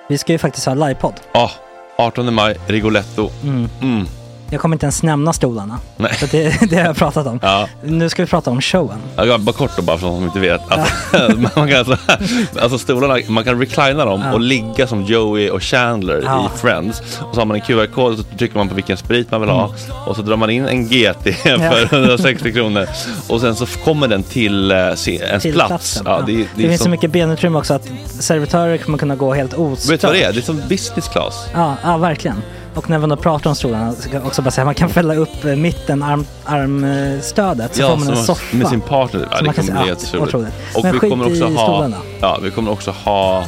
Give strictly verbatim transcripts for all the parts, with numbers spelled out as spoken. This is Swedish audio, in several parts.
Vi ska ju faktiskt ha livepodd. Ja, oh, artonde maj, Rigoletto. Mm. Mm. Jag kommer inte ens nämna stolarna. Nej. För det, det har jag pratat om. Ja. Nu ska vi prata om showen. Ja, bara kort då, bara för de som inte vet. Alltså, man kan alltså, alltså stolarna, man kan reclina dem ja. och ligga som Joey och Chandler ja. i Friends. Och så har man en Q R-kod och så trycker man på vilken sprit man vill ha. Mm. Och så drar man in en G T för hundrasextio kronor. Och sen så kommer den till uh, se, ens till plats. Ja, ja. det, det, det det finns som... så mycket benutrymme också att servitörer kommer kunna gå helt ostört. Vet du vad det är? Det är som business class. Ja, ja verkligen. Och när man då pratar om stolarna så kan jag också bara säga att man kan fälla upp mitten, arm, armstödet så ja, får man en soffa. Med sin partner. Ja, det kommer bli helt otroligt. Och men vi kommer också ha stolarna. Ja, vi kommer också ha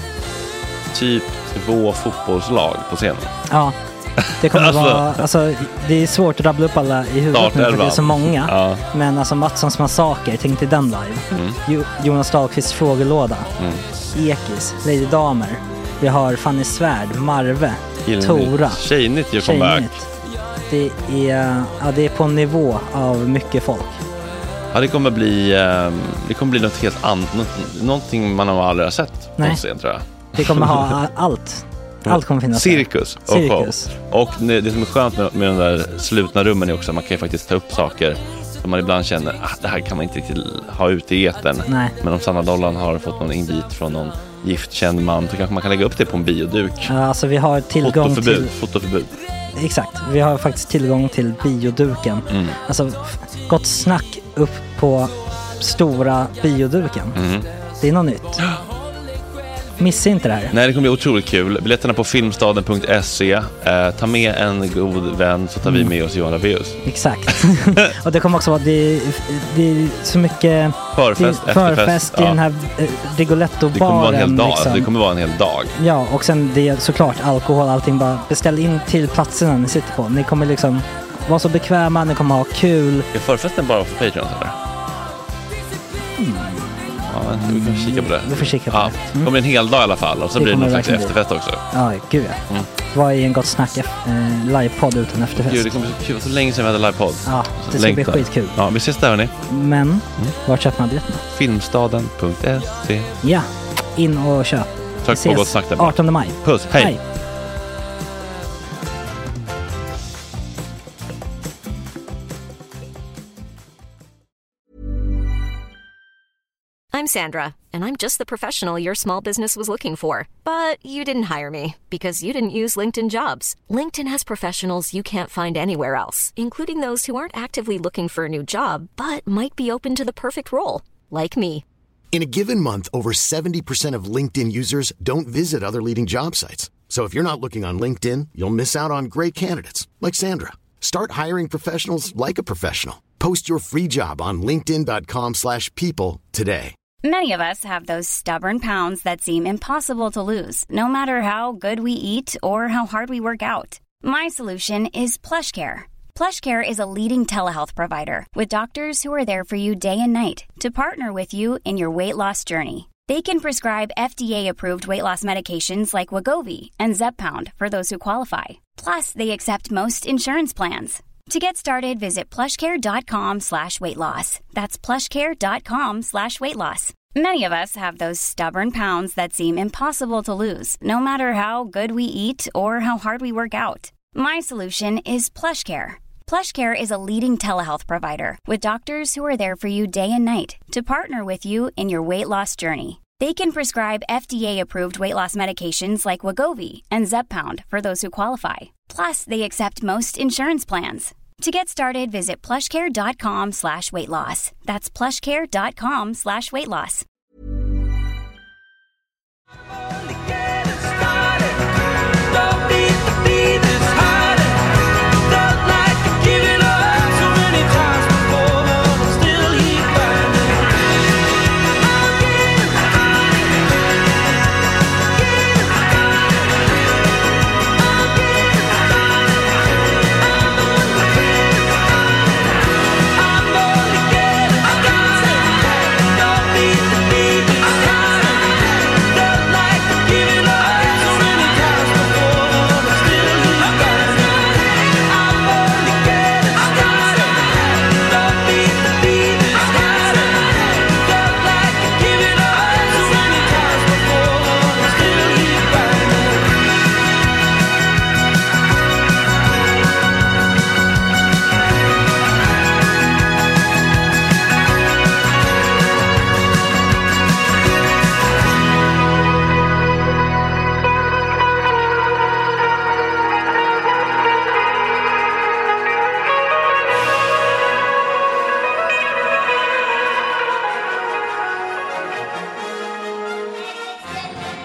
typ två fotbollslag på scenen. Ja. Det kommer alltså, vara alltså det är svårt att rabbla upp alla i huvudet nu för det är så många. Ja. Men alltså Mattssons massaker, tänk till den live. Mm. Jo, Jonas Dahlqvists frågelåda. Mm. Ekis, Lady Damer. Vi har Fanny Svärd, Marve, Gillnytt. Tora. Tjejnytt gör comeback. Det är, ja, det är på en nivå av mycket folk. Ja, det kommer bli det kommer bli något helt annat, något, någonting man har aldrig har sett på scen, tror jag. Det kommer ha allt. Allt kommer finnas. Cirkus och Cirkus. show. Och det som är skönt med, med de där slutna rummen är också att man kan ju faktiskt ta upp saker som man ibland känner att det här kan man inte riktigt ha ute i etern. Nej. Men om Sanna Dollan har fått någon invit från någon giftkänd man så kanske man kan lägga upp det på en bioduk. Ja, alltså vi har tillgång fotoförbud, till fotoförbud. Exakt, vi har faktiskt tillgång till bioduken. Mm. Alltså gott snack upp på stora bioduken. Mm. Det är något nytt. Missa inte det här. Nej, det kommer bli otroligt kul. Biljetterna på filmstaden punkt se. Eh, ta med en god vän så tar mm. vi med oss Johan Rabaeus. Exakt. Och det kommer också vara det, det är så mycket förfest, det, förfest i ja. den här eh, Rigoletto-baren. Det kommer vara en hel dag. Liksom. Det kommer vara en hel dag. Ja, och sen det är såklart alkohol, allting. Bara beställ in till platserna ni sitter på. Ni kommer liksom vara så bekväma, ni kommer ha kul. Är förfesten bara för Patreon eller? Mm. Ja, vi kan kika på det. Vi får kika på ja, det. Mm. Det kommer en hel dag i alla fall. Och så det blir det någon slags efterfest också. Ja, gud ja. Mm. Vad är en gott snack eh, livepodd utan efterfest? Gud, det kommer så kul. Så länge sedan vi hade livepodd. Ja, det ska Längtar. bli skitkul. Ja, vi ses där hörni. Men, mm. var köper man biljetterna? filmstaden punkt se. Ja, in och köp. Tack på gott snack där. artonde maj. Puss, hej. hej. I'm Sandra, and I'm just the professional your small business was looking for. But you didn't hire me because you didn't use LinkedIn Jobs. LinkedIn has professionals you can't find anywhere else, including those who aren't actively looking for a new job, but might be open to the perfect role, like me. In a given month, over seventy percent of LinkedIn users don't visit other leading job sites. So if you're not looking on LinkedIn, you'll miss out on great candidates, like Sandra. Start hiring professionals like a professional. Post your free job on linkedin dot com slash people today. Many of us have those stubborn pounds that seem impossible to lose, no matter how good we eat or how hard we work out. My solution is PlushCare. PlushCare is a leading telehealth provider with doctors who are there for you day and night to partner with you in your weight loss journey. They can prescribe F D A-approved weight loss medications like Wegovy and Zepbound for those who qualify. Plus, they accept most insurance plans. To get started, visit plushcare.com slash weight loss. That's plushcare.com slash weight loss. Many of us have those stubborn pounds that seem impossible to lose, no matter how good we eat or how hard we work out. My solution is PlushCare. PlushCare is a leading telehealth provider with doctors who are there for you day and night to partner with you in your weight loss journey. They can prescribe F D A-approved weight loss medications like Wegovy and Zepbound for those who qualify. Plus, they accept most insurance plans. To get started, visit plushcare.com slash weight loss. That's plushcare.com slash weight loss. Beat the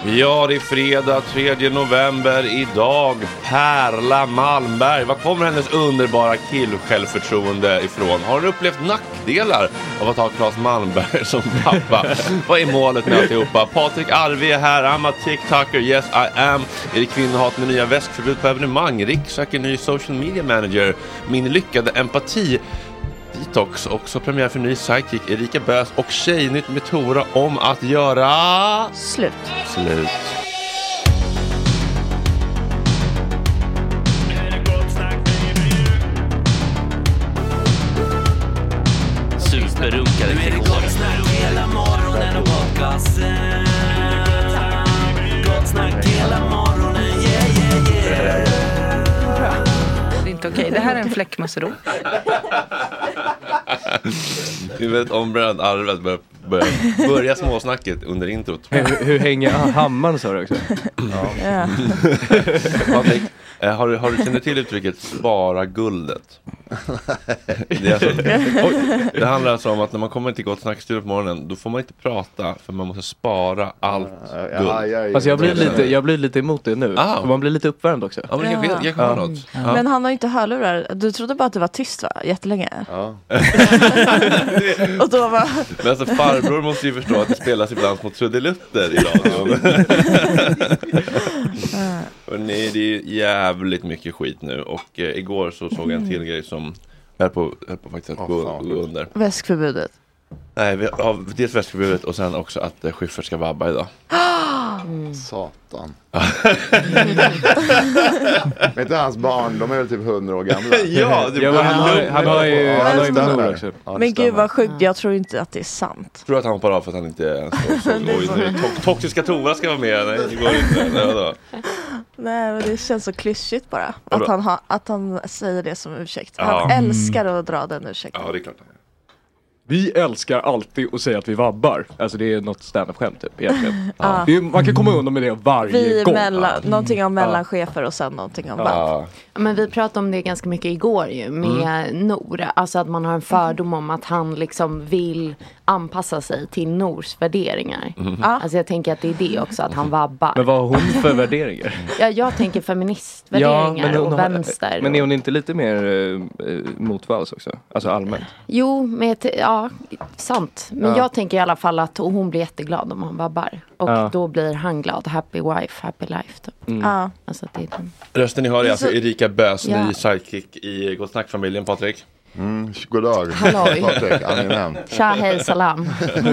Ja, det är fredag tredje november idag. Perla Malmberg. Var kommer hennes underbara kill-självförtroende ifrån? Har hon upplevt nackdelar av att ha Claes Malmberg som pappa? Vad är målet med alltihopa? Patrik Arvi är här. I'm a TikToker. Yes, I am. Är det kvinnohat med nya väskförbud på evenemang? Rick söker ny social media manager. Min lyckade empati. Detox, också premiär för ny sidekick Erika Bös och Tjejnytt med Tora om att göra slut. Slut. Superrunkare till gott snack hela morgonen och podcasten. Gott snack hela morgonen, yeah, yeah, yeah. Bra. Det är inte okej. Det här är en fläckmussero. Vi vet om Brand Arvet börjar börja, börja småsnacket under introt. Hur, hur hänger hammaren så också? Ja. Ja. Patrik, har du, har du känner till uttrycket spara guldet? Det, är alltså, oj, det handlar alltså om att när man kommer till Gott snackstudio på morgonen, då får man inte prata för man måste spara allt guld. Ja, ja, ja. Alltså jag blir lite, jag blir lite emot det nu. Ah. För man blir lite uppvärmd också. Ja, men jag vet, jag kommer ja. något. Ja. Men han har inte hörlurar. Du trodde bara att det var tyst, va? Jättelänge. Ja. Och då var... Men alltså farbror måste ju förstå att det spelas ibland mot trudelutter i radion. Och nej, det är jävligt mycket skit nu. Och eh, igår så såg jag en till grej som höll på, höll på faktiskt att gå, oh, gå under. Väskförbudet. Nej, vi har dels väskförbudet och sen också att eh, Schyffert ska vabba idag. Mm. Satan. Vet inte hans barn, de är väl typ hundra år gamla. Ja, det ja, men han har, han har ju ja, han har ju Nor också. Ja, men gud vad sjukt, jag tror inte att det är sant. Jag tror att han hoppar av för att han inte är så, så oj, nu, to- toxiska Tova ska vara med. Nej, det går inte. Nej, då. Nej, men det känns så klyschigt bara. Att han, ha, att han säger det som ursäkt. Han ja. älskar att dra den ursäkten. Ja, det är klart. Vi älskar alltid att säga att vi vabbar. Alltså det är något stand-up-skämt typ egentligen. Ja. Det är, man kan komma undan med det varje vi gång. Mellan, ja. Någonting om mellanchefer och sen någonting om ja. vabb. Men vi pratade om det ganska mycket igår ju med mm. Nor. Alltså att man har en fördom om att han liksom vill anpassa sig till Nors värderingar. Mm. Alltså jag tänker att det är det också, att han vabbar. Men vad har hon för värderingar? Ja, jag tänker feministvärderingar ja, och har, vänster. Men är hon inte lite mer uh, motvalls också? Alltså allmänt? Jo, med, ja, sant. Men ja. jag tänker i alla fall att hon blir jätteglad om han vabbar. Och ja. då blir han glad. Happy wife, happy life. Typ. Mm. Ja. Alltså, det är den. Rösten ni hör är alltså Erika Bös, ja. ny sidekick i Gott snack-familjen, Patrik. Mm, god dag. Halloj. Patrik, Aminem. Tja, hej, salam.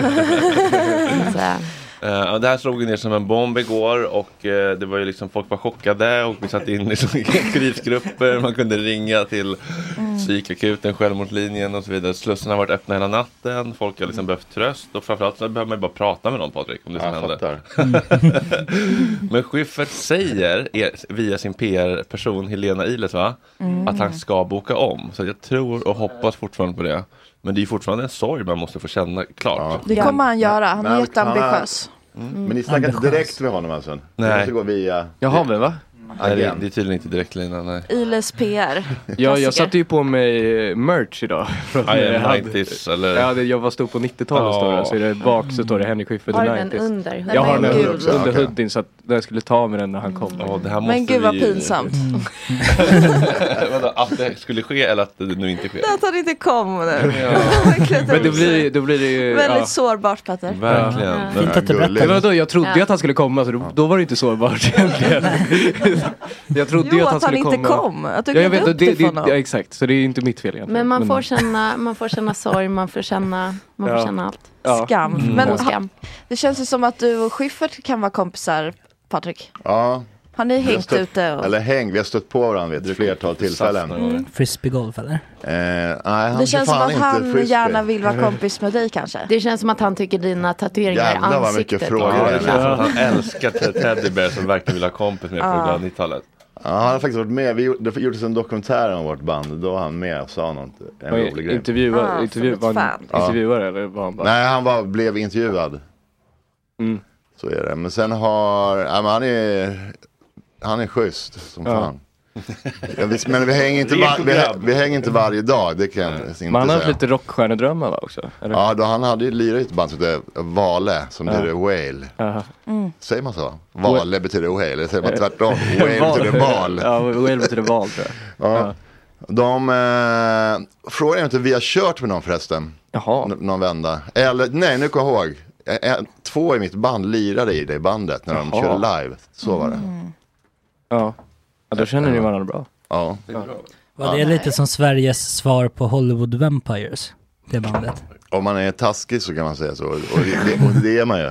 Uh, det här slog ner som en bomb igår och uh, det var ju liksom, folk var chockade och vi satt in i krisgrupper, man kunde ringa till mm. psykakuten, självmordslinjen och så vidare. Slussen har varit öppna hela natten, folk har liksom behövt tröst och framförallt så behöver man ju bara prata med någon, Patrik, om det som händer. Men Schyffert säger via sin P R-person Helena Iles, va? Mm. att han ska boka om, så jag tror och hoppas fortfarande på det. Men det är fortfarande en sorg man måste få känna klart. Ja. Det kommer han göra. Han är jätteambitiös. Mm. Mm. Men ni snackar inte direkt med honom alltså? Nej. Det måste gå via... Jaha, men va? Nej, det, det är tydligen inte direktlina, nej. Iles P R. Ja, jag satte ju på mig merch idag. I am nittio eller? Ja, det, jag var stod på nittiotalet oh. står det. Så är det bak så står det Henrik Schyffert har den under? Jag har den under, under hoodien så att jag skulle ta med den när han kom. Oh, det här men gud vad vi... pinsamt. Mm. Att det skulle ske eller att det nu inte sker? Att han inte kom nu. Ja. Men då blir, då blir det ju... Väldigt ja. sårbart, Petter. Verkligen. Ja. Fint att du berättar. Då, jag trodde ja. att han skulle komma så då, då var det inte sårbart egentligen. Jag trodde jo, att han, att han inte komma. kom. Att du ja, jag vet, upp det, det, det, ja, exakt. Så det är inte mitt fel egentligen. Men man får känna, man får känna sorg, man får känna, man får ja. känna allt. Ja. Skam. Mm. Men skam. Det känns ju som att du och Schyffert kan vara kompisar, Patrik. Ja. Har ni hängt stött, ute? Och... Eller häng, vi har stött på varandra vid ett flertal tillfällen. Mm. Frisbeegolf eller? Eh, nej, han det känns som att han frisbee. gärna vill vara kompis med dig kanske. Det känns som att han tycker dina tatueringar är ansiktet. Vad mycket frågor. Ja, det känns som att han älskar Teddybear som verkligen vill ha kompis med på glada nittiotalet. Ja, han har faktiskt varit med. Vi gjorde, det gjordes en dokumentär om vårt band. Då var han med och sa något. En Oj, rolig grej. Intervjuar, ah, intervju, var han ja. intervjuare eller var han bara? Nej, han var, blev intervjuad. Mm. Så är det. Men sen har... Ja, men han är... Han är schysst som ja. fan. Ja, vi, men vi hänger, inte var, vi, vi hänger inte varje dag, det kan jag inte säga. Men han har haft lite rockstjärnedrömmar va, också? Eller? Ja, då han hade ju lirat i ett band som heter Vale, som Ja. betyder whale. Aha. Mm. Säger man så? Vale betyder whale, eller säger man tvärtom? Whale betyder val. Ja, whale betyder val tror jag. Ja. Ja. De eh, frågar inte, vi har kört med någon förresten. Jaha. N- någon vända. Eller, nej, nu kommer jag ihåg. Eh, eh, Två i mitt band lirade i det bandet när de Jaha. körde live. Så var det. Mm. Ja. Ja, då känner ni varandra bra. Ja. Var det lite som Sveriges svar på Hollywood Vampires, det bandet? Om man är taskig så kan man säga så. Och det, och det är man ju.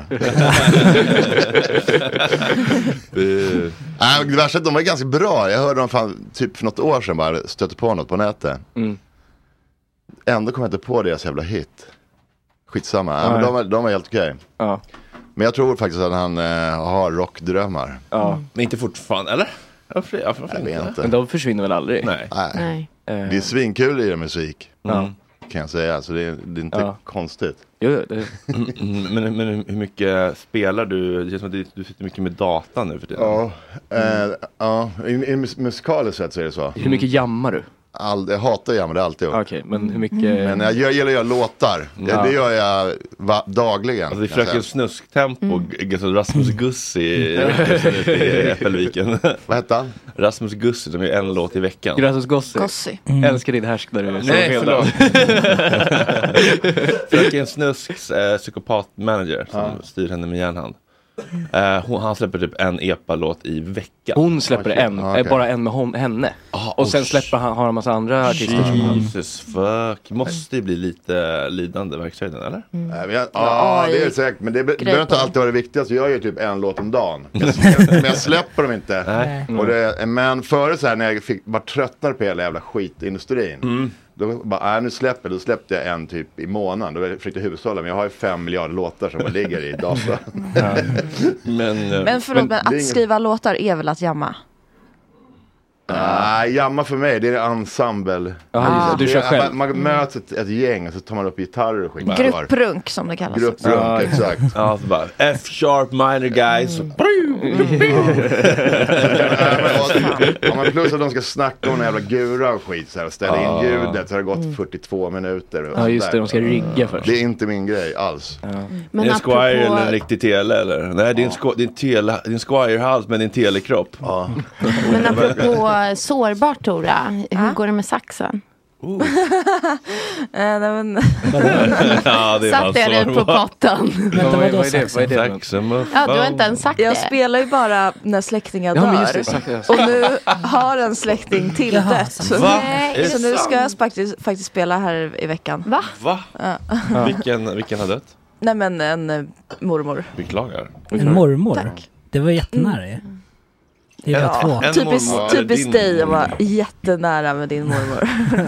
det, Nej, det värsta är att de var ganska bra. Jag hörde dem fan, typ för något år sedan bara stötte på något på nätet. Mm. Ändå kom jag inte på deras jävla hit. Skitsamma. Ja, men Nej. de, var, de var helt okej. Ja. Men jag tror faktiskt att han eh, har rockdrömmar. Ja. Men inte fortfarande, eller? Varför, varför, varför Jag vet inte? inte. Men de försvinner väl aldrig? Nej. Nej. Nej. Eh, Det är svinkul i musik. Ja. Kan jag säga. Så det är, det är inte Ja. konstigt. Jo, det... Mm, men, men hur mycket spelar du? Det känns som att du, du sitter mycket med data nu för tiden. Ja, eh, ja. I, i mus- musikaliskt sett så är det så. Hur mycket jammar du? All, jag hatar jamma, det har jag alltid gjort. Okej, men hur mycket... Men jag gör, gillar att göra låtar. Ja. Det, det gör jag va, dagligen. Alltså det är kan jag Fröken säga. Snusk-tempo, mm. så Rasmus Gussi i Äppelviken. Vad heter han? Rasmus Gussi, de är en låt i veckan. Gracias Gossi. Gossi. Mm. Älskar din härsk där du är. Nej, förlåt. Fröken Snusks eh, psykopat-manager som Ja. styr henne med järnhand. Eh, hon, han släpper typ en E P A-låt i veckan. Hon släpper Okej. en, Ah, eh, okej. bara en med hon, henne. Ah, och sen oh, släpper han, har han en massa andra artister. som han- Jesus fuck. Måste ju bli lite lidande verksamheten, eller? Nej, men jag, ja, det är det säkert. Men det, be- det behöver inte alltid vara det viktigaste. Jag gör ju typ en låt om dagen. Jag, men jag släpper dem inte. Nej. Och det, men före så här när jag fick, var tröttnare på hela jävla skitindustrin. Mm. Då bara, äh, nu släpper då släppte jag en typ i månaden. Då försökte jag hushålla. Men jag har ju fem miljarder låtar som bara ligger i datorn. Ja. Men, eh, Men förlåt, men, det är att ingen- skriva låtar är väl att jamma? Nej, jamma för mig, det är ensemble. Ja, du Det kör är- själv. Man, man möts ett, ett gäng och så tar man upp gitarrer och skit. Grupprunk som det kallas. Grupprunk, Ja, exakt. Ja, så bara F-sharp minor guys. Ja, men plus att de ska snacka om en jävla gura och skit så här, och ställa in Ah. ljudet så har det gått fyrtiotvå minuter. Och Ja, just sånt det, där. de ska rigga först. Det är inte min grej alls. Ja. Men är en Squire eller en apropå, riktig tele eller? Nej, det är en, sko- det är en, tele, det är en Squire-hals men det är en telekropp. Ja. men apropå sårbart Tora, hur går det med saxen? Eh, nej, men... Ja, det Satte jag dig på potten? Ja, vad, är- vad är det? Vad är det? för något? Saxen, Ja, du har inte ens sagt Jag det. spelar ju bara när släktingar Ja, dör. men just det, sagt det. Och nu har en släkting till Jaha, dött. sant. Va? Nej, Är det Så nu ska jag sant? faktiskt, faktiskt spela här i veckan. Va? Va? Ja. Vilken, vilken har dött? Nej men en eh, mormor. Beklagar. En mormor? Tack. Det var jättenära ju. Det var två. En Typiskt, mormor, typiskt din dig att vara mormor. jättenära med din mormor.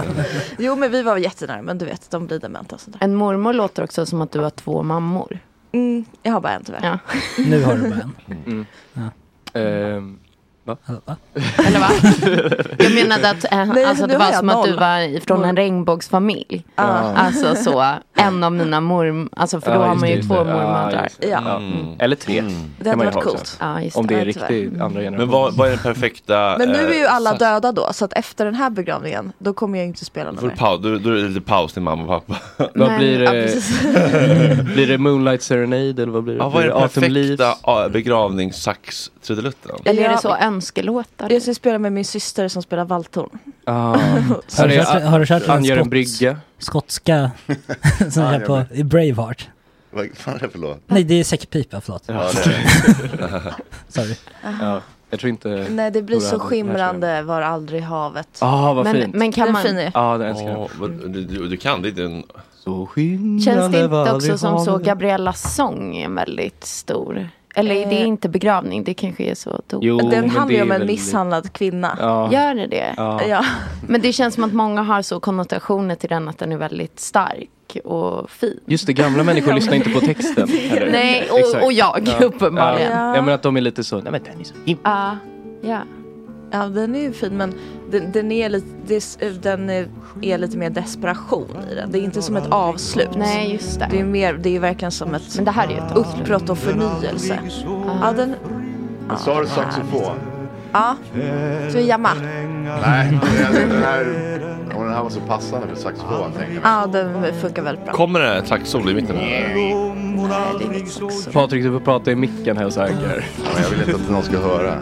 Jo men vi var jättenära, men du vet, de blir dementa och sånt där. En mormor låter också som att du har två mammor. Mm, jag har bara en tyvärr. Ja. Nu har du bara en. Mm. Ja. Ehm, Va? Eller va? Jag menade att eh, Nej, alltså, nu det har var jag som att du noll. var från en regnbågsfamilj. Ja. Alltså så, en av mina morm... Alltså för då Ja, har just man det, ju just två det. Ja, mormödrar. just det. Ja. Ja. Mm. Eller tre. Mm. Det kan hade man ju varit ha coolt. också. Ja, just Om det är Nej, riktigt tyvärr. andra generationen. Men vad, vad är den perfekta... Men nu är ju eh, alla sats- döda då, så att efter den här begravningen, då kommer jag inte spela något Får mer. paus, då, då är det lite paus till mamma och pappa. Vad Nej, blir Ja, det? precis. Blir det Moonlight Serenade eller vad blir det? Ja, vad är Blir den Autumn Leaves? perfekta ja, begravningssax-trudelutten? Eller är Ja, det så önskelåtar? Jag ska spela med min syster som spelar valthorn. Ah. Har du Är det kört, har du kört Angör en skotts- brygga? skotska som Ja, är jag på vet. i Braveheart? Vad fan är det för låt? Nej, det är säckpipa, förlåt. Ja, det är. Sorry. Ja, jag tror inte... Nej, det blir Tora så hade- skimrande, var aldrig havet. Ah, vad Men, fint. men kan Den man... fin är. Ja, det älskar jag. Åh, vad- du, du, du kan, det är inte en... Så skimrande Känns det var inte aldrig också som så havet. Gabriellas sång är väldigt stor? Eller Eh. det är inte begravning, det kanske är så dop. Jo, Den men handlar det ju är om en väl- misshandlad kvinna. Ja. Gör det det? Ja. Ja. Men det känns som att många har så konnotationer till den att den är väldigt stark och fin. Just det, gamla människor lyssnar inte på texten. Eller? Nej, och, Exakt. och jag Ja. uppenbarligen. Ja. Ja. ja, men att de är lite så, nej men den är så himla... Ja, ja. Ja, den är ju fin, men den, den, är lite, det, den är, är lite mer desperation i den. Det är inte som ett avslut. Nej, just det. Det är, mer, det är verkligen som ett Men det här är ju ett avslut. uppbrott och förnyelse. Ja, den... Men sa du saxofon? Ja, så vi jamma. Nej, den här, den här var så passande för saxofon. Ja, den funkar väldigt bra. Kommer det ett saxsolo i mitten? Nej, det är mitt saxsolo. Patrik, du får prata i micken här och säkert. Ja, men jag vill inte att någon ska höra.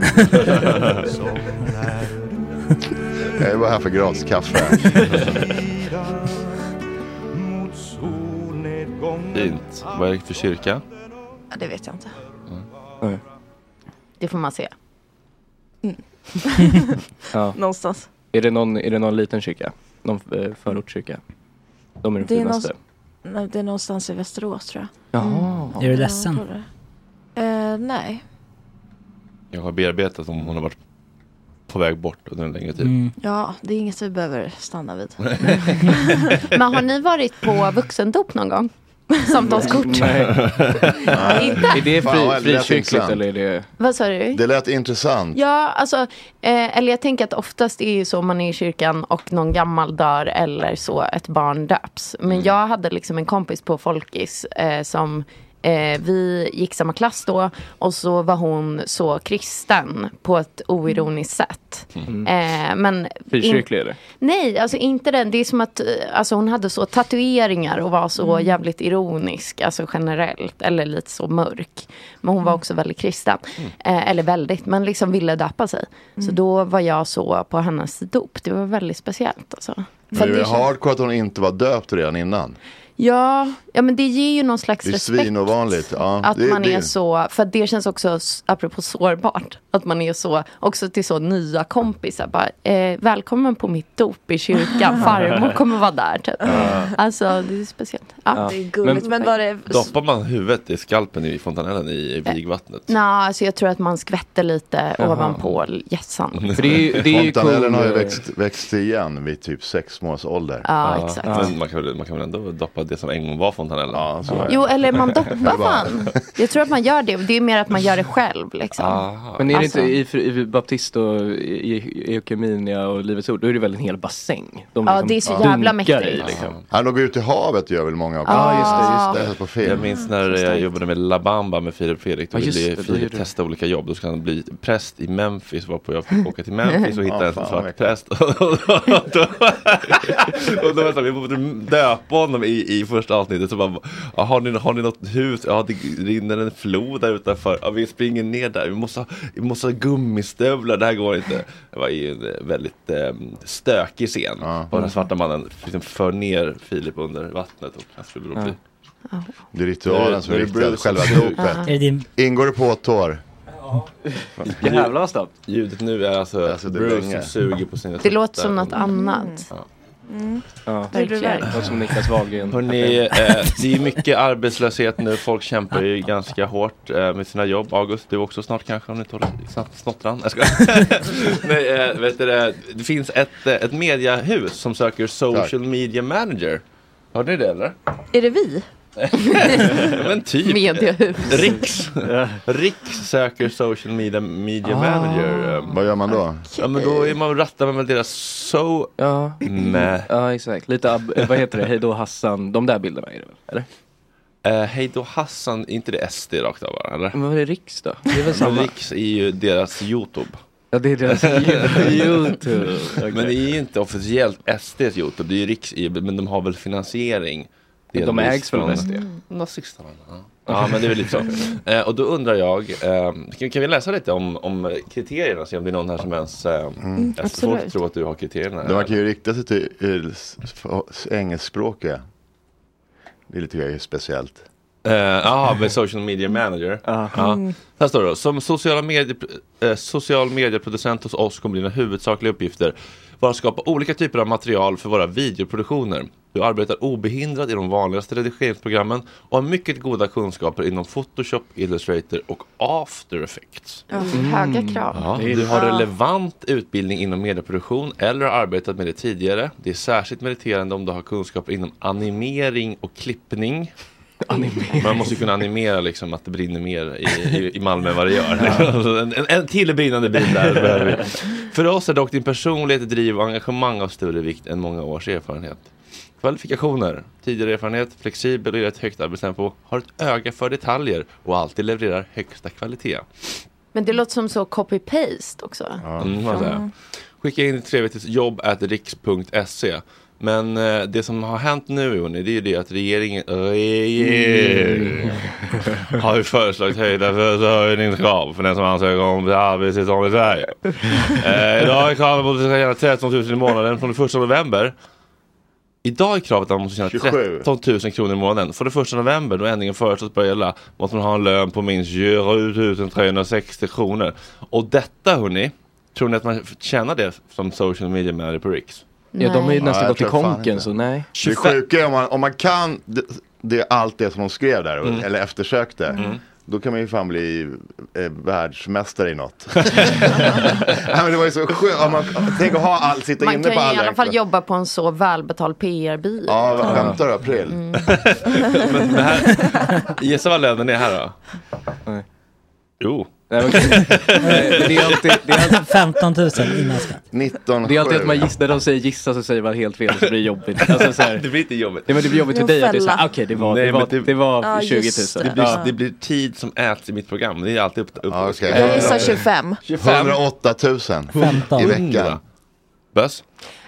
Jag är bara här för gratis kaffe. Fint. Vad är det för kyrka? Ja, det vet jag inte. Mm. Det får man se. Mm. Ja. Någonstans. Är det någon, är det någon liten kyrka? Någon eh, förortskyrka? De är de det, är finaste. någon, det är någonstans i Västerås, tror jag. Jaha. Är du ledsen? Uh, nej. Jag har bearbetat om hon har varit på väg bort under en längre tid. Mm. Ja, det är inget vi behöver stanna vid. Men har ni varit på vuxendop någon gång? Samtalskort? Nej. Nej. Inte? Är det fri, frikyrkligt eller är det... Vad sa du? Det lät intressant. Ja, alltså, eh, eller jag tänker att oftast är ju så om man är i kyrkan och någon gammal dör eller så ett barn döps. Men mm. jag hade liksom en kompis på Folkis eh, som Eh, vi gick samma klass då och så var hon så kristen på ett oironiskt sätt. Mm. Eh, men frikyrklig eller? Nej, alltså inte den. Det är som att alltså, hon hade så tatueringar och var så Mm. jävligt ironisk, alltså generellt, eller lite så mörk. Men hon var också väldigt kristen. Mm. Eh, eller väldigt, men liksom ville döpa sig. Mm. Så då var jag så på hennes dop. Det var väldigt speciellt alltså. Men det är hardcore att hon inte var döpt redan innan. Ja, ja, men det ger ju någon slags det är respekt. svinovanligt. Ja, att det, man det. är så, för det känns också, apropå sårbart, att man är så, också till så nya kompisar, bara, eh, välkommen på mitt dop i kyrkan, farmor kommer vara där typ. Ja. Alltså, det är speciellt. Ja. Ja. Det är gulligt, men, men var det... Doppar man huvudet i skalpen i fontanellen i vigvattnet? Nej, alltså jag tror att man skvätter lite Jaha. ovanpå hjässan. För det är, ju- det är ju Fontanellen cool. har ju växt, växt igen vid typ sex månaders ålder. Ja, exakt. Men man kan, väl, man kan väl ändå doppa det som en gång var fontanellen? Ja, så är det. Jo, eller man doppar man. Jag tror att man gör det. Det är mer att man gör det själv liksom. Aha. Men är det Alltså. inte i, i baptist och i, i Eukeminia och Livets Ord, då är det väl en hel bassäng? De Ja, det är så jävla dunkar mäktigt. i, liksom. Han låg ut i havet gör väl många också. Ja, just det, just det. Jag, på film. Jag minns när jag jobbade med La Bamba med Filip Fredrik. Då Ja, just ville det, Filip det är det. testa olika jobb. Då skulle han bli präst i Memphis. Varpå jag fick åka till Memphis och hitta Ja, en fan, svart vad präst. Och då, och då var det så här, vi måste döpa honom i, i första avsnittet. Så bara, ja, har, ni, har ni något hus? Ja, det rinner en flod där utanför. Ja, vi springer ner där. Vi måste ha, vi måste ha gummistövlar. Det här går inte. Det var ju en väldigt eh, stökig scen. Ja. Och den svarta mannen liksom för ner Filip under vattnet. Och han skulle då bli... Det är ritualen som är Det är viktig. Bruce. Själva dopet. Är det din... Ingår det på tår? Jävlar vad snabbt. Ljudet nu är alltså, Alltså, det är Bruce länge. som suger på sina Det låter tuttar. som något annat. Ja. Ja. Verkligen. Något som Niklas Wahlgren. Hörrni, eh, det är mycket arbetslöshet nu. Folk kämpar ju ganska hårt eh, med sina jobb. August, du också snart kanske om ni tar snabbt snottran. Jag ska. Nej, eh, vet du, det, det finns ett, eh, ett mediahus som söker social Tack. media manager. Hörde ni det eller? Är det vi? Men typ. Mediahus. Riks. Riks söker social media, media manager. Eh, Vad gör man då? Ja, men då är man rattar med deras so Ja. med Ja, exakt. Lite, ab- eh, vad heter det? Hej då Hassan. De där bilderna är det väl? Eller? eh, Hej då Hassan, inte det S D rakt av bara, eller? Men vad är Riks då? Det är väl Men samma? Riks är ju deras YouTube. Ja, det är deras YouTube. Okay. Men det är ju inte officiellt S D:s YouTube, det är ju Riks, men de har väl finansiering. Men de delvis ägs väl av från- S D? Mm, nazistarna, ja. Ja, men det är väl lite så. Eh, och då undrar jag, eh, kan, kan vi läsa lite om, om kriterierna, se om det är någon här som ens eh, Mm, jag får folk tror att du har kriterierna. De kan ju rikta sig till eh, s- s- engelskspråkiga. Det är lite speciellt. Ja, uh, med social media manager. Uh. Ja. Här står det då. Som sociala medie, eh, social medieproducent hos oss kommer dina huvudsakliga uppgifter vara att skapa olika typer av material för våra videoproduktioner. Du arbetar obehindrad i de vanligaste redigeringsprogrammen och har mycket goda kunskaper inom Photoshop, Illustrator och After Effects. Ja, höga krav. Ja, du har relevant utbildning inom medieproduktion eller har arbetat med det tidigare. Det är särskilt meriterande om du har kunskaper inom animering och klippning. Animering. Man måste ju kunna animera liksom att det brinner mer i, i, i Malmö än vad det gör. Ja. En, en, en till brinnande bil där behöver vi. För oss är dock din personlighet, driv och engagemang av större vikt än många års erfarenhet. Kvalifikationer, tidigare erfarenhet, flexibel och ett högt arbetstempo, har ett öga för detaljer och alltid levererar högsta kvalitet. Men det låter som så copy-paste också. Ja. Mm, mm. Skicka in tre v till jobb at riks punkt se. Men eh, det som har hänt nu, Joni, det är ju det att regeringen, regeringen mm. har ju föreslagit höjda försörjningskrav för den som ansöker om arbetstillstånd i Sverige. eh, idag är kravet på att det ska tjäna tretton tusen i månaden från den första november. Idag är kravet att man måste tjäna tretton tusen kronor i månaden. För det första november, då ändringen föreslås börja gälla, måste man ha en lön på minst tjugosju tusen trehundrasextio kronor. Och detta, hörni, tror ni att man tjänar det som social media manager på Riks? Nej. Ja, de är ju nästan ja, gått i konken, så nej. Det sjuka är om man, om man kan det, det är allt det som de skrev där, mm. eller eftersökte. Mm. Då kan man ju fan bli eh, världsmästare i något. Ja, men det var ju så skönt. Om man tänker ha allt, sitta man inne på alla. Man kan i alla fall jobba på en så välbetald P R-byrå. Ja, femtonde april. Mm. men, men här, gissa vad lönen är här då? Nej. Jo. Nej, okay. det är alltid, det är alltid femton tusen innan skatt. nitton Det är alltid att man gissar, när de säger gissa så säger man helt fel, så blir det jobbigt. Alltså, så här, det blir inte jobbigt. Det, men det blir jobbigt för dig att det är så här, okej, okay, det var, Nej, det var, det, det var ja, tjugo tusen. Det blir, ja. det blir tid som äts i mitt program. Det är alltid upp, upp ja, okay. Jag gissar tjugofem. hundraåtta tusen i veckan. Böss?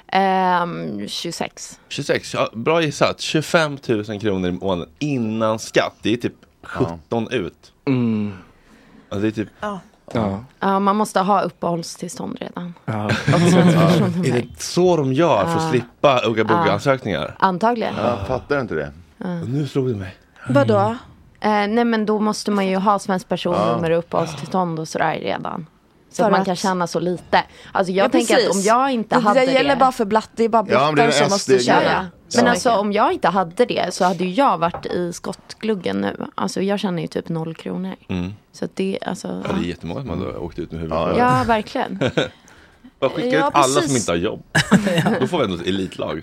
Um, tjugosex. tjugosex, ja, bra gissat. tjugofem tusen kronor i månaden innan skatt. Det är typ sjutton ja. ut. Mm. Alltså det är typ... Ja. Ja. Ja, man måste ha uppehållstillstånd redan. Ja. Ja. Är det så de gör för att slippa Ugga-Bugga-ansökningar? Antagligen. Ja, jag fattar inte det. Ja. Nu slog det mig. Vadå? Eh, nej, men då måste man ju ha svensk personnummer och uppehållstillstånd och sådär redan. Så att man att... kan tjäna så lite. Alltså jag ja, tänker precis. Att om jag inte det, hade det... Det gäller bara för blatt, det är bara blattar ja, som måste köra. Ja. Men alltså om jag inte hade det så hade ju jag varit i skottgluggen nu. Alltså jag känner ju typ noll kronor. Mm. Så att det, alltså... Ja, det är jättemånga som hade åkt ut med huvudet. Ja, ja. ja verkligen. Bara skicka ja, ut alla som inte har jobb. Då får vi ändå ett elitlag.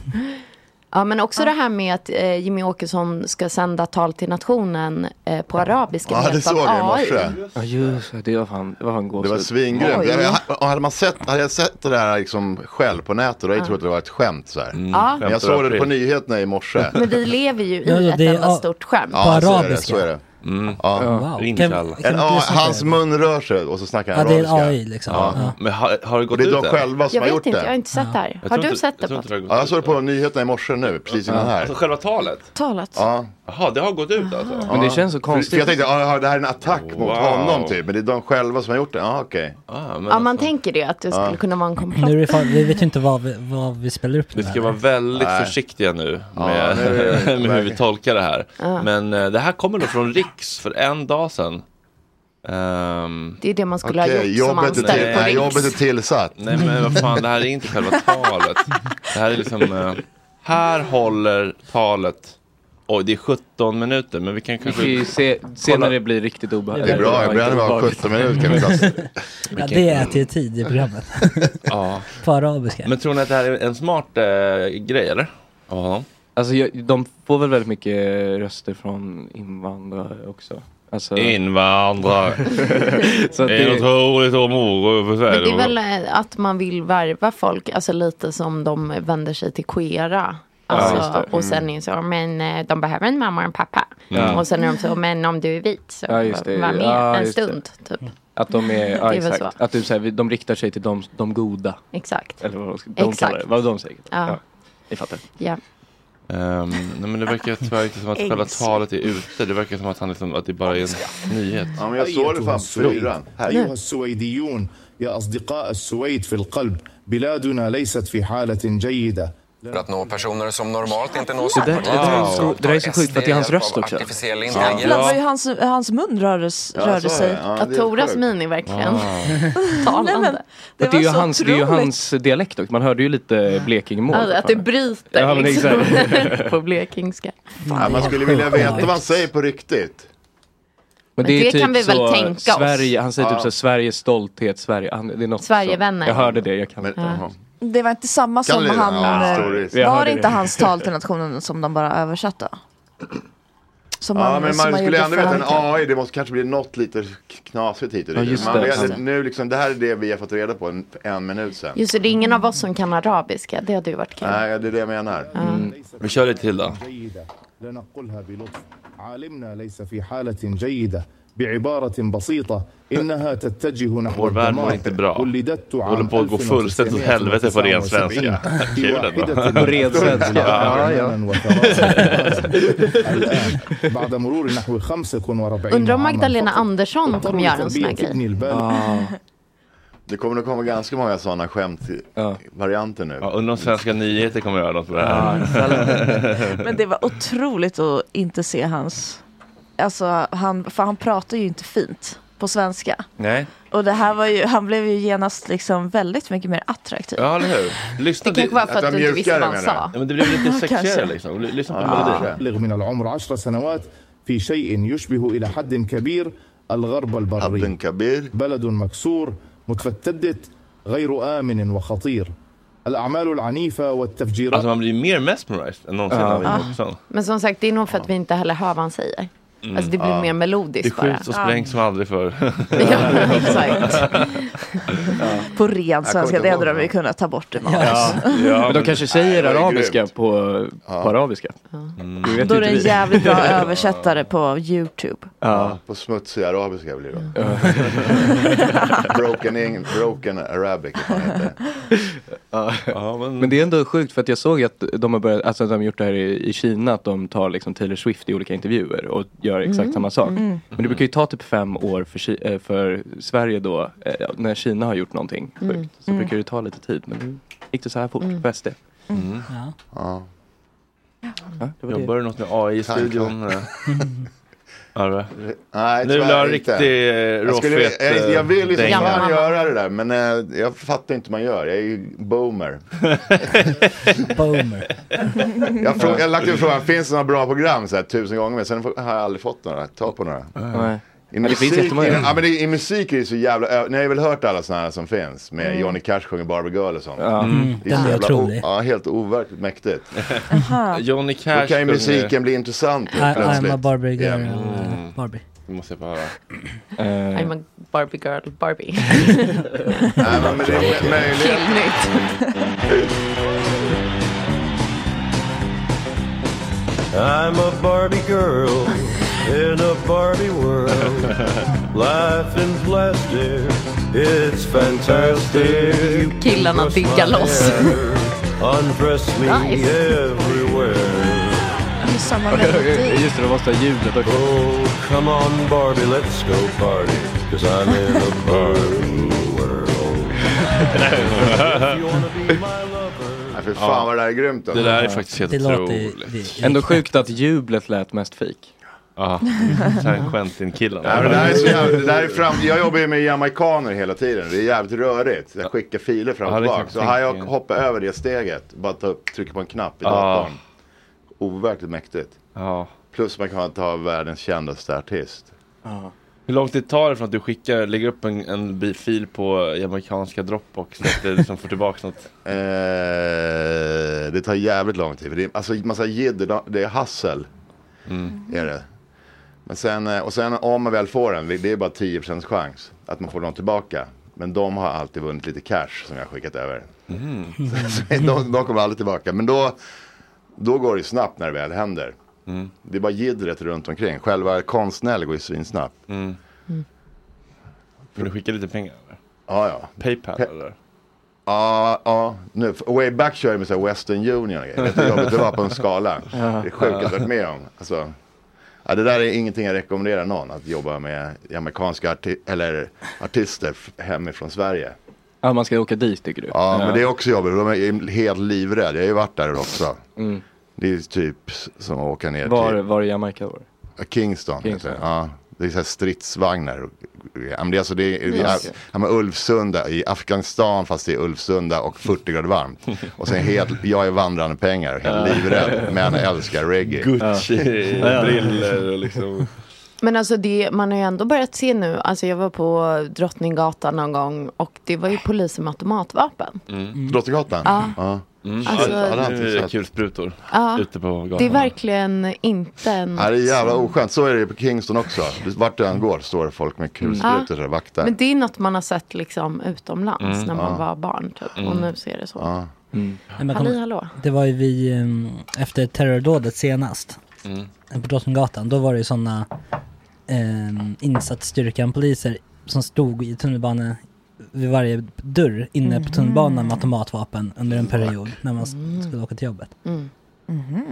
Ja, men också ja. Det här med att eh, Jimmy Åkesson ska sända tal till nationen eh, på arabiska. Ja, det såg jag i morse. Ja, just det. Var fan, det var fan gås. Det var svingrymt. Jag, hade man sett, hade jag sett det där liksom själv på nätet, då hade jag trott att det var ett skämt så här. Mm. Ja. Men jag såg det på nyheterna i morse. Men vi lever ju i ja, ja, ett enda ja, stort skämt. Ja, på arabiska. Så är det. Så är det. Mm. Ja. Wow. Kan, kan en, a, hans mun rör sig och så snackar han ja, arabiska. Det är A I liksom. Ja. Ja. Men har, har det gått det är ut de själva som jag har gjort inte, det. Jag har inte sett det här. Har du inte, sett det på? Det ja, jag såg det på nyheterna i morse nu, precis innan här. Alltså själva talet? Talet? Ja. Jaha, det har gått ut alltså. Ja. Men det känns så konstigt. För, för jag tänkte, ah, det här är en attack mot wow. honom typ. Men det är de själva som har gjort det. Ah, okej. Ah, ja, alltså. Man tänker det, att det skulle ah. kunna vara en komplott. Nu är det vi vet inte vad vi, vad vi spelar upp. Vi ska här. Vara väldigt Nej. Försiktiga nu med, ah, med hur vi tolkar det här. Ah. Men uh, det här kommer då från Riks för en dag sedan. Um, det är det man skulle okay, ha gjort jobbet som anställd på Riks. Nej, jobbet är tillsatt. Nej, men vad fan, det här är inte själva talet. Det här är liksom uh, här håller talet. Oj, det är sjutton minuter, men vi kan kanske vi se, se när det blir riktigt obehagligt. Det är bra, jag börjar vara sjutton minuter kan vi klassa. Ja, det äter ju tid i programmet. Ja. På arabiska. Men tror ni att det här är en smart uh, grej, eller? Ja. Alltså, jag, de får väl väldigt mycket röster från invandrare också. Alltså... Invandrare. Så det är otroligt om ord. Men det är väl att man vill värva folk, alltså lite som de vänder sig till queera. Alltså, ja, mm. Och sen är det så, men de behöver en mamma och en pappa. Ja. Och sen är de så, men om du är vit så ja, var med ja, en stund typ. Att de är, ja, exakt. Att du säger, de riktar sig till de, de goda. Exakt. Eller vad de exakt. Kallar det, vad de säger. Ja. Ja, ni fattar. Ja. Um, nej, men det verkar tyvärr inte som att själva talet är ute. Det verkar som att, han liksom, att det bara är en nyhet. Ja, men jag såg det fan fyran. أيها السويديون يا أصدقاء السويد في القلب بلادنا ليست في حالة جيدة. För att nå personer som normalt inte nås. Det, det, det, är så, det är så sjukt för att det är hans röst också. Ja, det var ju hans, hans mun rörde, rörde ja, sig. Ja, att Toras min är verkligen talande. Nej, det, det, är ju hans, det är ju hans dialekt också. Man hörde ju lite blekingemål. Alltså, att det bryter ja, liksom, på blekingska. Ja, man skulle vilja veta vad han säger på riktigt. Men det, det är typ kan vi väl så, tänka Sverige, oss. Han säger ja. typ så Sveriges stolthet, Sverige. Han, det är något Sverigevänner. Jag hörde det. Jag kan. Men, ja. Det var inte samma som kan han... Ja, var det inte hans tal till nationen som de bara översatte? Som ja, man, men som man skulle ändå veta en A I, det måste kanske bli något lite knasigt hit och ja, dit. Man vet, nu liksom, det här är det vi har fått reda på en, en minut sedan. Just det, det är ingen av oss som kan arabiska, det hade ju varit kul. Nej, det är det jag menar. Mm. Vi kör det till då. بعبارة بسيطة إنها تتجه نحو Vår värld mår inte bra. Håller på att gå fullständigt åt helvete på ren svenska. Kul ändå. På ren svenska. Ja, ja. Undrar om Magdalena Andersson kommer göra en sån här grej. Ah. Det kommer nog komma ganska många sådana skämt ja. varianter nu. Ja, undrar om Svenska nyheter kommer göra något på det här. Ja, men det var otroligt att inte se hans... Alltså, han, för han pratar ju inte fint på svenska. Nej. Och det här var ju, han blev ju genast liksom väldigt mycket mer attraktiv. Ja, eller hur? Lyssna, det kanske var för att, att du inte visste vad han sa. Ja, men det blev lite sexigare liksom. Lyssna på melodin. من العمر عشر سنوات في شيء يشبه إلى حد كبير الغرب البري. حد كبير. بلد مكسور متفتت غير آمن وخطير. الأعمال العنيفة والتفجيرات. Alltså man blir mer mesmerized än någonsin av ja. Men som sagt, det är nog för att vi inte heller hör vad han säger. Mm. Alltså det blir ja. mer melodiskt bara. Det skjuts och sprängs som aldrig förr. Ja, exakt. Ja. På ren svenska, det hade de ju kunnat ta bort det. Ja. Ja, men de kanske säger nej, arabiska på, ja. på arabiska. Ja. Mm. Då är det en jävligt bra översättare på YouTube. Ja, på smutsig arabiska blir det. Ja. broken, Eng- broken Arabic. Ja. Ja, men... men det är ändå sjukt för att jag såg att de har börjat, alltså att de har gjort det här i, i Kina, att de tar liksom Taylor Swift i olika intervjuer och gör exakt mm. samma sak. Mm. Men det brukar ju ta typ fem år för, för Sverige då, när Kina har gjort någonting sjukt. Mm. Så mm. brukar det ta lite tid, men nu gick det så här fort mm. på S D. Mm. Ja. Ja. Ja, det var Jobbar du något med A I i studion? Ja, nej, nu vill jag ha en riktig råfett. Jag, jag, jag vill liksom fan göra det där, men äh, jag fattar inte hur man gör. Jag är ju boomer. Boomer. Jag har lagt ut frågan, finns det några bra program så här, tusen gånger, men sen har jag aldrig fått några. Ta på några. Nej. I musik, i, ja, men det, i musik är det så jävla... Ni har väl hört alla såna här som finns med mm. Johnny Cash sjunger Barbie Girl och sånt. Ja. Mm. Det är så jävla o, ja, helt overkligt mäktigt. Johnny Cash. Då kan ju musiken sjunger... bli intressant. I, I'm a Barbie Girl. Yeah. Mm. Barbie. Det måste jag få höra. Uh. I'm a Barbie Girl, Barbie. Nej, men det är möjligt. Killnytt. I'm a Barbie girl in a Barbie world. Life in plastic, it's fantastic. Killarna diggar loss. Undress me nice. Everywhere. Samma melodi. Just det, det måste ha ljudet också. Oh, come on Barbie, let's go party. Cause I'm in a Barbie world. If you wanna be my lover. Ja, för fan ja. vad det här är grymt då. Det där är faktiskt helt otroligt. Ändå sjukt att jublet lät mest fik. Ja, sen Quentin-killarna. Ja, det där är så jävla, det där är fram, jag jobbar ju med jamaikaner hela tiden. Det är jävligt rörigt. Jag skickar filer fram och ja, tillbaka. Så här jag hoppar över det steget. Bara ta upp, trycka på en knapp i ja. datorn. Overkligt mäktigt. Ja. Plus man kan ta världens kändaste artist. Ja. Hur långt det tar det från att du skickar, lägger upp en, en fil på jamaicanska Dropbox så att det liksom får tillbaka något? Eh, det tar jävligt lång tid. Det är, alltså massa jidder, det är hassel. Mm. Är det. Men sen, och sen om man väl får den, det är bara tio procent chans att man får dem tillbaka. Men de har alltid vunnit lite cash som jag har skickat över. Mm. Så, de, de kommer aldrig tillbaka. Men då, då går det snabbt när det väl händer. Mm. Det är bara jiddret runt omkring. Själva konstnären går ju svinsnabbt. Mm. Mm. Får du skicka lite pengar? Eller? Ja, ja. Paypal Pe- eller? Ja, ja. Nu, way back kör jag med så här Western Union. Vet du, jobbet, det var på en skala. Det är sjukt att jag varit med om. Alltså, ja, det där är ingenting jag rekommenderar någon. Att jobba med amerikanska arti- eller artister hemifrån Sverige. Ja, man ska åka dit tycker du? Ja, ja. Men det är också jobbigt. De är helt livrädda. Jag har ju varit där också. Mm. Det är typ som att åka ner var, till... Var i Jamaica var det? Kingston. Kingston. Ja, det är så här stridsvagnar. Ja, men det är alltså det är, det är, okay. ja, men Ulfsunda i Afghanistan fast det är Ulfsunda och fyrtio grader varmt. Och sen helt, jag är vandrande pengar, helt livrädd, men jag älskar reggae. Gucci, ja. Briller och liksom... Men alltså det, man har ju ändå börjat se nu, alltså jag var på Drottninggatan någon gång och det var ju polisen med automatvapen. Mm. Mm. Drottninggatan? Ja. Ja. Mm. Alltså, ja, det är kulsprutor ja, ute på gatan. Det är verkligen inte en... Ja, det är jävla oskönt. Så är det på Kingston också. Vart det än går står det folk med kulsprutor mm. och vaktar. Men det är något man har sett liksom utomlands mm. när man ja. var barn typ. Mm. Och nu ser det så. Ja. Mm. Halli, hallå. Det var ju vi um, efter terrordådet senast mm. på Drottninggatan. Då var det ju sådana um, insatsstyrkan poliser som stod i tunnelbanan vid varje dörr inne mm. på tunnelbanan med automatvapen under en period när man mm. skulle åka till jobbet. Mm. Mm.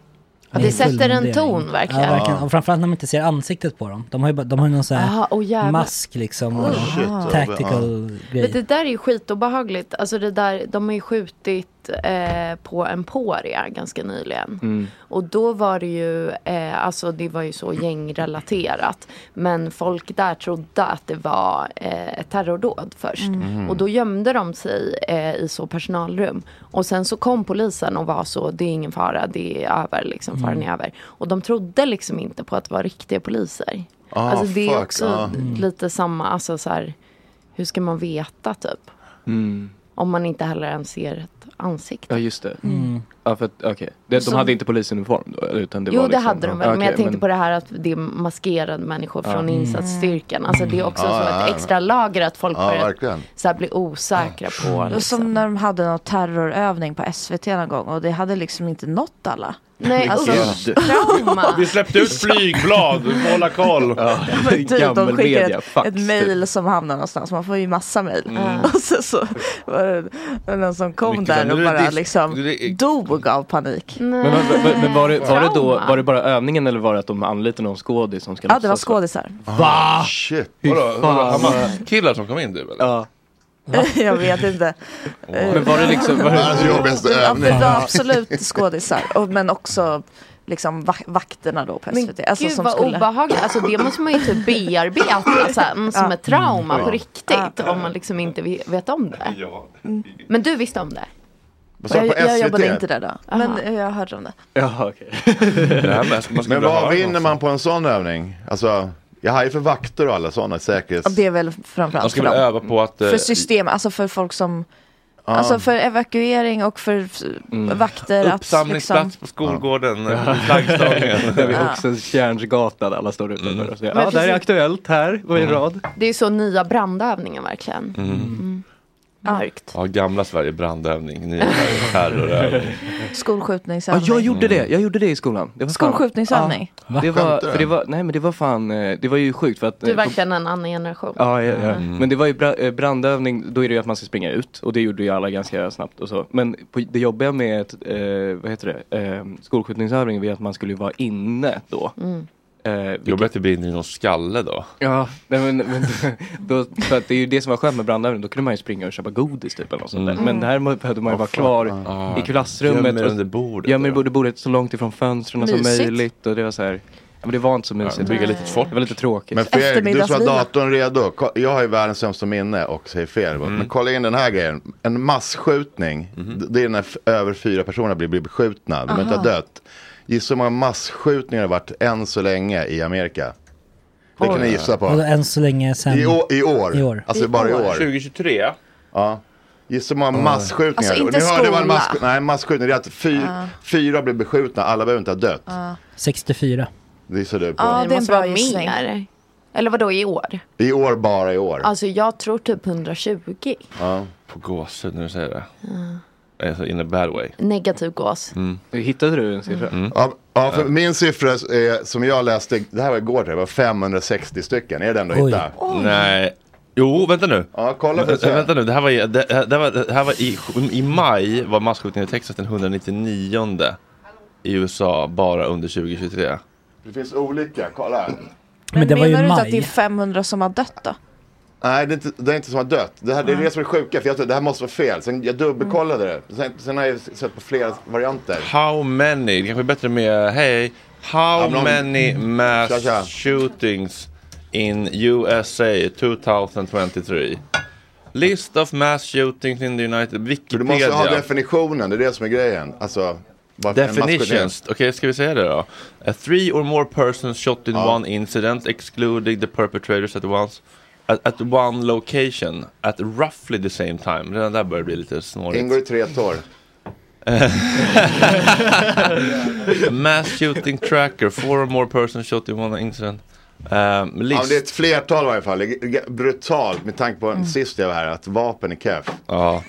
Ja, det sätter en ton verkligen. Ja, verkligen. Och framförallt när man inte ser ansiktet på dem. De har ju, de har ju någon sån här Aha, oh, mask liksom. Och oh, tactical ja. grej. Det där är ju skitobehagligt. Alltså det där, de har ju skjutit eh, på Emporia ganska nyligen. Mm. Och då var det ju, eh, alltså det var ju så gängrelaterat. Men folk där trodde att det var eh, ett terrordåd först. Mm. Och då gömde de sig eh, i så personalrum. Och sen så kom polisen och var så, det är ingen fara, det är över liksom. Faran är över. Och de trodde liksom inte på att det var riktiga poliser. Ah, alltså det är fuck, också ah. lite samma, alltså så här, hur ska man veta typ? Mm. Om man inte heller ens ser ett ansikte. Ja, just det. Mm. Ja, för att, okay. det, de hade inte polisuniform då? Utan det jo, var liksom, det hade de väl. Okay, men jag tänkte men... på det här att det är maskerade människor ja. från insatsstyrkan. Alltså det är också mm. så ett extra lager att folk ja, börjar så här bli osäkra ja. på. Liksom. Som när de hade någon terrorövning på S V T någon gång och det hade liksom inte nått alla. Nej, alltså trauma. Vi släppte ut flygblad, hålla koll. Ja, typ, de skickade ett, ett mejl som hamnar någonstans. Man får ju massa mejl. Mm. Och så, så var det någon som kom Mycket där och bara liksom det... dog av panik. Men, men, men var, det, var, det då, var det bara övningen eller var det att de anlitade någon skådis som ska Ja, det var skådisar. Va? Shit. Vadå? Vadå? Killar som kom in du eller? Ja. Jag vet inte. Men var det liksom var det ja, det var absolut skådisar och men också liksom vakterna då på S V T. Men alltså, gud som vad skulle... obehagligt. Alltså det måste man ju typ bearbeta sen som ja. ett trauma mm. på riktigt ja. om man liksom inte vet om det. Mm. Men du visste om det? Jag, jag jobbade inte där då. Men Aha. jag hörde om det. Ja, okej. Okay. Men vad vinner man på en sån övning? Alltså jag har ju för vakter och alla sådana säkerhets... Det är väl framförallt de ska väl öva på att... För system, alltså för folk som... Ah. Alltså för evakuering och för mm. vakter. Uppsamlingsplats liksom... på skolgården. Ja. Flaggstången. Där vi också Kärnsgatan alla står utanför. Mm. Och säger, ja, det här är aktuellt här och en rad. Det är så nya brandövningar verkligen. Mm. Mm. Mörkt. Ja, gamla Sverige brandövning, nya terrorövning. Skolskjutningsövning. Ja, jag gjorde det. Jag gjorde det i skolan. Det var Skolskjutningsövning. Ja. Det var för det var nej men det var fan det var ju sjukt för att du är verkligen en annan generation. Ja, ja, ja. Mm. Men det var ju brandövning, då är det ju att man ska springa ut och det gjorde ju alla ganska snabbt och så. Men på, det jobbiga med ett, eh, vad heter det? Eh, skolskjutningsövning var att man skulle vara inne då. Mm. Eh, Jobbigt att det blir i någon skalle då. Ja, nej, men, men då, för att det är ju det som var skönt med brandövningen. Då kunde man ju springa och köpa godis typ eller något sånt där. Mm. Men här behövde man ju oh, vara klar ah. i klassrummet. Gömmer under bordet. Gömmer under bordet så långt ifrån fönstren som möjligt. Och det var så här, ja, men det var inte så mysigt. Ja, bygga lite fort. Det var lite tråkigt. Men Fredrik, du som har datorn redo. Jag har ju världens sämsta minne och säger fel. Mm. Men kolla in den här grejen. En massskjutning. Mm. Det är när över fyra personer blir, blir beskjutna. De inte har dött. Gissa hur många massskjutningar har varit än så länge i Amerika? Det kan ni gissa på. Än så länge sen... I år. I år. I år. Alltså I bara år. i år. tjugo tjugotre. Ja. Gissa hur många massskjutningar. Alltså inte skola. Det var en mass... Nej, massskjutning. Det är att fy... uh. fyra blir beskjutna. Alla behöver inte ha dött. Uh. sextiofyra. Det gissar du på. Ja, det, det måste vara mer. Eller vadå i år? I år, bara i år. Alltså jag tror typ hundratjugo. Ja. På gåshud när du säger det. Uh. Alltså in a bad way. Negativ gås. Mm. Hittade du en siffra? Mm. Ja, ja, för min siffra är, som jag läste, det här var igår, det var femhundrasextio stycken. Är det ändå att hitta? Oj. Nej. Jo, vänta nu. Ja, kolla för Vä- Vänta nu, det här var, i, det, det var, det här var i, i maj var masskjutningen i Texas den etthundranittionio i U S A bara under tjugo tjugotre. Det finns olika, kolla. Men, Men det var ju maj. Att det är femhundra som har dött då? Nej, det är, inte, det är inte som har dött. Det, här, det är det som är sjuka, för jag tror det här måste vara fel. Sen jag dubbelkollade det. Sen, sen har jag sett på flera varianter. How many? Det kanske är bättre med, hej, how ja, någon, many mass tja, tja. shootings in U S A twenty twenty-three? List of mass shootings in the United... Wikipedia. Du måste ha definitionen, det är det som är grejen. Alltså... Definitions. Okej, okay, ska vi säga det då? A three or more persons shot in ja. one incident, excluding the perpetrators at once. At, at one location at roughly the same time. Redan där börjar det bli lite snårigt. Ingår i tre tår. Mass shooting tracker. Four or more persons shot in one incident. Um, list. Ja, det är ett flertal i varje fall. Brutalt med tanke på mm. sist jag var här. Att vapen är keff. Ja.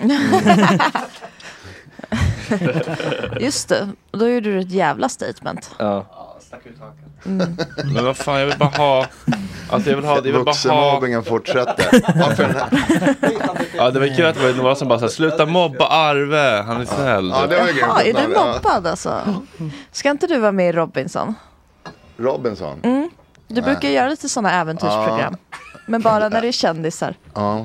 Just det. Då gjorde du ett jävla statement. Ja. Mm. Men vad fan, jag vill bara ha... Alltså jag vill ha... Jag vill bara ha... Vuxenmobbingen fortsätter. Ja, det var kul att det var några som bara så här, sluta mobba Arve, han är snäll. Ja, det var ju ja, är du mobbad alltså? Ska inte du vara med i Robinson? Robinson? Mm. Du brukar Nej. göra lite sådana äventyrsprogram. Ja. Men bara när det är kändisar. Ja.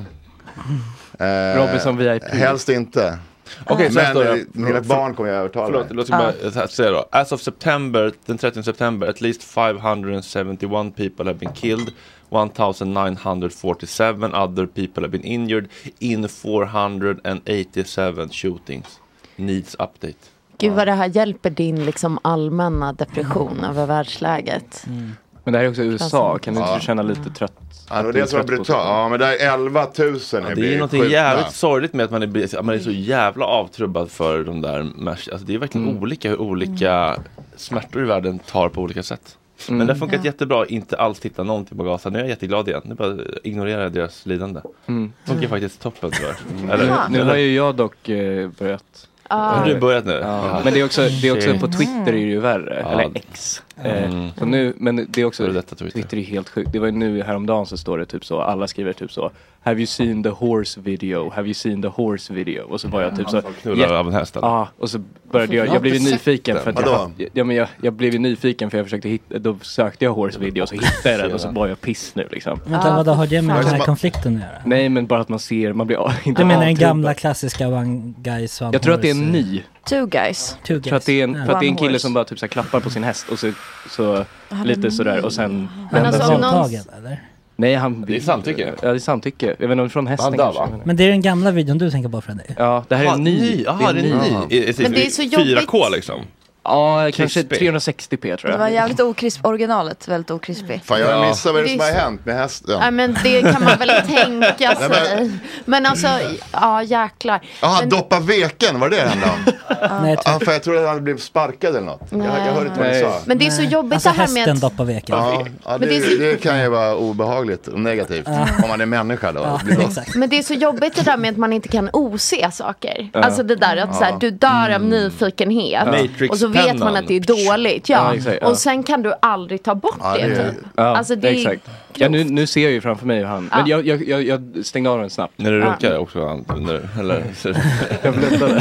Eh, Robinson V I P. Helst inte. Okej, okay, men men mina barn kommer jag övertala. Förlåt, låt mig bara säga då. As of September, den trettionde september, at least five hundred seventy-one people have been killed, one thousand nine hundred forty-seven other people have been injured in four hundred eighty-seven shootings. Needs update. Gud vad det här hjälper din liksom allmänna depression över världsläget. Mm. Men det här är också U S A, kan du inte ja. känna lite trött? Ja, det är det som är brutalt. Ja, men det är elva tusen. Ja, det är något jävligt sorgligt med att man är, man är så jävla avtrubbad för de där mers- alltså det är verkligen mm. olika hur olika mm. smärtor i världen tar på olika sätt. Mm. Men det har funkat ja. jättebra, inte alls titta någonting på Gaza. Nu är jag jätteglad igen, nu bara ignorerar deras lidande. Mm. Det funkar faktiskt toppen tyvärr. Mm. Eller, ja. Nu har ju jag dock eh, börjat. Ah. Har du börjat nu? Ja. Men det är också, det är också på Twitter är det ju värre. Ah. Eller X. Mm. Eh, nu, men det är också, det Twitter. Twitter är helt sjukt. Det var ju nu häromdagen så står det typ så, alla skriver typ så, have you seen the horse video? Have you seen the horse video? Och så var jag typ så, knullar av en häst. Ja, ah, och så började jag, jag blev nyfiken för att jag, ja, men jag, jag blev nyfiken för jag försökte hitta, då sökte jag horse video och så hittade jag den och så var jag piss nu liksom. Vänta, vad har det med den här konflikten att göra? Nej, men bara att man ser, man blir inte. Du menar den gamla klassiska one guys one Jag tror att det är en ny. Two guys. Two guys. Tror att det är en, för att det är en kille som bara typ så här klappar på sin häst och så, så lite sådär och sen men alltså, någon... tagen, eller? Nej, han... Det är samtycke. Ja, det är samtycke. Jag vet inte om från hästen kanske. Men det är den gamla videon du tänker på, Freddy. Ja, det här är en ny. Jaha, det är en ny. Men det är så jobbigt. fyra K liksom. Ja, kanske trehundrasextio p tror jag. Det var jävligt okrisp, originalet, väldigt okrispig. Fan, jag missar vad det som har hänt med hästen. Ja, men det kan man väl tänka sig. Men alltså, ja jäklar. Jaha, men... doppa veken, var det det hände om? Nej, ja, för jag tror att han blev sparkad eller något. Jag, jag hörde inte vad du sa. Men det är så jobbigt alltså, det här med hästen doppa veken. Ja, ja det, det, så... det kan ju vara obehagligt och negativt. Uh. Om man är människa då. Ja, men det är så jobbigt det där med att man inte kan ose saker. Uh. Alltså det där att uh. så här, du dör av nyfikenhet. Uh. Och så vet man att det är dåligt, ja. ja, exakt, ja. Och sen kan du aldrig ta bort ja, det. det ja, alltså det exakt. Ja, nu, nu ser jag ju framför mig hur han. Ja. Men jag, jag, jag, jag stängde av den snabbt. När du runkar ja. också han, eller jag blöttade.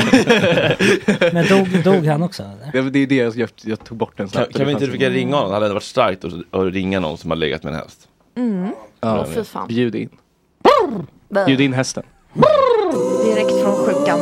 Men dog, dog han också eller? Det, det är det jag, jag, jag tog bort den snabbt. Kan, kan vi inte försöka ringa honom? Det hade varit starkt att, att ringa någon som har legat med en häst. Mm. Ja, fy fan. Bjud in. Bjud in hästen. Direkt från sjukan.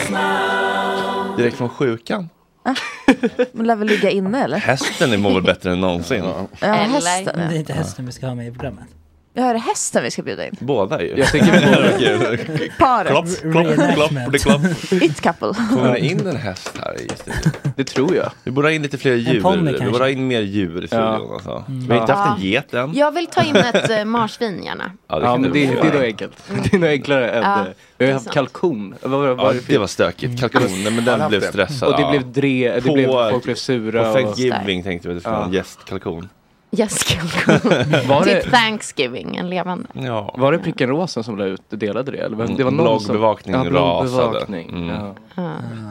Direkt från sjukan? Man lär väl ligga inne eller? Hästen är väl bättre än någonsin. Ja, hästen. Ja. Men det är inte hästen vi ska ha med i programmet. Ja, är det hästen vi ska bjuda in? Båda ju. Jag tänker vi paret. Klopp, klopp, klopp, klopp. It couple. Får vi in en häst här i studion? Det tror jag. Vi borde ha in lite fler djur. Vi borde ha in mer djur i studion. Ja. Alltså. Mm. Vi har inte haft en get än. Jag vill ta in ett uh, marsvin gärna. Ja, det, ja, men det, det är nog enkelt. Det är nog enklare än... Ja. Vi har haft kalkon. Vad var, var ja, det var stökigt. Kalkon, men den blev stressad. Och det blev dre, det blev, folk blev sura. Och Thanksgiving tänkte vi att det var en gästkalkon. Gästkalkon. Var det till Thanksgiving, en levande. Ja. Var det Pricken Rosa som la ut delade det? Eller? Det var bloggbevakning som... ja, rasade. Mm. Ja. Ja.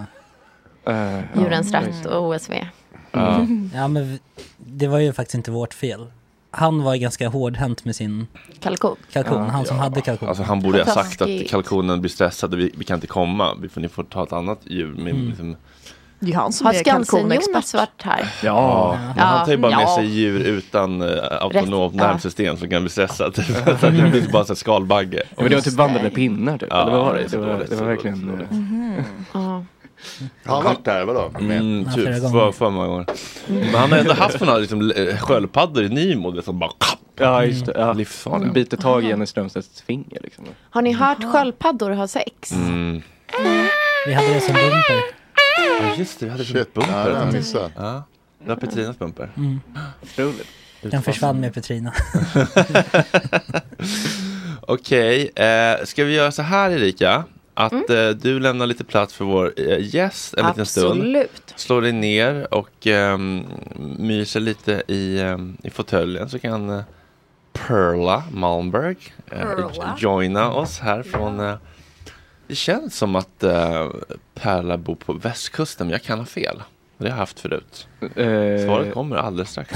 Uh, Djurens uh, rätt och O S V. Mm. Mm. Ja, men det var ju faktiskt inte vårt fel. Han var ganska hårdhänt med sin kalkon. kalkon ja. Han som ja. hade kalkon. Alltså han borde ha sagt att kalkonen blir stressad och vi, vi kan inte komma. Vi får, ni får ta ett annat djur med mm. liksom... Det är han som har är Skansen-Jonas varit här? Ja, ja. Han tar ju bara ja. med sig djur utan uh, autonomt nervsystem som kan bli stressat. Så det blir bara så skalbagge. Och det var typ vandrande pinnar typ. Ja, eller vad var det? Det var, det var verkligen... Mm-hmm. Ja. Han har varit där, vadå? Mm, typ, för, för många gånger. Mm. Men han har ändå haft några liksom, sköldpaddor i Nemo som bara... Ja, just det. Ja. Livsfarliga. Biter tag i Jenny Strömstedts finger. Liksom. Har ni hört sköldpaddor ha sex? Mm. Mm. Vi hade det som bumper. Ja, just det. Vi hade Shit, bumper. Ja, det har missat. Ja, det var Petrinas bumper. Mm. Roligt. Den försvann med Petrina. Okej, okay, eh, ska vi göra så här, Erika? Att mm. eh, du lämnar lite plats för vår eh, gäst en liten stund. Absolut. Slår dig ner och eh, myser lite i, eh, i fåtöljen så kan eh, Perla Malmberg eh, Perla. joina oss här från... Eh, det känns som att eh, Perla bor på västkusten, men jag kan ha fel. Det har jag haft förut. Uh, Svaret kommer alldeles strax.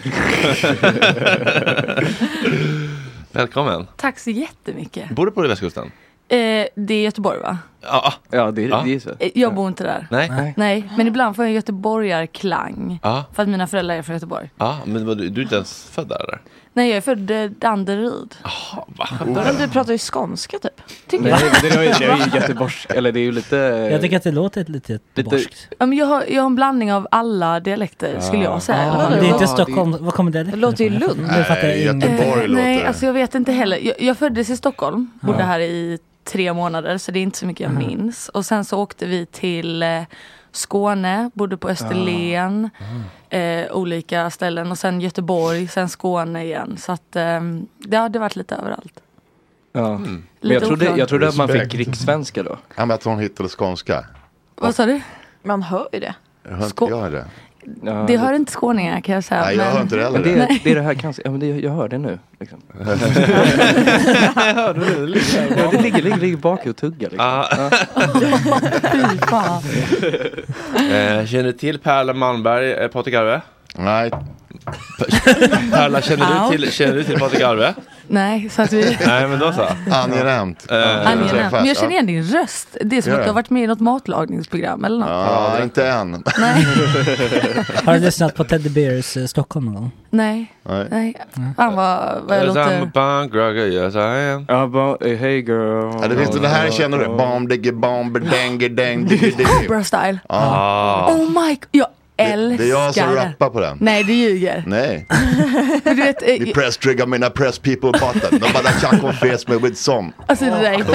Välkommen. Tack så jättemycket. Bor du på västkusten? Eh, det är Göteborg, va? Ja, ja, det, ja. det är så. Jag bor inte där. Nej. Nej. Nej, men ibland får jag göteborgarklang. Ja. För att mina föräldrar är från Göteborg. Ja, men var du, du är inte ens född där, eller? Nej, jag är född i Danderyd. Jaha, va? Men du pratar ju skånska, typ. Tycker Nej, jag. Det är ju, det är ju göteborgsk. Eller det är ju lite... Jag tycker att det låter lite göteborgskt. Ja, men jag, har, jag har en blandning av alla dialekter, skulle jag säga. Ja, det är inte Stockholm. Vad kommer det? Det låter ju Lund. Nej, Göteborg låter. Nej, alltså jag vet inte heller. Jag, jag föddes i Stockholm. Bodde ja. här i tre månader, så det är inte så mycket jag mm. minns. Och sen så åkte vi till eh, Skåne, bodde på Österlen, mm. eh, olika ställen. Och sen Göteborg, sen Skåne igen. Så att eh, det har det varit lite överallt. Ja. Mm. Men jag trodde, jag trodde att man fick rikssvenska då. Ja, men att hon hittade skånska. Vad sa du? Man hör ju det. Jag hör inte jag det. Ja, det hör inte skåningar, kan jag säga. Nej, jag men... hör inte det heller. Men det, det är det här kanske, ja, men det, jag hör det nu. Liksom. jag hör det nu. Ligger, ja, det ligger, ligger, ligger bak och tuggar. Liksom. Ah. Ja. eh, känner du till Perla Malmberg, eh, Patrik Arve? Nej. Perla, känner du till, känner du till Patrik Arve? Nej, så att vi... Nej, men då så. Angenämt. Uh, Angenämt. Men jag känner igen din röst. Det är som ja. att du har varit med i något matlagningsprogram eller något. Ja, ja inte än. Nej. Har du lyssnat på Teddy Bears uh, Stockholm någon gång? Nej. Nej. Nej. Han var... Vad jag låter... I'm a punk rocker, yes I am. About a hey girl. Ja, det finns det här, känner du? Bomb, digge, bomb, denge, deng, digge, digge. Cobra style. Ah. Oh my... Ja. Älskar. Det är jag som rappar på den. Nej, du ljuger. Nej. Men du vet, eh, vi press trigger mina press people button. Nobody can confess me with some. Alltså det där är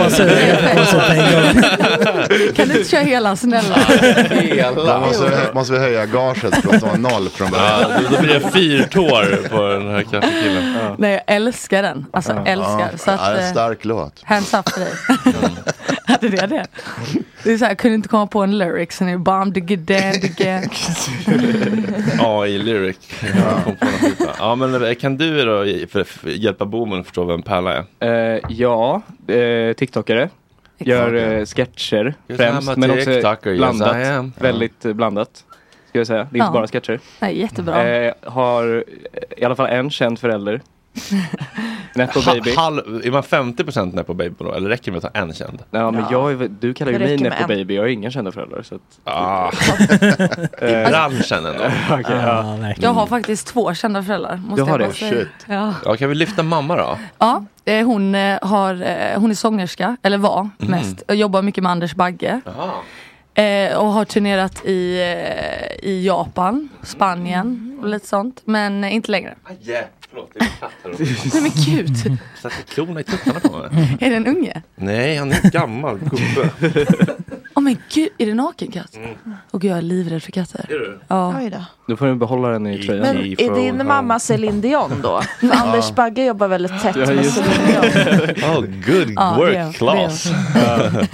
fett. Kan du inte köra hela, snälla? Hela. Då måste, måste vi höja gaget så att det var noll från början. Ja, då blir det fyrtår på den här kaffekillen. Ja. Nej, jag älskar den. Alltså ja. älskar. Ja. Så att, ja, det är en stark låt. Hands up för dig. Hade det det? Det är så här, jag kunde inte komma på en lyrics. Sen är det bomb, digga, digga. Ja, i lyric. Ja. Ja, men kan du då hjälpa Bomen att förstå vem Perla är? Uh, ja, uh, TikTokare. Gör uh, sketcher främst, men också blandat. Yes, väldigt uh, blandat, ska jag säga. Det är ja. inte bara sketcher. Nej, jättebra. Uh, har i alla fall en känd förälder. Nepo Baby. Halv, är man femtio procent Nepo Baby då? Eller räcker det med att ha en känd? Ja, men jag är, du kallar ju mig Nepo Baby. Jag har ingen kända föräldrar. Så att... ah. I branschen ändå. Okay, ah, ja. Jag har faktiskt två kända föräldrar. Måste du har jag det? Shit. Ja. Ja, kan vi lyfta mamma då? Ja, hon, har, hon är sångerska. Eller var mm. mest. Jag jobbar mycket med Anders Bagge. Eh, och har turnerat i, eh, i Japan, Spanien och lite sånt. Men eh, inte längre. Ah, yeah. Förlåt, det är katter. Nej men gud. Sätter klorna i tuttarna på mig. Är det en unge? Nej, han är gammal gubbe. Åh oh, men gud, är det nakenkatt? Mm. Och gud, jag är livrädd för katter. Är du? Ja. Oj då. Då får du behålla den i tröjan. Men är din mamma Celine Dion då? För ja. Anders Bagge jobbar väldigt tätt ja, med Celine Dion. Oh, good ja, work det, class. Det.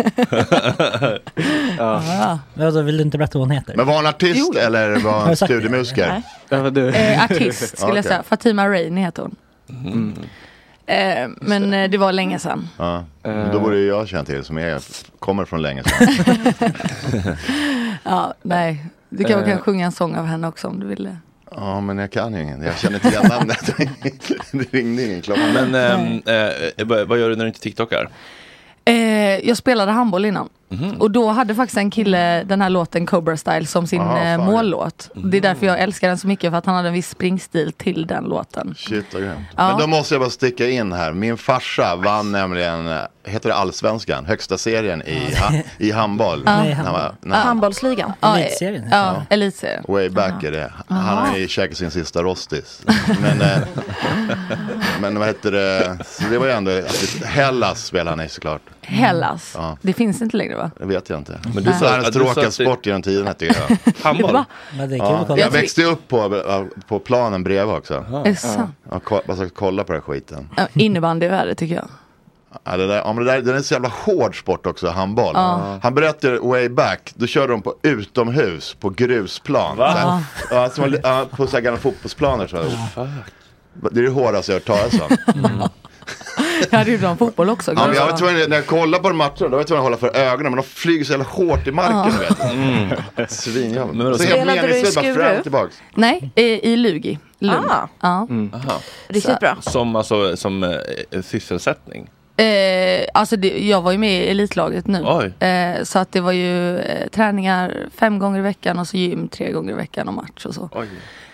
Ja. Ja. Ja. Då vill du inte berätta vad hon heter? Men var hon artist jo. eller var hon studiemusiker? Eh, artist skulle okay. jag säga. Fatima Rainey heter hon. Mm. Eh, men eh, det var länge sedan. Ja. Då borde ju jag känna till som jag kommer från länge sedan. Ja, nej. Du kan, uh, kan sjunga en sång av henne också om du vill det. Ja, men jag kan ingen. Jag känner inte igen namnet. Det ringde ingen klocka. Men äh, äh, vad gör du när du inte TikTokar? Eh, jag spelade handboll innan. Mm-hmm. Och då hade faktiskt en kille den här låten Cobra Style som sin ah, mållåt. Mm-hmm. Det är därför jag älskar den så mycket, för att han hade en viss springstil till den låten. Shit, okay. Ja. Men då måste jag bara sticka in här. Min farsa vann nämligen, heter det Allsvenskan, högsta serien i, ha, i handboll. Ja. Nej, handboll. Ja, handbollsligan. Ja, elitserien. Ja, ja, elitserien. Way back Aha. är det. Han har ju käkat sin sista rostis. Men, eh, men vad heter det? Så det var ju ändå, Hellas spelade han i såklart. Hellas? Ja. Det finns inte längre, va? Det vet jag inte. Men du sa en tråkig sport genom tiden, tycker jag. Handboll? Ja, jag växte upp på, på planen bredvid också. Ja. Ja, bara så kolla på den här skiten. Ja, innebandy är värre, tycker jag. Ja, det där, ja, men det där, det är en så jävla hård sport också, handboll. Ja. Han berättade way back, då körde de på utomhus på grusplan. Så här, ja, som, ja, på så här gamla fotbollsplaner. Så här. Ja. Det är det hårdaste jag har hört talas om. Mm. Jag hade ju bra fotboll också. Ja, men jag var tvungen, när jag kollade på de matcherna, då var jag tvungen att hålla för ögonen. Men de flyger så jävla hårt i marken, vet du. Mm. Svinjävligt. Så helt meningslöst, bara fram och tillbaks. Nej, i, i Lugi. Lund. Ah. Ja. Mm. Riktigt bra. Som, alltså, som eh, sysselsättning? Eh, alltså det, jag var ju med i elitlaget nu. Eh, så att det var ju eh, träningar fem gånger i veckan och så gym tre gånger i veckan och match och så. Oj.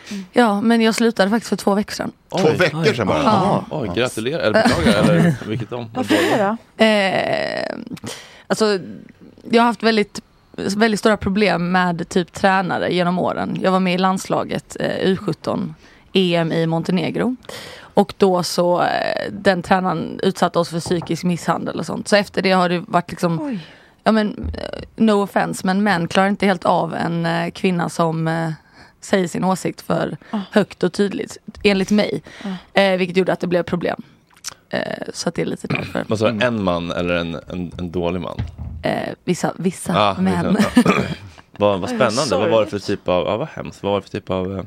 Ja, men jag slutade faktiskt för två veckor sedan. Två oj, veckor sedan bara? Ja. Oj, gratulerar, eller beklagar, eller vilket om? Varför det då? Eh, alltså, jag har haft väldigt, väldigt stora problem med typ tränare genom åren. Jag var med i landslaget eh, U sjutton E M i Montenegro. Och då så, eh, den tränaren utsatte oss för psykisk misshandel och sånt. Så efter det har det varit liksom, oj. Ja men, no offense, men män klarar inte helt av en eh, kvinna som eh, säger sin åsikt för oh. högt och tydligt, enligt mig. Oh. Eh, vilket gjorde att det blev problem. Eh, så att det är lite därför. Vad sa du, en man eller en, en, en dålig man? Eh, vissa vissa ah, män. vad, vad spännande, vad var det för typ av, ja, vad hemskt, vad var det för typ av... Eh,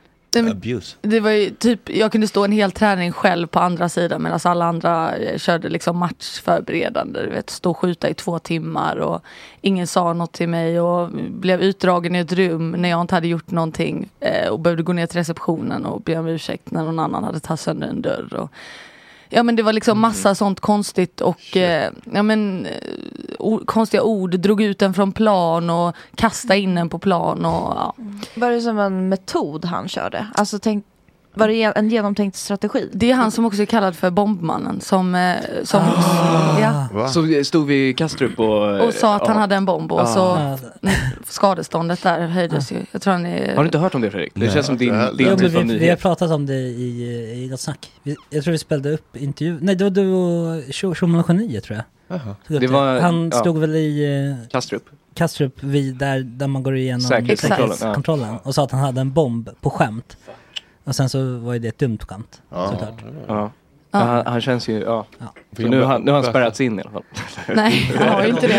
abuse. Det var ju typ, jag kunde stå en hel träning själv på andra sidan medan alla andra körde liksom matchförberedande, du vet, stå och skjuta i två timmar och ingen sa något till mig och blev utdragen i ett rum när jag inte hade gjort någonting eh, och behövde gå ner till receptionen och be om ursäkt när någon annan hade tagit sönder en dörr och ja men det var liksom massa mm. sånt konstigt och eh, ja men o- konstiga ord, drog ut den från plan och kastade in den på plan och ja. Var det som en metod han körde? Alltså tänk, var det en genomtänkt strategi? Det är han som också är kallad för bombmannen som, eh, som ah. ja. Så stod vi i Kastrup och och sa att han ja. hade en bomb och ah. så skadeståndet där höjdes ah. ju. Jag tror han är... Har du inte hört om det, Fredrik? Det Nej. känns som din, det, din ja, typ av vi, nyhet. vi har pratat om det i, i Gott Snack. Vi, jag tror vi spelade upp intervju. Nej, det var du och Schumann och Geniet, tror jag. Det var, han ja. stod väl i eh, Kastrup. Kastrup vid där, där man går igenom säkerhetskontrollen ja. kontrollen, och sa att han hade en bomb på skämt. Och sen så var ju det ett dumt skämt. Ja. Såklart. Ja. Ja. Han, han känns ju, ja. ja. Så nu, han, nu har han spärrats in i alla fall. Nej, jag har ju inte det.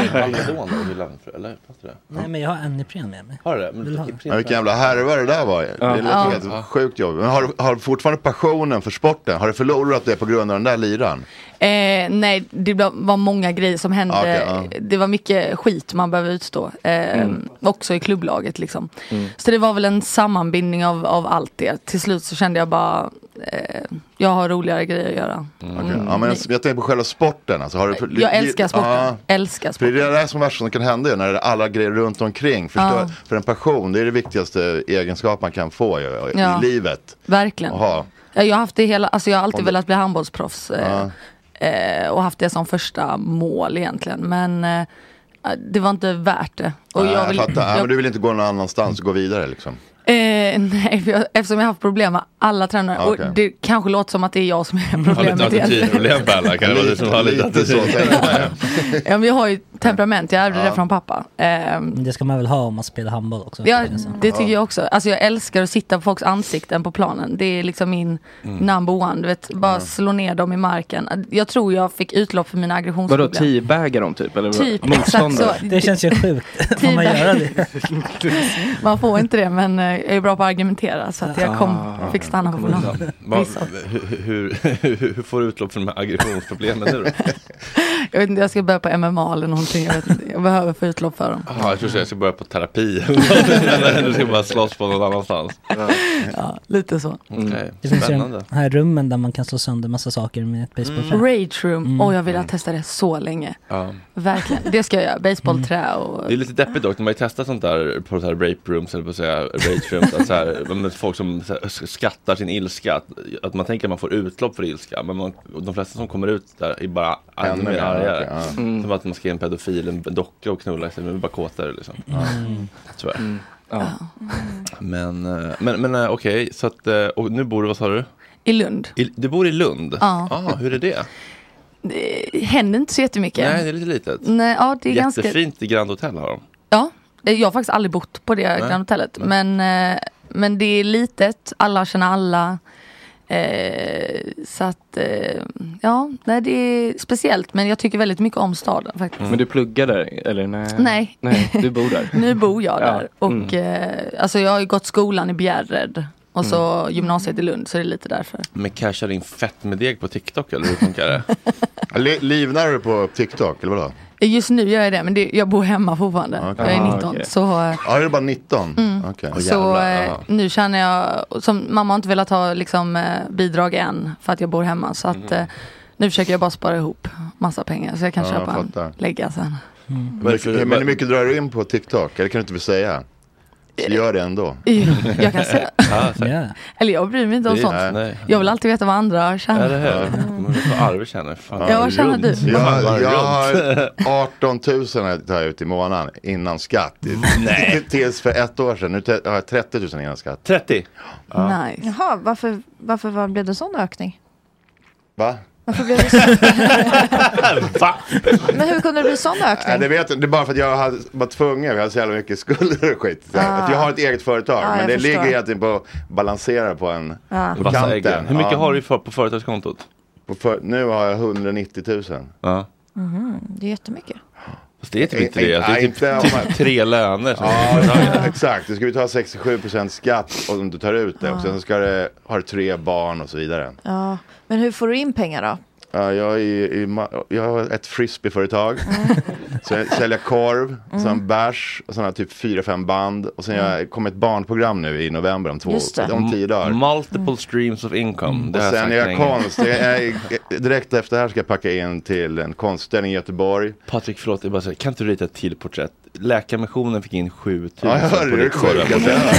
Eller, Nej, men jag har en Ipren med mig. Har du det? Men ha ja, vilken jävla härva det där var. Ja. Det är ja. ett sjukt jobb. Men har, har fortfarande passionen för sporten? Har du förlorat det på grund av den där liran? Eh, nej, det var många grejer som hände. Okay, ja. Det var mycket skit man behöver utstå. Eh, mm. Också i klubblaget liksom. Mm. Så det var väl en sammanbindning av, av allt det. Till slut så kände jag bara eh, jag har roligare grejer att göra. Mm. Okay. Mm. Ja, men jag, jag tänker på själva sporten. Alltså, har du, jag älskar sporten. Ah. älskar sporten. För det är det som värsta som kan hända när det är alla grejer runt omkring. Förstår, ah. För en passion, det är det viktigaste egenskap man kan få i, ja. i livet. Verkligen. Aha. Jag har haft det hela, alltså jag har alltid det... velat bli handbollsproffs. Ah. Eh, och haft det som första mål egentligen. Men eh, det var inte värt det. Och nej, jag vill, jag fattar. jag... Ja, men du vill inte gå någon annanstans och gå vidare liksom? Eh, nej, för jag, eftersom jag har haft problem med alla tränare. Okay. Och det kanske låter som att det är jag som är problemet. Har lite attitydproblem på alla. Kan det vara det som har lite attityd? Ja, men jag har ju temperament. Jag ärvde ja. det från pappa. Eh, det ska man väl ha om man spelar handboll också. Ja, det tycker ja. jag också. Alltså jag älskar att sitta på folks ansikten på planen. Det är liksom min mm. number one. Du vet, bara mm. slå ner dem i marken. Jag tror jag fick utlopp för mina aggressionsproblem. Vadå, teabaggar dem typ? Eller typ, motståndare? Det känns ju sjukt. Får man göra det? Man får inte det, men jag är bra på att argumentera. Så att jag kom, ah, fick stanna på planen. Hur, hur, hur, hur får du utlopp för de här aggressionsproblemen nu då? Jag vet inte, jag ska börja på M M A eller någonting. Jag, vet inte, jag behöver få utlopp för dem. Ja, jag tror att jag ska börja på terapi. Du ska bara slåss på någon annanstans. Ja, ja lite så. Mm. Okay. Det finns ju här rummen där man kan slå sönder massa saker med ett baseballträ. Mm. Rage room. Mm. Och jag vill ha testa det så länge. Ja. Verkligen. Det ska jag göra. Baseballträ och... Det är lite deppigt dock. När man har testat sånt där på så här rape rooms eller på att säga rage rooms. Att så här, folk som så här, skattar sin ilska. Att, att man tänker att man får utlopp för ilska. Men man, de flesta som kommer ut där är bara ännu mer argare. Ja. Mm. Som att man ska ge en pedofil en docka och knulla sig. Men bara kåtare liksom. Mm. Tyvärr. Mm. Ja. Men, men, men okej. Okay, så att, och nu bor du, vad sa du? I Lund. I, du bor i Lund? Ja. Ah, hur är det? Det händer inte så jättemycket. Nej, det är lite litet. Nej, ja, det är jättefint ganska... i Grand Hotel har de. Ja, jag har faktiskt aldrig bott på det Nej. Grand Hotellet. Nej. Men, men det är litet, alla känner alla. Eh, så att, eh, ja, nej, det är speciellt. Men jag tycker väldigt mycket om staden faktiskt. Mm. Men du pluggar där? Eller nej? Nej. Nej, du bor där. Nu bor jag där. Ja. Och mm. eh, alltså jag har ju gått skolan i Bjärred. Och så mm. gymnasiet i Lund, så det är lite därför. Men cashar in fett med deg på TikTok, eller hur funkar det? Livnar du på TikTok, eller vadå? Just nu gör jag det, men det, jag bor hemma fortfarande. Okay. Jag är nitton. Ah, okay. Så, ja, det är bara nitton? Mm. Okay. Så äh, nu känner jag, som mamma har inte velat ha liksom, bidrag än för att jag bor hemma. Så att mm. äh, nu försöker jag bara spara ihop massa pengar. Så jag kan ja, köpa en lägga sen. Mm. Men, men hur mycket drar du in på TikTok? Eller kan du inte väl säga? Så gör det ändå. Jag kan säga. yeah. Eller jag bryr mig inte om sånt. Nej. Jag vill alltid veta vad andra känner. Ja, det här. Mm. Arve känner. Fan. Ja, vad känner du? Jag, jag har arton tusen att ta ut i månaden innan skatt. Nej. Tills för ett år sedan. Nu har jag trettio tusen innan skatt. trettio? Ja. Nice. Jaha, varför, varför var, blev det sån ökning? Va? Varför blev det så? Va? Men hur kunde det bli sån ökning? Nej, det vet jag. Det är bara för att jag hade, var tvungen. Jag hade så jävla mycket skulder och skit. Så ah. Jag har ett eget företag. Ah, men det förstår. Ligger egentligen på att balansera på en ah. på kanten. Hur mycket ja. har du för, på företagskontot? På för, nu har jag hundranittio tusen. Ja. Mm, det är jättemycket. Fast det är typ inte det. Det är typ, typ tre löner. Ja, exakt. Du ska ju ta sextiosju procent skatt om du tar ut det. Ja. Och sen ska du ha tre barn och så vidare. Ja, men hur får du in pengar då? Ja, jag, är i, jag har ett frisbeeföretag. Mm. Så jag säljer korv, mm. sen bärs och sådana typ fyra, fem band. Och sen mm. jag kommer ett barnprogram nu i november om två, om tio dagar. Multiple streams of income. Mm. Och sen är jag konst. Jag är, direkt efter det här ska jag packa in till en konstställning i Göteborg. Patrik, förlåt, jag bara säger, kan inte du rita ett till porträtt? Läkarmissionen fick in sju tusen. Ja, jag hörde det sjuka.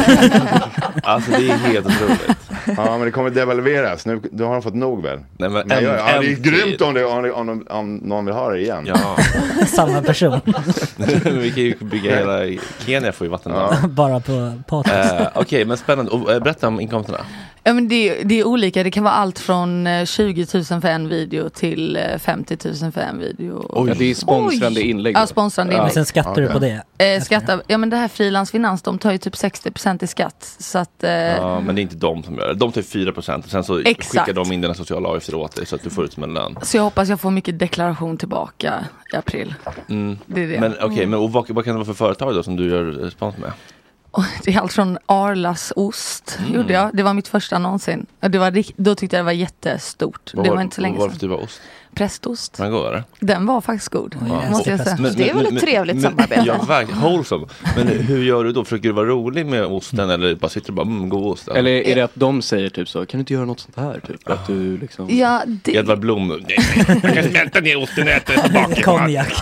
Alltså det är helt otroligt. Ja, men det kommer devalveras. Nu då har de fått nog väl. Nej, men men en, jag, ja, det är grymt om, det, om, om, om någon vill ha det igen. Ja. Samma person. Vi kan ju bygga hela Kenya får ju vatten. Ja. Bara på Patrik. uh, Okej, okay, men spännande. Och, uh, berätta om inkomsterna. Ja, men det, det är olika. Det kan vara allt från tjugo tusen för en video till femtio tusen för en video. Oj. Ja, det är sponsrande Oj. inlägg. Ja, sponsrande inlägg. Ja. Sen skattar okay. du på det? Eh, skattar, ja, men det här frilansfinans, de tar ju typ sextio procent i skatt. Så att, eh, ja, men det är inte de som gör det. De tar fyra procent och sen så exakt. Skickar de in dina sociala avgifter åt dig så att du får ut som en lön. Så jag hoppas jag får mycket deklaration tillbaka i april. Mm. Det är det. Men okej, okay, mm. men och vad, vad kan det vara för företag då som du gör spons med? Det är allt från Arlas ost mm. gjorde jag. Det var mitt första någonsin. Det var, då tyckte jag det var jättestort. Vad det var, var inte så länge vad var det för typ av ost? Prästost. Men god, eller? Den var faktiskt god. Ja. Måste jag säga. Men, det är väl ett trevligt men, samarbete. Ja, verkligen. Wholesome. Men hur gör du då? Försöker du vara rolig med osten eller bara sitter du bara, mm, god ost? Eller är det att de säger typ så, kan du inte göra något sånt här? Typ? Att du liksom... Ja, det... Edvard Blom. Jag kan smälta ner osten och äta tillbaka. Konjak.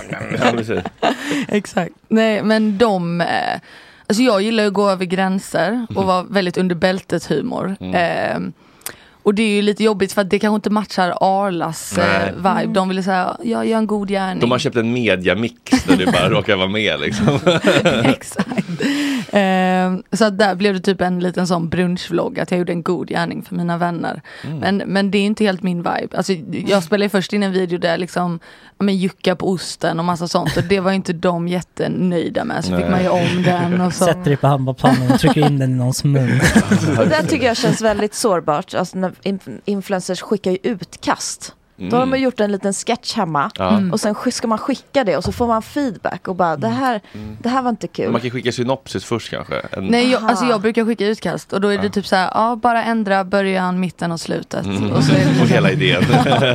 Exakt. Nej, men de... Eh, alltså jag gillar att gå över gränser och vara väldigt under bältet humor. Mm. Eh, och det är ju lite jobbigt för att det kanske inte matchar Arlas eh, vibe. De vill säga, jag gör en god gärning. De har köpt en mediamix där du bara råkar vara med liksom. Exakt. Eh, så att där blev det typ en liten sån brunchvlogg att jag gjorde en god gärning för mina vänner. Mm. Men, men det är inte helt min vibe. Alltså, jag spelade först in en video där liksom men jucka på osten och massa sånt. Och det var inte de jättenöjda med. Så Nej. Fick man ju om den och så. Sätter dig på handbollsplanen och trycker in den i någons mun. Det där tycker jag känns väldigt sårbart. Alltså när influencers skickar ju utkast. Mm. Då har de gjort en liten sketch hemma mm. och sen ska man skicka det och så får man feedback och bara, det här, mm. det här var inte kul. Men man kan skicka synopsis först kanske. En... Nej, jag, alltså jag brukar skicka utkast och då är det typ så här, ja, bara ändra början, mitten och slutet. Mm. Och så är det och hela idén.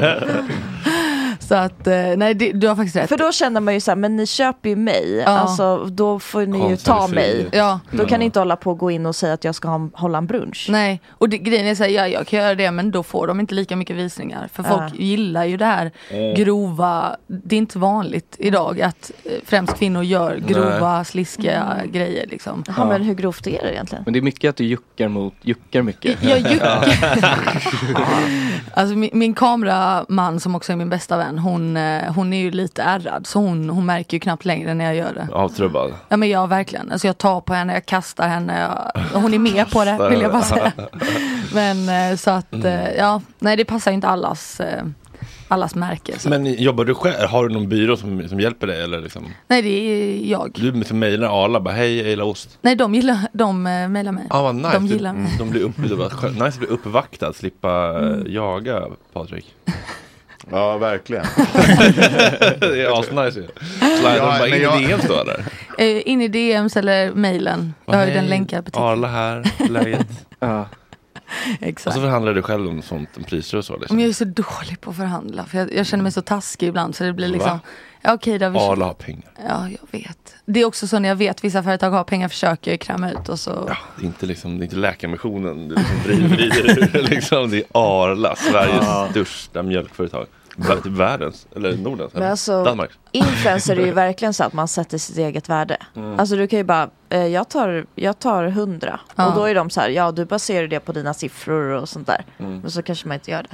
Så att, nej, det, du har faktiskt rätt. För då känner man ju så här, men ni köper ju mig. Ja. Alltså, då får ni Konstant ju ta mig. Ja. Då kan ni inte hålla på och gå in och säga att jag ska ha, hålla en brunch. Nej, och det, grejen är så här, ja, jag kan göra det, men då får de inte lika mycket visningar. För folk ja. gillar ju det här grova. Det är inte vanligt idag att främst kvinnor gör grova, nej. sliskiga mm. grejer. Liksom. Jaha, ja. Men hur grovt är det egentligen? Men det är mycket att du juckar mot, juckar mycket. Jag juckar. Alltså min, min kameraman som också är min bästa vän, Hon, hon är ju lite ärrad. Så hon, hon märker ju knappt längre när jag gör det. Avtrubbad? Ja, men jag verkligen. Alltså jag tar på henne, jag kastar henne. Jag, hon är med på det, vill jag bara säga. Men så att, ja, nej, det passar inte allas, allas märke. Så. Men jobbar du själv? Har du någon byrå som, som hjälper dig? Eller liksom? Nej, det är jag. Du som mejlar Arla, bara hej, jag gillar ost. Nej, de gillar, de mejlar mig. Ah, vad nice. De gillar mig. De blir upp, nice att bli uppvaktad, slippa mm. jaga Patrik. Ja, verkligen. Det är asnice ju. Slide ja, bara in jag... i D Ms då eller? Uh, in i D Ms eller mejlen. Jag har ju den länkad på TikTok. Arla här, läget. Ja. Exakt. Och så förhandlar du själv om sånt, om priser och så liksom. Men jag är så dålig på att förhandla. För jag, jag känner mig så taskig ibland. Så det blir liksom... Va? Ja, okej, då vi Arla har pengar. Ja, jag vet. Det är också så när jag vet vissa företag har pengar försöker jag kräma ut och så... Ja, det är inte, liksom, det är inte läkarmissionen. Det är liksom vrider liksom, det är Arla, Sveriges ja. största mjölkföretag. Världens, eller Nordens, eller alltså, Danmark. Influencer är ju verkligen så att man sätter sitt eget värde. Mm. Alltså du kan ju bara, eh, jag tar jag tar hundra. Ja. Och då är de så här, ja du baserar det på dina siffror och sånt där. Mm. Och så kanske man inte gör det.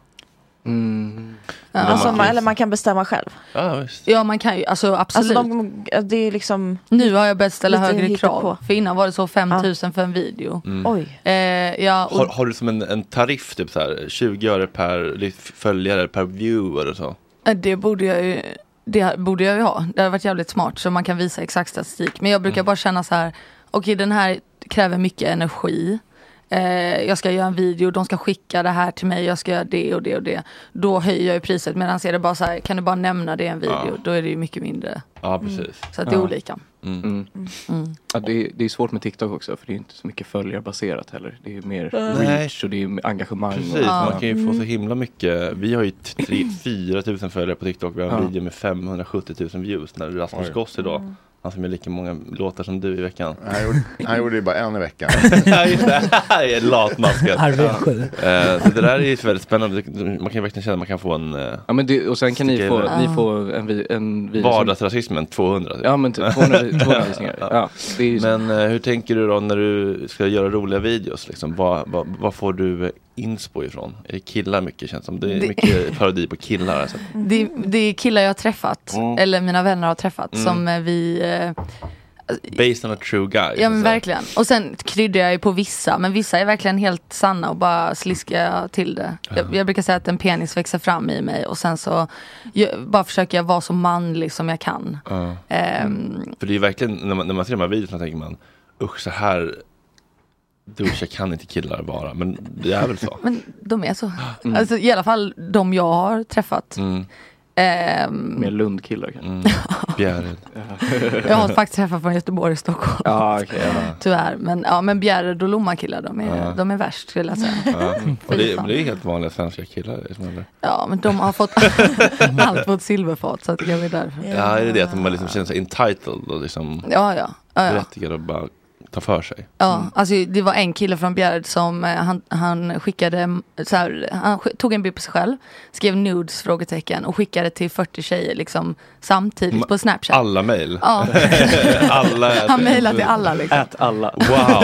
Mm. Ja, alltså, man, eller man kan bestämma själv. Ja, visst. Ja, man kan ju, alltså absolut. Alltså, de, det är liksom nu har jag börjat ställa högre krav. På. För innan var det så fem tusen ja. för en video. Mm. Oj. Eh, ja, och... har, har du som en, en tariff, typ så här, tjugo öre per följare, per view eller så? Det borde jag ju, det borde jag ju ha. Det har varit jävligt smart så man kan visa exakt statistik. Men jag brukar mm. bara känna så här, okej okay, den här kräver mycket energi. Eh, jag ska göra en video, de ska skicka det här till mig, jag ska göra det och det och det. Då höjer jag ju priset, medan är det bara så här, kan du bara nämna det i en video, ja. då är det ju mycket mindre. Ja, precis. Mm. Så att det är ja. olika. Mm. Mm. Mm. Ja, det, är, det är svårt med TikTok också, för det är inte så mycket följarbaserat heller. Det är mer mm. reach och det är engagemang. Precis, och, man kan ju få så himla mycket. Vi har ju tre till fyra tusen följare på TikTok. Vi har en ja. video med femhundrasjuttio tusen views när Rasmus Goss idag. Mm. Han som är lika många låtar som du i veckan. Han gjorde, han gjorde ju bara en i veckan. Jag är latmaskad. Arvsju. uh, så det där är ju väldigt spännande. Man kan ju verkligen känna att man kan få en... Uh, ja, men det, och sen kan ni få, uh. ni få en, en video. Vardagsrasismen tvåhundra. Ja, men typ tvåhundra, tvåhundra visningar. Ja, det är ju men uh, hur tänker du då när du ska göra roliga videos? Liksom? Vad, vad, vad får du inspo ifrån? Är det killar mycket, känns som? Det är det... mycket parodi på killar. Alltså. Det, det är killar jag har träffat. Mm. Eller mina vänner har träffat. Mm. Som vi... Based on a true guy. Ja, men verkligen. Och sen kryddar jag ju på vissa. Men vissa är verkligen helt sanna och bara sliskar till det. Uh-huh. Jag, jag brukar säga att en penis växer fram i mig. Och sen så jag, bara försöker jag vara så manlig som jag kan. Uh-huh. Um, För det är verkligen, när man, när man ser de här videorna tänker man, usch så här... Duscha kan inte killar vara, men det är väl så. Men de är så. Mm. Alltså, i alla fall de jag har träffat. Mm. Um, Med Lundkillar kanske. Mm. Bjärred. Jag har faktiskt träffat från Göteborg och Stockholm. Ja, okay, ja. Tyvärr. Men, ja, men Bjärred och Lomma-killar, de är, ja. de är värst skulle jag säga. Ja. Och det, det är helt vanliga svenska killar. Liksom, ja, men de har fått allt på ett silverfat. Så att det kan bli därför. Ja, är det det att de liksom känner sig entitled och liksom ja, ja. Ja, ja. berättigade och bara ta för sig. Ja, mm. alltså det var en kille från Bjärred som eh, han, han skickade så här, han sk- tog en bild på sig själv, skrev nudes frågetecken och skickade till fyrtio tjejer liksom samtidigt på Snapchat. Alla mejl. Ja. alla han mejlade till alla liksom. Ät alla. Wow.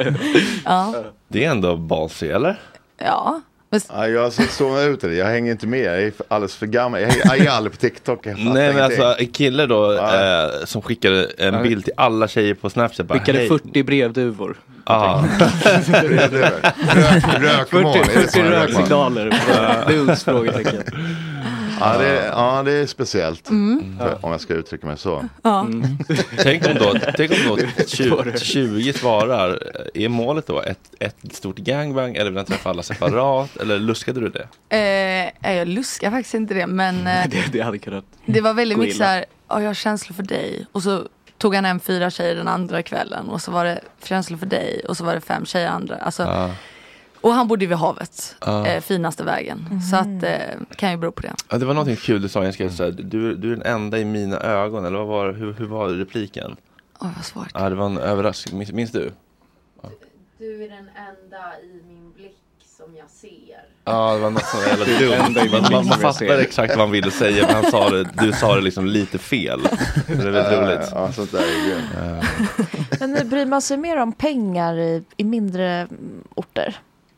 Ja. Det är ändå ballsy, eller? Ja. Ja, jag zonar ut det. Jag hänger inte med. Jag är alldeles för gammal. Jag, hänger, jag är aldrig på TikTok. Nej, men alltså en kille då ja. eh, som skickade en ja. bild till alla tjejer på Snapchat. Bara, skickade hey. fyrtio brevduvor. Ja. Brevduvor. Rök, rökmål. fyrtio röksignaler. Nudes frågetecken. Ja det, är, ja, det är speciellt. Mm. För, om jag ska uttrycka mig så. Ja. Mm. Tänk om då, tänk om då tjugo, tjugo svarar. Är målet då ett, ett stort gangbang eller vill han träffa alla separat? Eller luskade du det? Eh, jag luskar faktiskt inte det. Men eh, det, det hade kunnat det var väldigt mycket så här. Oh, jag har känslor för dig. Och så tog han hem fyra tjejer den andra kvällen. Och så var det känslor för dig. Och så var det fem tjejer andra. Alltså... Ja. Och han bodde vid havet, uh. eh, finaste vägen. Mm. Så att eh, kan ju bero på det. Ja, det var någonting kul du sa. Jag skrev så här, du, du är den enda i mina ögon. Eller vad var, hur, hur var repliken? Oj, vad svårt. Ja, det var en överraskning. Minns, minns du? Ja. Du är den enda i min blick som jag ser. Ja, det var något sånt jävla dumt. Man, man, man fattar exakt vad han ville säga. Men han sa det, du sa det liksom lite fel. Det är väldigt roligt. Ja, sånt där är det. Ja. Men bryr man sig mer om pengar i, i mindre orter?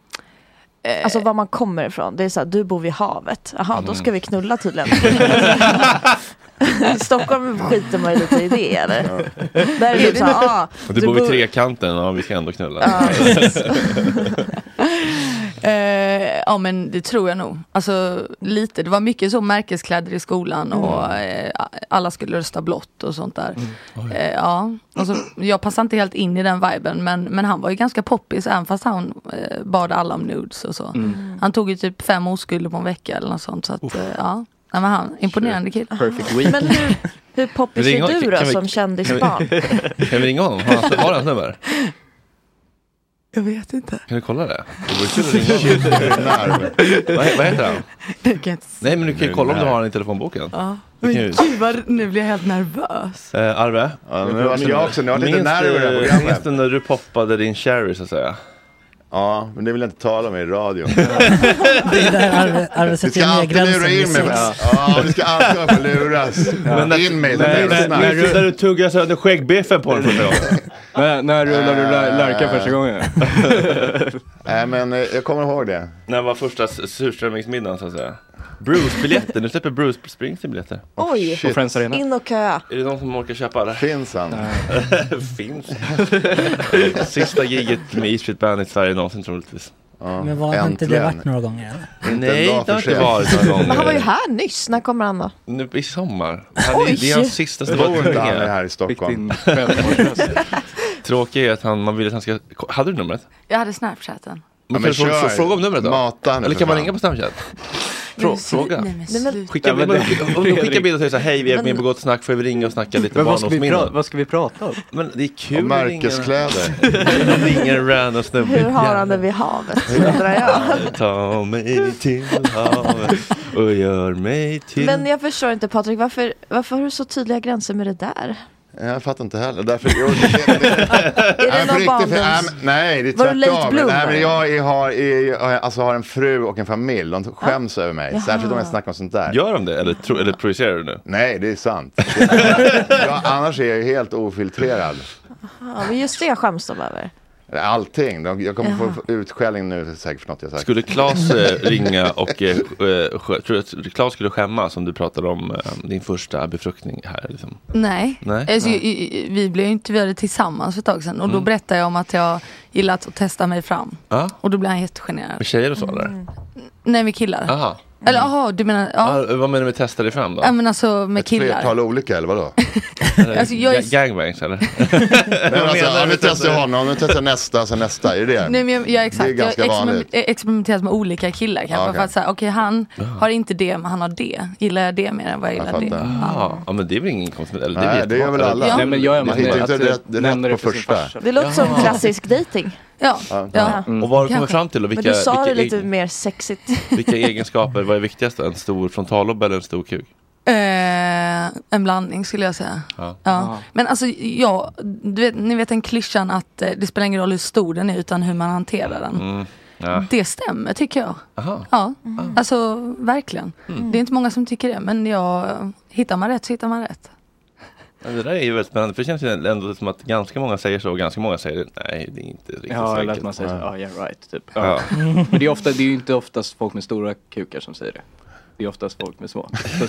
Alltså var man kommer ifrån. Det är så här, du bor vid havet. Jaha, mm. då ska vi knulla tydligen. I Stockholm skiter man ju lite i det, eller? Ja. Där är det så här, ah, du, du bor vid trekanten och vi ska ändå knulla. Ja, eh, ja, men det tror jag nog. Alltså lite, det var mycket så märkeskläder i skolan mm. och eh, alla skulle rösta blått och sånt där. Mm. Eh, ja, alltså, jag passade inte helt in i den viben, men, men han var ju ganska poppis även fast han eh, bad alla om nudes och så. Mm. Han tog ju typ fem oskulder på en vecka eller något sånt, så att, eh, ja. Nej, men han, imponerande kille. Perfect week. Men hur, hur poppis är du då vi, som kändisbarn? Kan vi ringa honom? Har han, har han nummer? Jag vet inte. Kan du kolla det? Det vore kul att ringa. vad, vad heter han? Det kan inte... Nej, men du kan ju kolla om du har han i telefonboken. Ja. Men ju... gud, vad, nu blir jag helt nervös. Eh, Arve? Ja, men jag, jag också, nu har lite minns nerver du, minns du när du poppade din cherry så att säga? Ja, men det vill jag inte tala om i radio. Det är där Arve, Arve sätter ner gränsen. Du ska alltid lura in mig. Ja, du ska alltid få luras. Men när, in mig. när, när, när, du, när du tuggar sönder skäggbiffen på den första gången. när, när rullar du lärka första gången? Nej, men jag kommer ihåg det. När var första surströmmingsmiddagen så att säga? Bruce-biljetter, nu släpper Bruce Springsteen-biljetter. Oj, Shit. Friends Arena. In och köa. Är det någon som orkar köpa det? Finns han? Finns. Sista giget med E Street Band i Sverige någonsin troligtvis. Ja, men var inte det varit några gånger? Eller? Nej, det har inte varit några gånger. Men han var ju här nyss, när kommer han då? Nu i sommar. Han är, det är hans sista stora han är här i Stockholm. Tråkigt är att han, man vill att han ska... Hade du numret? Jag hade Snapchatten. Men kan du fråga, fråga om numret då? Matan, eller kan man ringa på Snapchat? Frå, fråga. Nej, men skicka bild, om du skickar bild och säger så här, hej vi är med på Gott Snack, får vi ringa och snacka lite barndomsminnen. Vad ska vi prata om? Men det är kul. Om märkeskläder. De ringer en random snubbe. Hur har han det vid havet, undrar jag. Ta mig till havet och gör mig till... Men jag förstår inte Patrik, varför, varför har du så tydliga gränser med det där? Jag fattar inte heller. Därför, jo, det, det, det, är det någon barndoms... Nej, det är tvärtom. Nej, men jag har, jag, alltså, har en fru och en familj. De skäms ja. över mig. Jaha. Särskilt om jag snackar om sånt där. Gör de det? Eller, tro, eller projicerar du nu? Nej, det är sant. jag, annars är jag helt ofiltrerad. Aha, men just det skäms de över. Allting. Jag kommer Jaha. få utskällning nu säkert för något jag sagt. Skulle Claes eh, ringa och eh, tror du att Claes skulle skämmas om du pratade om eh, din första befruktning här? Liksom? Nej. Nej? Alltså, Nej. Vi blev ju intervjuade tillsammans för ett tag sedan och då mm. berättade jag om att jag gillat att testa mig fram. Ah? Och då blev han jättegenerad. Med tjejer och så eller? Mm. Nej, med killar. Aha. Eller aha, du menar... Ja. Ah, vad menar du med testa dig fram då? Ja, men alltså med Ett killar. Ett flertal olika, eller vadå? alltså, jag är... Gangbangs, eller? Nej, alltså, ja, nu testar jag honom, nu testar jag nästa, sen nästa. Är det det? Nej, men jag, jag, exakt. Det är ganska jag har vanligt. experimenterat med olika killar kanske. Ja, okay. För att säga, okej, okay, han ja. har inte det, men han har det. Gillar jag det mer än vad jag gillar jag det? Ja. ja, men det är väl ingen konstigt. Eller, Nej, det, det gör väl alla. Ja. Nej, men jag är med det. Att, det, det nämner det på första. Det låter ja. som klassisk dating. Ja. ja. ja. Mm. Och vad har du kommit fram till? Och vilka, men du sa vilka det lite eg- mer sexigt. Vilka egenskaper, vad är viktigast? En stor frontallobb eller en stor kuk? Eh, en blandning skulle jag säga. Ja. Ja. Men alltså, ja, du vet, ni vet den klyschan att eh, det spelar ingen roll hur stor den är utan hur man hanterar den. Mm. Ja. Det stämmer tycker jag. Aha. Ja, mm. alltså verkligen. Mm. Det är inte många som tycker det, men jag, hittar man rätt så hittar man rätt. Men det där är ju väldigt spännande, för det känns ju ändå som att ganska många säger så och ganska många säger nej, det är inte riktigt ja, så eller att man säger så, ja, yeah, right, typ. Ja. Ja. Men det är, ofta, det är ju inte oftast folk med stora kukar som säger det. Det är oftast folk med små.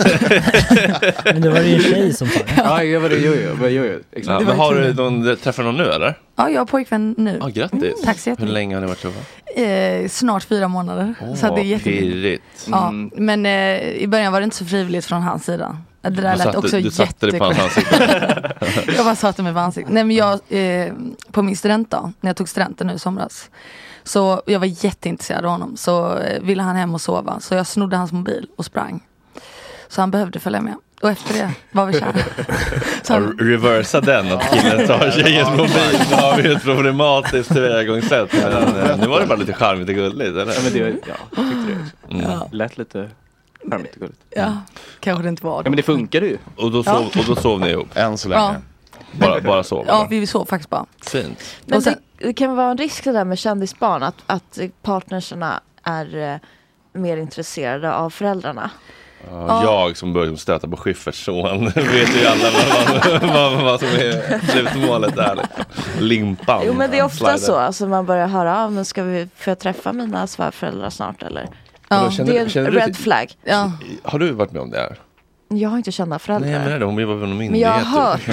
Men det var ju en tjej som sa det. Ja, jag var det, jo, jo, jo, jo. Ja, men har du någon, träffar någon nu eller? Ja, jag har pojkvän nu. Ja, grattis. Mm, tack så jättemycket. Hur länge har ni varit träffade? Eh, snart fyra månader. Åh, så det är pirrigt. Ja, mm. men eh, i början var det inte så frivilligt från hans sida. Det där du lät satte, också du satte det på hans ansikte. Jag bara satte mig på ansiktet. Nej, men jag, eh, på min studentdag, när jag tog studenten nu i somras, så jag var jätteintresserad av honom. Så eh, ville han hem och sova. Så jag snodde hans mobil och sprang. Så han behövde följa med. Och efter det var vi kära. Så han... ja, reversa den, att killen tar tjejens mobil. Nu har vi ett problematiskt tillvägagångssätt. Men nu var det bara lite charmigt och gulligt, eller? Ja, men det, ja, jag tyckte det också. Mm. Ja. Lätt lite charmigt och gulligt. Ja, kanske det inte var. Ja, men det funkade ju. Och då sov, ja. och då sov ni ihop? Än så länge. Ja. Bara, bara sov? Ja, vi sov faktiskt bara. Fint. Men sen, det, det kan vara en risk det där med kändisbarn, att, att partnerserna är eh, mer intresserade av föräldrarna. Ja, ja. Jag som började stöta på Schyffertson vet ju alla vad, vad, vad, vad som är slutmålet där. Limpan. Jo, men det är ofta så. Alltså man börjar höra, ah, men ska vi få träffa mina svärföräldrar snart eller? Ja, känner, det är en känner red du, flag. Ja. Har du varit med om det här? Jag har inte kända föräldrar. Nej, men det, hon jobbar på någon myndighet. Men jag har hört.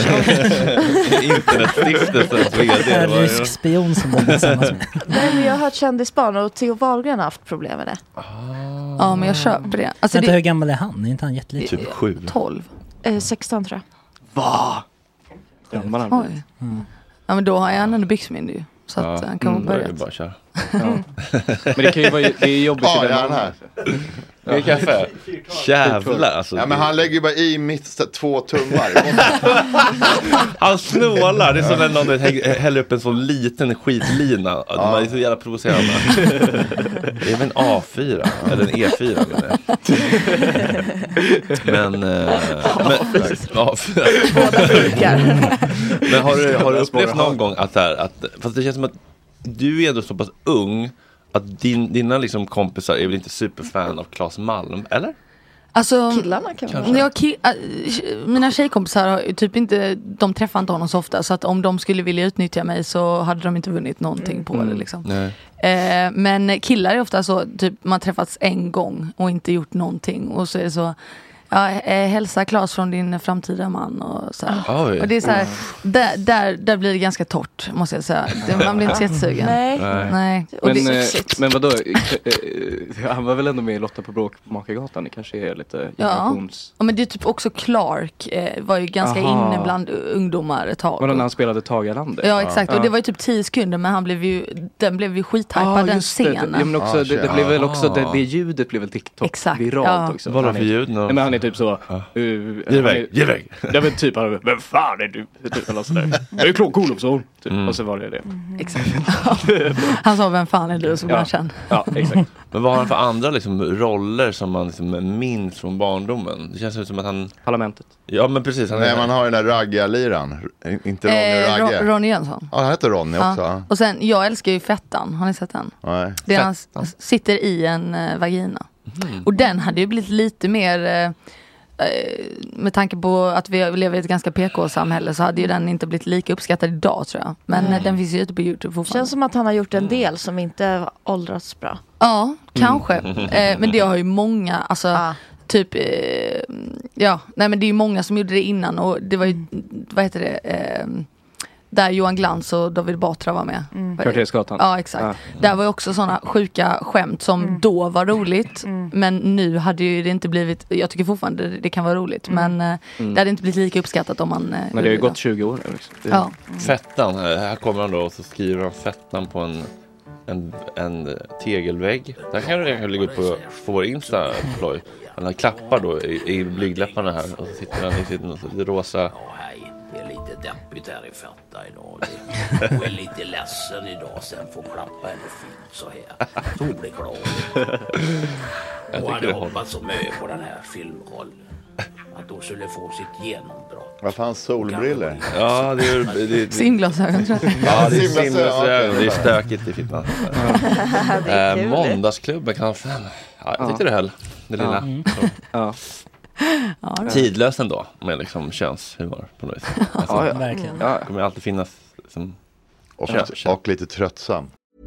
Internetstiftelsens vd. En rysk spion som bor tillsammans med. Nej, men jag har hört kändisbarn och Theo Wahlgren har haft problem med det. Ah. Ja, men jag köper det. Alltså, Vänta, det... hur gammal är han? Är inte han jätteliten? Typ sju. tolv. Eh, sexton tror jag. Va? Ja, man mm. Ja, men då har jag en byxmyndig ju. Så att ja, han kan mm, börja. Bara köra. Ja. Men det kan ju vara det är jobbigt ja, i den ja, här. Det är kaffe. Jävlar alltså. Ja, men han lägger ju bara i mitt två tummar. Han snålar. Det är som när någon häller upp en sån liten skitlina. Ja. Man är så jävla provocerande. Det är väl en A fyra eller en E fyra. Men eh, men, A fyra. Men har du, har du upplevt någon gång att, här, att fast det känns som att du är ändå så pass ung att din, dina liksom kompisar är väl inte superfan av Claes Malm, eller? Alltså, killarna kan man jag, ki- äh, mina tjejkompisar har typ inte, de träffar inte honom så ofta, så att om de skulle vilja utnyttja mig så hade de inte vunnit någonting mm. på det liksom. Nej. Eh, men killar är ofta så, typ man träffats en gång och inte gjort någonting och så är det så, ja, eh, hälsa Claes från din framtida man och så här. Och det är så här, där, där, där blir det ganska torrt, måste jag säga. Det, man blir inte jättesugen. Nej. Nej. Men, eh, men vadå, han var väl ändå med i Lotta på Bråkmakargatan, det kanske är lite generations... Ja, men det är typ också Clark eh, var ju ganska Aha. inne bland ungdomar ett tag. Var det när han spelade Tagalandet? Ja, exakt. Ja. Och det var ju typ tio sekunder, men han blev ju, den blev ju skithypad, ah, den scenen. Det. Ja, men också, ah, det, det blev väl också, det, det ljudet blev väl TikTok exakt. viralt Ja. också. Vad var det för ljud? Nej, men han är typ så... Ja. Uh, ge iväg, ge iväg. Jag vet typ, han, vem fan är du? Typ, eller sådär. Jag är Claes Olofsson. Typ. Mm. Och så var det det. Mm. Exakt. Han sa, vem fan är du? Så ja. känn. Ja, exakt. Men vad har han för andra liksom, roller som man liksom, minns från barndomen? Det känns som att han... Parlamentet. Ja, men precis. Han Nej, är... man har ju den där ragga-liran. Inte Ronny eh, Ragge. Ron- Ronny Jönsson. Ja, han heter Ronny ja. också. Och sen, jag älskar ju Fettan. Har ni sett den? Nej. Det är han s- sitter i en uh, vagina. Mm. Och den hade ju blivit lite mer... Uh, med tanke på att vi lever i ett ganska P K-samhälle så hade ju den inte blivit lika uppskattad idag, tror jag. Men mm. den finns ju ute på YouTube fortfarande. Känns som att han har gjort en del som inte åldrats bra. Ja, kanske. Mm. Eh, men det har ju många, alltså ah. typ, eh, ja, nej men det är ju många som gjorde det innan och det var ju, vad heter det, eh, där Johan Glans och David Batra var med. Mm. Kvartersgatan. Ja, exakt. Ja. Där var ju också sådana sjuka skämt som mm. då var roligt. Mm. Men nu hade ju det inte blivit, jag tycker fortfarande det, det kan vara roligt. Mm. Men mm. det hade inte blivit lika uppskattat om man... Men det har ju gått tjugo år nu. Liksom. Ja. Mm. Fettan, här kommer han då och så skriver han Fettan på en, en, en tegelvägg. Där kan du lägga upp på, på vår Insta, Ploy. Han klappar då i, i blygdläpparna här och så sitter han i sin rosa... Det är lite deppigt här i Fetta idag. Jag är lite ledsen idag. Sen får klappa henne fint så här. Så hon blir glad. Och hade hoppats så mycket på den här filmrollen. Att hon skulle få sitt genombrott. Vad fan, solbriller? Ja, det är... Det, det, simglasögon, tror jag. Ja, det är simglasögon. Det är stökigt i fittan. äh, Måndagsklubben kan fem. Ja, jag tyckte det höll. Det lilla. Ja. Mm. Ja. Ja, tidlös ändå med liksom könshumor på något vis. Alltså, ja, ja. Verkligen. Det kommer alltid finnas liksom, och, kö, kö. och lite tröttsam.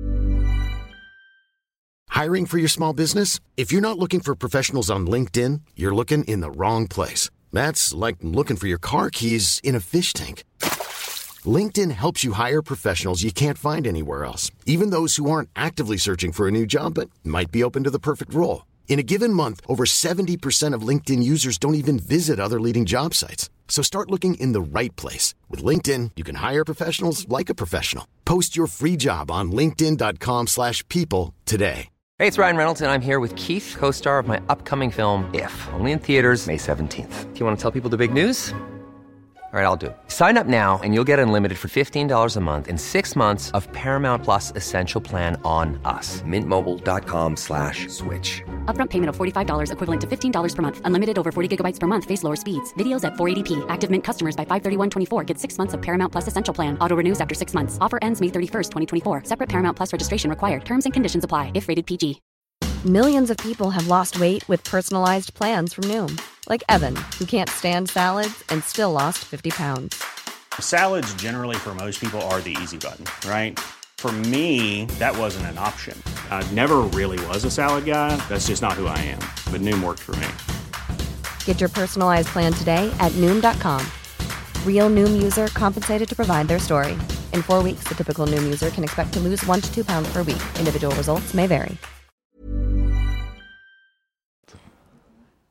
Hiring for your small business? If you're not looking for professionals on LinkedIn, you're looking in the wrong place. That's like looking for your car keys in a fish tank. LinkedIn helps you hire professionals you can't find anywhere else, even those who aren't actively searching for a new job but might be open to the perfect role. In a given month, over seventy percent of LinkedIn users don't even visit other leading job sites. So start looking in the right place. With LinkedIn, you can hire professionals like a professional. Post your free job on linkedin dot com slash people today. Hey, it's Ryan Reynolds, and I'm here with Keith, co-star of my upcoming film, If, only in theaters May seventeenth. Do you want to tell people the big news? All right, I'll do it. Sign up now and you'll get unlimited for fifteen dollars a month and six months of Paramount Plus Essential Plan on us. Mint Mobile dot com slash switch. Upfront payment of forty-five dollars equivalent to fifteen dollars per month. Unlimited over forty gigabytes per month. Face lower speeds. Videos at four eighty p. Active Mint customers by five thirty-one twenty-four get six months of Paramount Plus Essential Plan. Auto renews after six months. Offer ends May thirty-first, twenty twenty-four. Separate Paramount Plus registration required. Terms and conditions apply if rated P G. Millions of people have lost weight with personalized plans from Noom. Like Evan, who can't stand salads and still lost fifty pounds. Salads generally for most people are the easy button, right? For me, that wasn't an option. I never really was a salad guy. That's just not who I am. But Noom worked for me. Get your personalized plan today at Noom dot com. Real Noom user compensated to provide their story. In four weeks, the typical Noom user can expect to lose one to two pounds per week. Individual results may vary.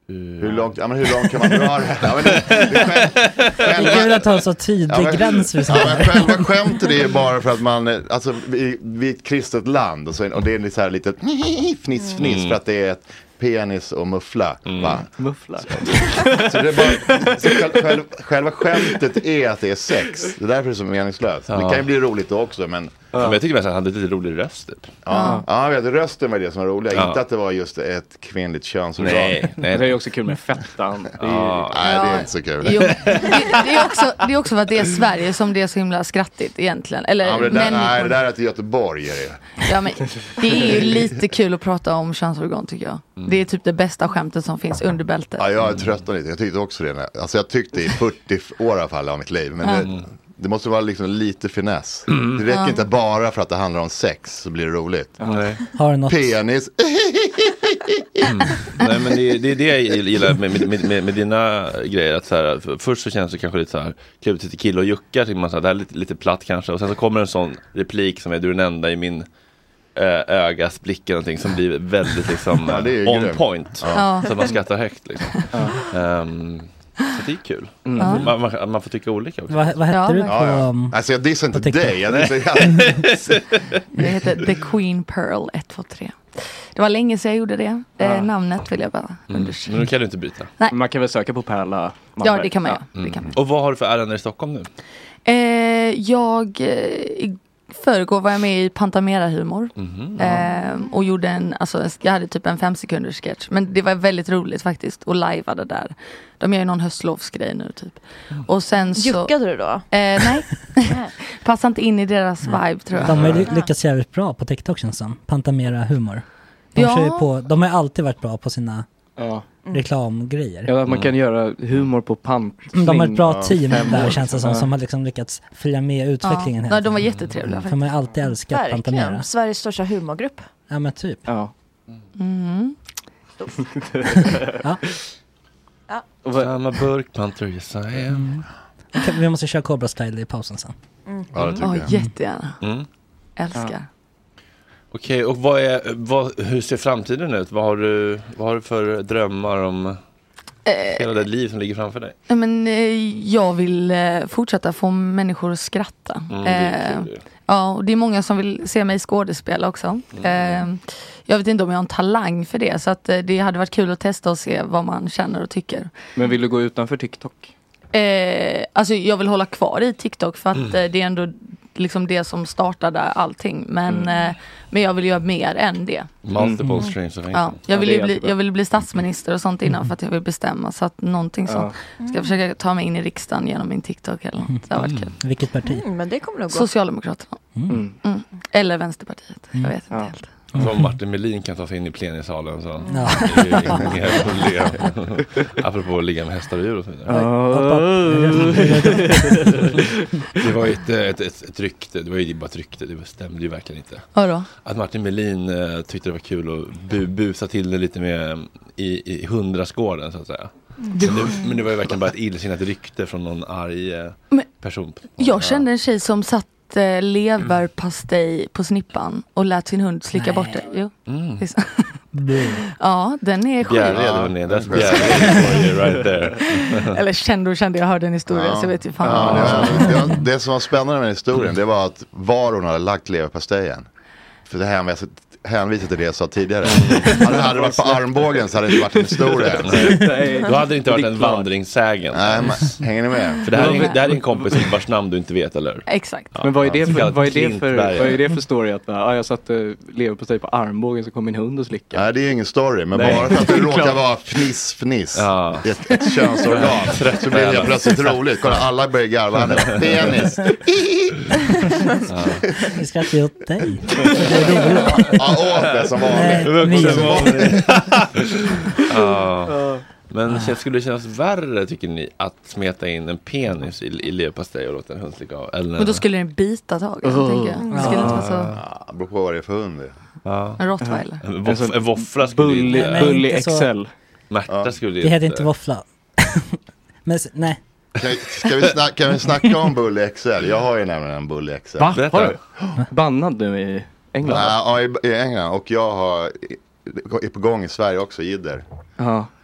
Hur långt, ja, men hur långt kan man dra det? Ja, men det, det, själv, själva, det är kul att ha så tydlig ja, men, gräns för sånt. Ja, men själva skämtet är bara för att man, alltså vi, vi är ett kristet land och, så, och det är så här lite fniss fniss mm. för att det är ett penis och muffla. Mm. Va? Muffla. Så, så det är bara, så själv, själv, själva skämtet är att det är sex. Det är därför det är så meningslöst. Ja. Det kan ju bli roligt då också, men... Ja. Men jag tycker att han hade lite rolig röst. Typ. Ja, ja. ja rösten var det som var roligt. Ja. Inte att det var just ett kvinnligt könsorgan. Nej, nej. Det är också kul med fettan. Det är, ja. Nej, det är inte så kul. Jo, det, det, är också, det är också för att det är Sverige som det är så himla skrattigt egentligen. Eller ja, men det, där, nej, det där är att Göteborg är det. Ja, men det är ju lite kul att prata om könsorgan tycker jag. Mm. Det är typ det bästa skämtet som finns under bältet. Ja, jag är trött lite. Jag tyckte också det. Alltså jag tyckte i fyrtio år i alla fall av mitt liv. Men mm. det, det måste vara liksom lite finess. Mm. Det räcker ja. inte bara för att det handlar om sex så blir det roligt. Mm. Har du något? Penis. mm. Nej, men det, det är det jag gillar med, med, med, med dina grejer. Att så här, först så känns det kanske lite så här kul till kille och juckar. Man så här, det här är lite, lite platt kanske. Och sen så kommer en sån replik som är du är den enda i min ögas blick eller någonting som blir väldigt liksom ja, on grym. point. Ja. Så man skrattar högt liksom. Ja. Um, så det är kul. Mm. Ja. Man, man, man får tycka olika också. Vad, vad hette ja. du på... Ja, ja. Alltså jag dissar inte dig. Jag dissar det heter The Queen Pearl ett två tre. Det var länge sedan jag gjorde det. Ja. Eh, namnet vill jag bara undersöka. Mm. Men nu kan du inte byta. Nej. Man kan väl söka på Perla. Ja, det kan man göra. Ja. Mm. Det kan man. Och vad har du för ärenden i Stockholm nu? Eh, jag... Eh, Förrgår var jag med i Pantamera-humor mm-hmm. ehm, och gjorde en, alltså jag hade typ en fem sekunders sketch, men det var väldigt roligt faktiskt och lajvade där. De gör ju någon höstlovsgrej nu typ. Mm. Och sen så... Juckade du då? Eh, nej, passar inte in i deras vibe tror jag. De har lyckats jävligt bra på TikTok känns som, Pantamera-humor. De, ja. kör ju på, de har alltid varit bra på sina... Ja. reklamgrejer. Ja, man kan mm. göra humor på pant. De har ett bra team ja, där känns det som, ja. som har liksom lyckats följa med utvecklingen. Ja, de var jättetrevliga. För man har alltid älskat Verkligen. Pantamera. Sveriges största humorgrupp. Ja, men typ. Ja. Mm. ja. ja. Samma burk, Panther, yes I am. Mm. Okay, vi måste köra Cobra Style i pausen sen. Mm. Ja, det tycker oh, jag. Jättegärna. Mm. Älskar. Ja. Okej, och vad är, vad, hur ser framtiden ut? Vad har du, vad har du för drömmar om eh, hela det liv som ligger framför dig? Men, eh, jag vill eh, fortsätta få människor att skratta. Mm, det är kul, eh, ja, och det är många som vill se mig skådespela också. Mm. Eh, jag vet inte om jag har en talang för det, så att, eh, det hade varit kul att testa och se vad man känner och tycker. Men vill du gå utanför TikTok? Eh, alltså jag vill hålla kvar i TikTok för att mm. eh, det är ändå liksom det som startade allting. Men, mm. eh, men jag vill göra mer än det. Multiple mm. streams of ja, jag, vill ja, bli, jag vill bli statsminister och sånt innan mm. för att jag vill bestämma. Så att någonting sånt. Ja. Ska jag försöka ta mig in i riksdagen genom min TikTok eller något. Det har varit kul. Vilket parti? Mm, men det kommer nog gå. Socialdemokraterna. Mm. Mm. Eller Vänsterpartiet. Jag vet inte ja. helt. Så om Martin Melin kan ta sig in i plenisalen så ja. det är inga problem. Apropå att ligga med hästar och djur och så vidare. Det var ett, ett, ett, ett rykte, det var ju bara ett rykte, det stämde ju verkligen inte. Vadå? Att Martin Melin uh, tyckte det var kul att bu, busa till det lite med i, i hundraskåren så att säga. Mm. Men, det, men det var ju verkligen bara ett illsinnat rykte från någon arg uh, person. Jag kände en tjej som satt leverpastej på snippan och lät sin hund slicka Nej. bort det. Jo. Mm. Ja, den är sjuk. Bjärred, that's Bjärred right there. Eller kände och kände, jag hörde en historia ja. så vet ju fan. Ja, det, det, det som var spännande med historien, det var att var hon hade lagt leverpastejen. För det här med hänvisar till det jag sa tidigare. Hade det hade varit på armbågen så hade det inte varit en historia. Då hade det inte varit en vandringssägen. Nej, men, hänger ni med? För det här, är, det här är en kompis vars namn du inte vet, eller? Exakt. Ja, men vad är det för, vad är det för, vad är det för story? Att ja, jag satte lever på sig på armbågen så kom min hund och slicka. Nej, det är ingen story. Men Nej. bara för att det råkar vara fniss, fniss. Ja. Ett, ett könsorgan. Så blir det plötsligt roligt. Kolla, alla börjar garva henne. Penis. Vi ska inte åt dig. Ja, åt det som vanligt. Ja. Men skulle det kännas värre, tycker ni, att smeta in en penis i, i leverpastej och låta en hund slicka av? Eller? Men då skulle den bita taget, uh. tänker jag. Det skulle ja. inte vara så... Ja, beror på vad det är för hund. Ja. En rottweiler. En, voff, en våffla skulle Bully, inte... Bully X L. Märta ja. skulle det inte... Det heter inte våffla. Men nej. Kan, ska vi snacka, kan vi snacka om Bully X L? Jag har ju nämligen en Bully X L. Va? Har du? Bannad nu i England? Ja, i, i England. Och jag har, är på gång i Sverige också, Jidder. Ja.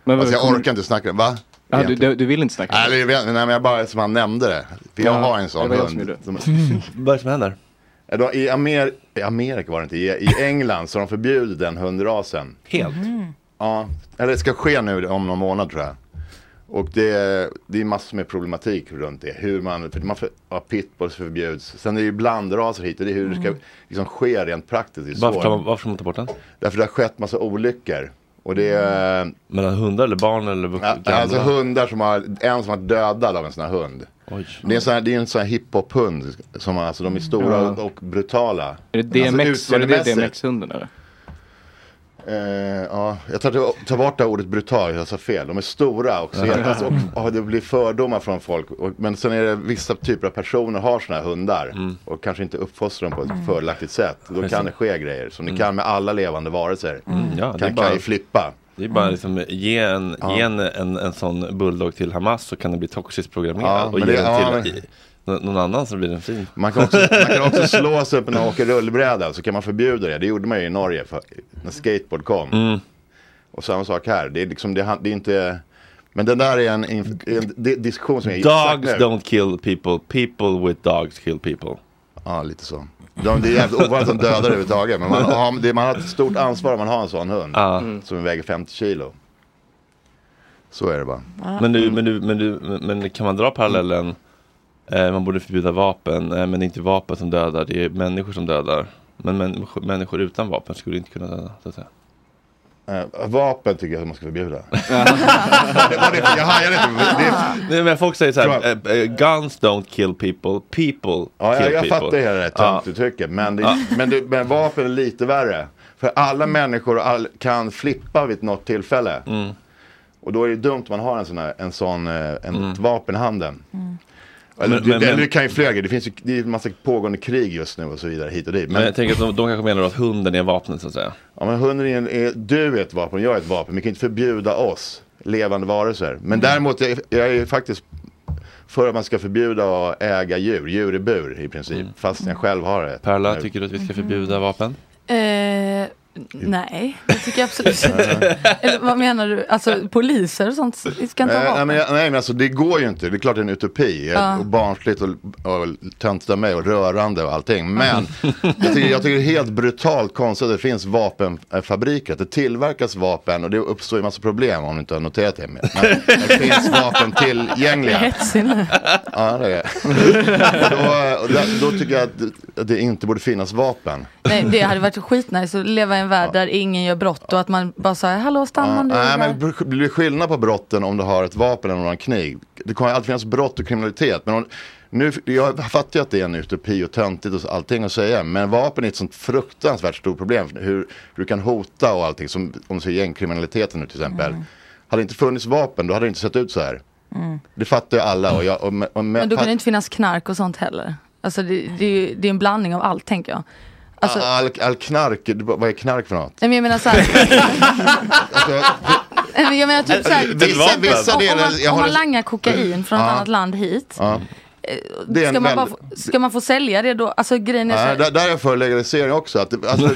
Men alltså, jag orkar inte snacka, va? Ja, du, du, du vill inte snacka? Nej, nej, men jag bara som han nämnde det. För jag ja, har en sån hund. Som... Vad är det som händer? I, Amer- I Amerika var det inte, i, i England så har de förbjudit den hundrasen. Helt? Mm. Ja, eller det ska ske nu om någon månad tror jag. Och det, det är massor med problematik runt det. Hur man, för man för, ja, pitbulls förbjuds. Sen är det ju blandraser hit och det är hur det ska liksom ske rent praktiskt. Varför, man, varför ska man ta bort den? Därför det har skett massa olyckor. Och det är... Mellan hundar eller barn eller ja, alltså hundar som har, en som har dödad av en sån här hund. Oj. Det är en sån här, det är en sån här hiphop-hund som alltså de är stora ja. och, och brutala. Är det D M X, alltså, var det det D M X-hunden eller? Uh, ja, jag tar, tar bort det ordet brutal, jag sa fel. De är stora också. Ja. Alltså, och, och det blir fördomar från folk. Och, men sen är det vissa typer av personer har såna här hundar. Mm. Och kanske inte uppfostrar dem på ett mm. fördelaktigt sätt. Då kan det ske grejer som mm. det kan med alla levande varelser. Mm. Ja, kan, bara, kan ju flippa. Det är bara liksom, ge, en, ja. ge en, en, en sån bulldog till Hamas så kan det bli toxiskt programmerad. Ja, och ge det, den ja, till men... någon annan så blir den fin. Man kan också, man kan också slå sig upp när man åker rullbräda. Så kan man förbjuda det. Det gjorde man ju i Norge för, när skateboard kom. Mm. Och samma sak här. Det är liksom, det, det är inte... Men den där är en, en, en diskussion som är... Dogs don't kill people. People with dogs kill people. Ja, lite så. De, det är jävligt ovanligt som dödar överhuvudtaget. Men man har, det, man har ett stort ansvar om man har en sån hund. Mm. Som väger femtio kilo. Så är det bara. Men, du, men, du, men, du, men kan man dra parallellen? Eh, man borde förbjuda vapen, eh, men inte vapen som dödar, det är människor som dödar. Men människor, människor utan vapen skulle inte kunna döda, så att säga. Uh, vapen tycker jag att man ska förbjuda. Jag hajar inte. Nej, men folk säger så här, uh, uh, guns don't kill people, people ja, kill jag, jag people. Jag fattar det här rätt ja. du tycker. Men, det, ja. men, det, men vapen är lite värre. För alla människor all, kan flippa vid något tillfälle. Mm. Och då är det dumt om man har en sån här, en sån, en mm. vapen i handen. Mm. Eller, men, det, men, det kan ju flera, det finns ju det är en massa pågående krig just nu och så vidare hit och dit. Men, men jag tänker att de, de kanske menar att hunden är vapnet så att säga. Ja, men hunden är, är du är ett vapen, jag är ett vapen. Vi kan inte förbjuda oss levande varelser. Men mm. däremot jag, jag är faktiskt för att man ska förbjuda att äga djur, djur i bur i princip. Mm. Fast jag själv har det. Perla, tycker du att vi ska förbjuda vapen? Eh... Nej, det tycker jag absolut inte. Eller vad menar du? Alltså poliser och sånt ska inte ha vapen. Nej, nej men alltså det går ju inte. Det är klart det är en utopi. Ja. Och barnsligt och, och töntigt av mig och rörande och allting. Men jag, tycker, jag tycker det är helt brutalt konstigt att det finns vapenfabriker. Att det tillverkas vapen och det uppstår ju massa problem om du inte har noterat det med. Men det finns vapen tillgängliga. Det är hetsigt nu. Ja, det är och då, och där, då tycker jag att, att det inte borde finnas vapen. Nej, det hade varit skitnice att leva i en värld där ingen gör brott och att man bara säger hallå stanna nu. Ja, nej, men det blir skillnad på brotten om du har ett vapen eller om du har en kniv. Det kommer alltid finnas brott och kriminalitet. Men om, nu, jag fattar ju att det är en utopi och töntigt och allting att säga. Men vapen är ett sånt fruktansvärt stort problem. Hur, hur du kan hota och allting. Som om du ser gängkriminaliteten nu till exempel. Mm. Hade det inte funnits vapen då hade det inte sett ut så här. Mm. Det fattar ju alla. Och jag, och, och, och, men då kan det inte finnas knark och sånt heller. Alltså det, det, det är en blandning av allt tänker jag. Alltså, all, all knark, vad är knark för något? Nej, men jag menar så här. alltså, det, jag menar typ så här. Vissa, vissa delar, om, man, om man langar kokain från ja. ett annat land hit. Ja. Ska, man bara få, ska man få sälja det då? Alltså grejen är så här. Ja, där, där är jag för legalisering också. Att det, alltså,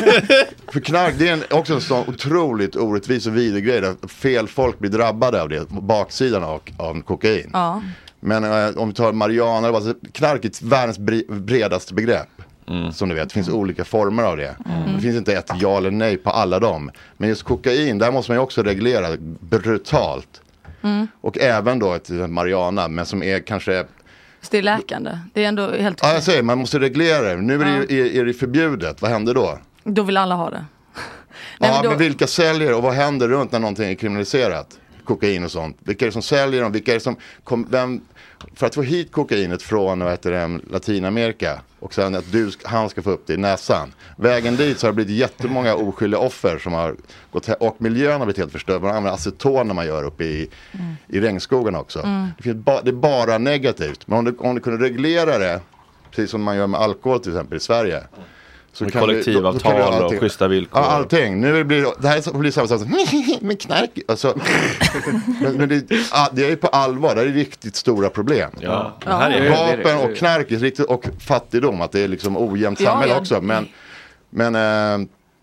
för knark, det är en, också en sån otroligt orättvis och vidrig grej. Där fel folk blir drabbade av det. Baksidan av, av kokain. Ja. Men äh, om vi tar marijuana, alltså, knark är världens bredaste begrepp. Mm. Som du vet, det finns olika former av det. Mm. Det finns inte ett ja eller nej på alla dem. Men just kokain, där måste man ju också reglera brutalt. Mm. Och även då ett marijuana, men som är kanske... Så det är läkande. Det är ändå helt... Ja, jag säger, man måste reglera det. Nu är det, ja. är, är det förbjudet. Vad händer då? Då vill alla ha det. Nej, ja, men, då... men vilka säljer och vad händer runt när någonting är kriminaliserat? Kokain och sånt. Vilka är det som säljer dem? Vilka är det som... Kom, vem... För att få hit kokainet från vad heter det, Latinamerika och sen att du, han ska få upp det i näsan. Vägen dit så har det blivit jättemånga oskyldiga offer som har gått he- och miljön har blivit helt förstörd. Man använder aceton när man gör uppe i, mm. i regnskogen också. Mm. Det, finns ba- det är bara negativt. Men om du, om du kunde reglera det, precis som man gör med alkohol till exempel i Sverige. Så med kollektivavtal och schyssta villkor. Ja, allting. Nu blir det, det här blir samma sak som med knark. Alltså, men men det, det är ju på allvar. Det är riktigt stora problem. Ja. Ja. Här är vapen det, det, det, och knark är riktigt, och fattigdom. Att det är liksom ojämnt samhälle ja, ja. också. Men, men äh,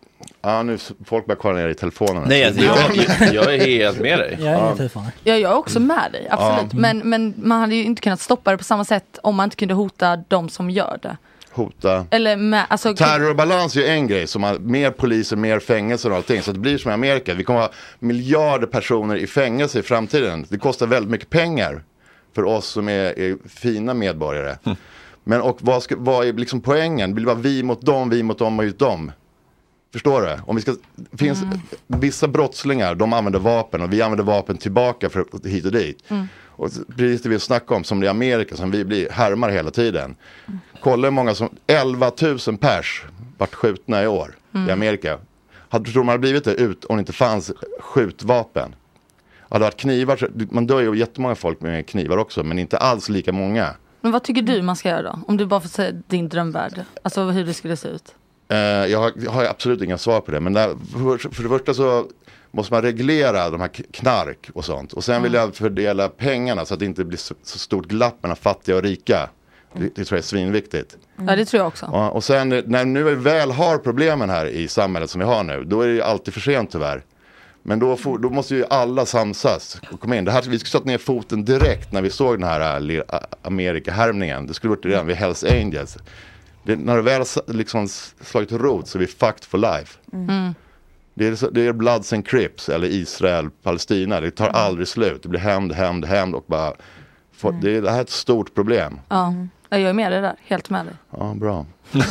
Ja, nu folk bara kollar ner i telefonen. Nej, alltså, jag, jag, jag är helt med dig. Jag är ja. Ja, jag är också med dig, absolut. Ja. Men, men man hade ju inte kunnat stoppa det på samma sätt om man inte kunde hota de som gör det. Hota. Eller med, alltså, terror och balans är ju en grej som har mer poliser, mer fängelser och allting. Så det blir som i Amerika. Vi kommer ha miljarder personer i fängelse i framtiden. Det kostar väldigt mycket pengar för oss som är, är fina medborgare. Mm. Men och vad, ska, vad är liksom poängen? Det blir bara vi mot dem, vi mot dem och ut dem. Förstår du? Om vi ska, finns mm. vissa brottslingar, de använder vapen och vi använder vapen tillbaka för hit och dit. Mm. Och precis det vi snackar om som det är Amerika som vi blir härmar hela tiden. Mm. Kolla hur många som, elva tusen pers vart skjutna i år mm. i Amerika. Hade tror man hade blivit det ut om det inte fanns skjutvapen. Hade det varit knivar, man dör ju jättemånga folk med knivar också, men inte alls lika många. Men vad tycker du man ska göra då? Om du bara får säga din drömvärld. Alltså hur det skulle se ut. Uh, jag, har, jag har absolut inga svar på det. Men där, för, för det första så måste man reglera de här knark och sånt. Och sen mm. vill jag fördela pengarna så att det inte blir så, så stort glapp mellan fattiga och rika. Det, det tror jag är svinviktigt. Mm. Ja, det tror jag också. Ja, och sen när nu vi väl har problemen här i samhället som vi har nu, då är det ju alltid för sent tyvärr. Men då, får, då måste ju alla samsas och komma in. Det här, vi skulle sätta ner foten direkt när vi såg den här uh, Amerika-härmningen. Det skulle varit redan vid Hells Angels. Det, när det väl liksom slagit rot så är vi fucked for life. Mm. Det, är, det är Bloods and Crips eller Israel, Palestina. Det tar mm. aldrig slut. Det blir hämnd, hämnd, hämnd och bara... For, mm. det, det här är ett stort problem. Ja, jag är med dig där. Helt med dig. Ja, bra.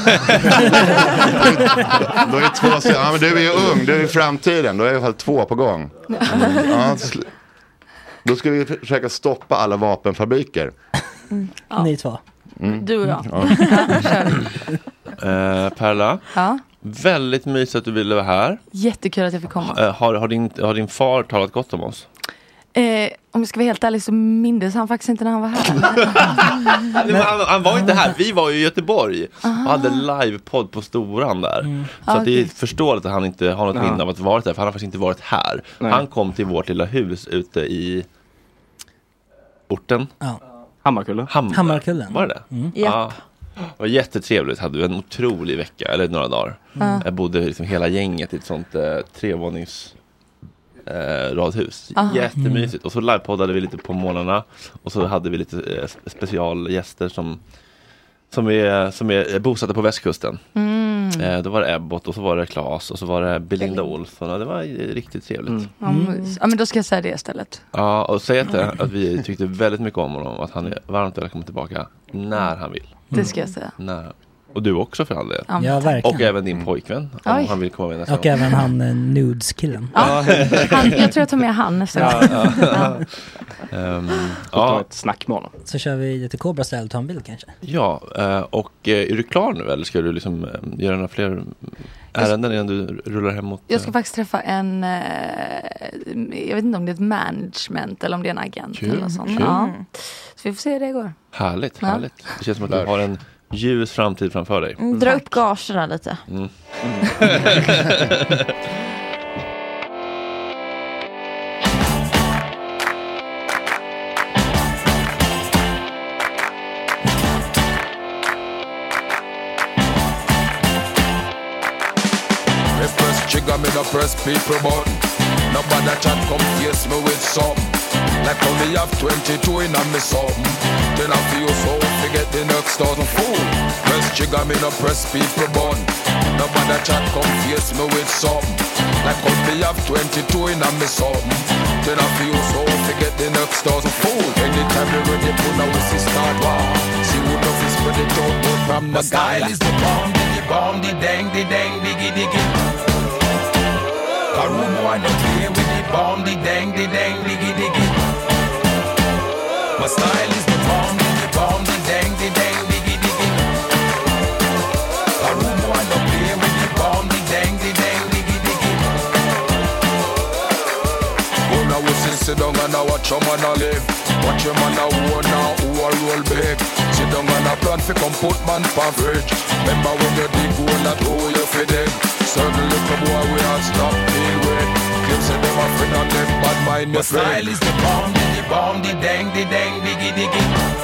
Då är det två... Ja, men du är ju ung. Du är i framtiden. Då är i alla fall två på gång. Mm. Ja, då ska vi försöka stoppa alla vapenfabriker. Mm. Ja. Ni två. Mm. Du och jag. Ja. uh, Perla, ja? Väldigt mysigt att du ville vara här. Jättekul att jag fick komma. Uh, har, har, din, har din far talat gott om oss? Eh, om jag ska vara helt ärlig så mindes han faktiskt inte när han var här. Men, han, han var inte här, vi var ju i Göteborg Aha. och hade livepodd på Storan där. Mm. Så ah, att det är förståeligt att han inte har något minne av att varit där, för han har faktiskt inte varit här. Nej. Han kom till vårt lilla hus ute i orten. Ja. Hammarkullen. Ham- Hammarkullen. Var det det? Mm. Ja. Det var jättetrevligt. Hade vi en otrolig vecka, eller några dagar. Mm. Jag bodde liksom hela gänget i ett sånt eh, trevånings eh, radhus. Aha. Jättemysigt. Mm. Och så livepoddade vi lite på morgnarna. Och så hade vi lite eh, specialgäster som som är, som är bosatta på västkusten. Mm. Eh, då var det Ebbot och så var det Claes och så var det Belinda Olsson. Och det var riktigt trevligt. Mm. Mm. Ja, men då ska jag säga det istället. Ja, och säga till att vi tyckte väldigt mycket om honom. Att han är varmt välkommen tillbaka när han vill. Det ska jag säga. När. Och du också för all del. Ja, verkligen. Och även din pojkvän. Om Oj. han vill komma med nästa Och gång. Även han eh, nudes-killen. Ja. han, jag tror jag tar med han nästa gång. Ja, ja. ja. um, ja. ett snack med honom. Så kör vi lite Cobra Style och tar en bild kanske. Ja, och är du klar nu eller ska du liksom göra några fler ärenden innan du rullar hem mot... Jag ska faktiskt träffa en, jag vet inte om det är ett management eller om det är en agent. Kul, eller sånt. Kul. Ja. Så vi får se hur det går. Härligt, ja. härligt. Det känns som att du har en ljus framtid framför dig. Mm, dra upp gagerna lite. Mm. Mm. Trigger me the press people button. Nobody chat come face me with something. Like only have twenty-two in on me something. Then I feel so forget the next thousand fool. Press trigger me the press people button. Nobody chat come face me with something. Like only have twenty-two in on me something. Then I feel so forget the next thousand fool. Anytime they ready put now we see start war. See who knows is spread it out from the style is the bomb, the bomb, the dang, the dang, diggy diggy. A room one don't play with the bomb, the dang, the dang, diggy diggy. My style is the bomb, the bomb, the dang, the dang, diggy diggy. A room one don't play with the bomb, the dang, the dang, diggy diggy. Oh, now we sit down and now watch your man a live. Watch your man a war now, who a roll big. Sit down and a plan for come put man for fridge. Remember when you dig hole that hole you fit in. Certain little boy we are stop deal with. Give say them a friend and them bad mind your friend. My style is the bomb, the bomb, the dang, the dang, diggy diggy.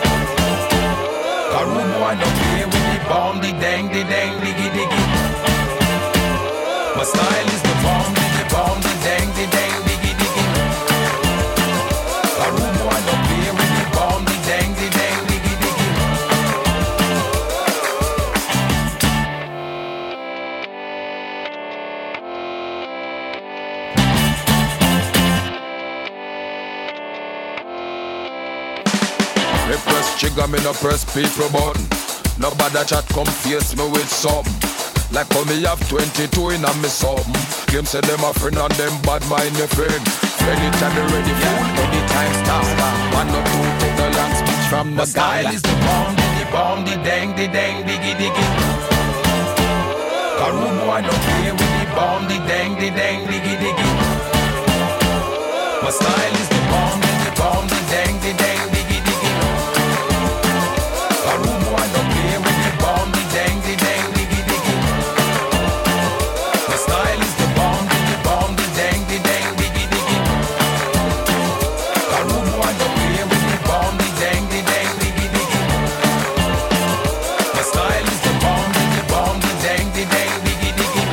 A room one don't play with the bomb, the dang, the dang, diggy diggy. My style Me press trigger, me no press people button. Nobody chat come face me with something. Like how me have twenty-two in a me something. Claim say them a friend and them bad mind your friend. Anytime you ready, fool, anytime stop. One or two, take the long speech from the style is the bomb, the bomb, the dang, the dang, diggy, diggy. Cause rude boy don't play with the bomb, the dang, the dang, diggy, diggy. My style is the bomb, the bomb, the dang, the dang, diggy, diggy. Cause rude boy don't play with the bomb, the dang, the dang, diggy, diggy. My style is the bomb, the bomb, the dang, the dang, diggy, diggy. Cause rude boy don't play with the bomb, the dang, the dang, diggy, diggy. My style is the bomb, the bomb, the dang, the dang, diggy, diggy.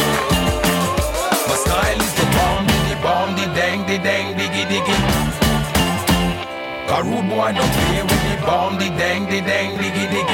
My style is the bomb, the bomb, the dang, the dang, diggy, diggy. Cause rude boy don't play with the bomb, the dang, the dang, diggy, diggy.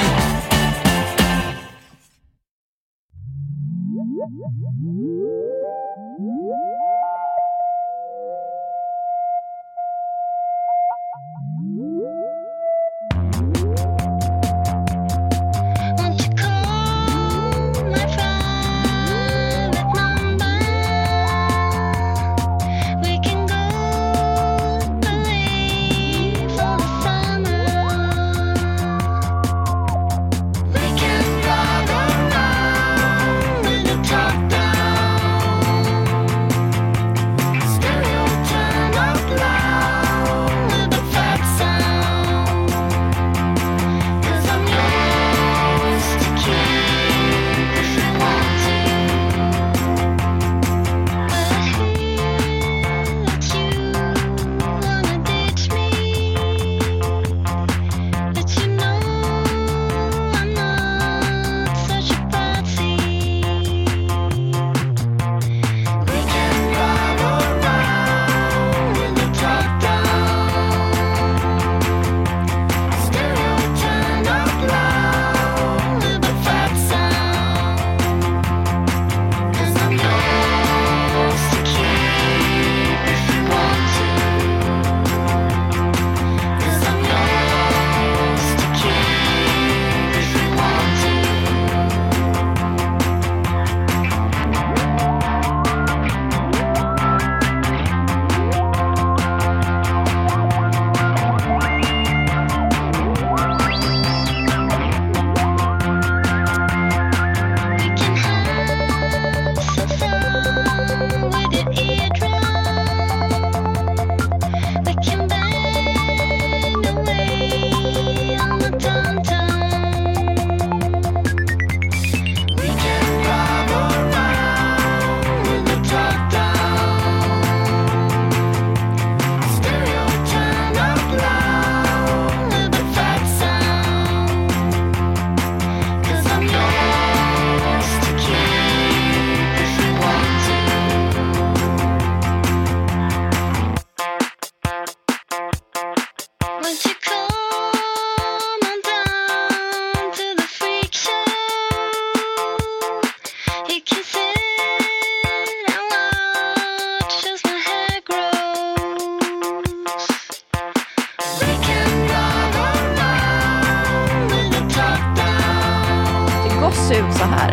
se ut så här.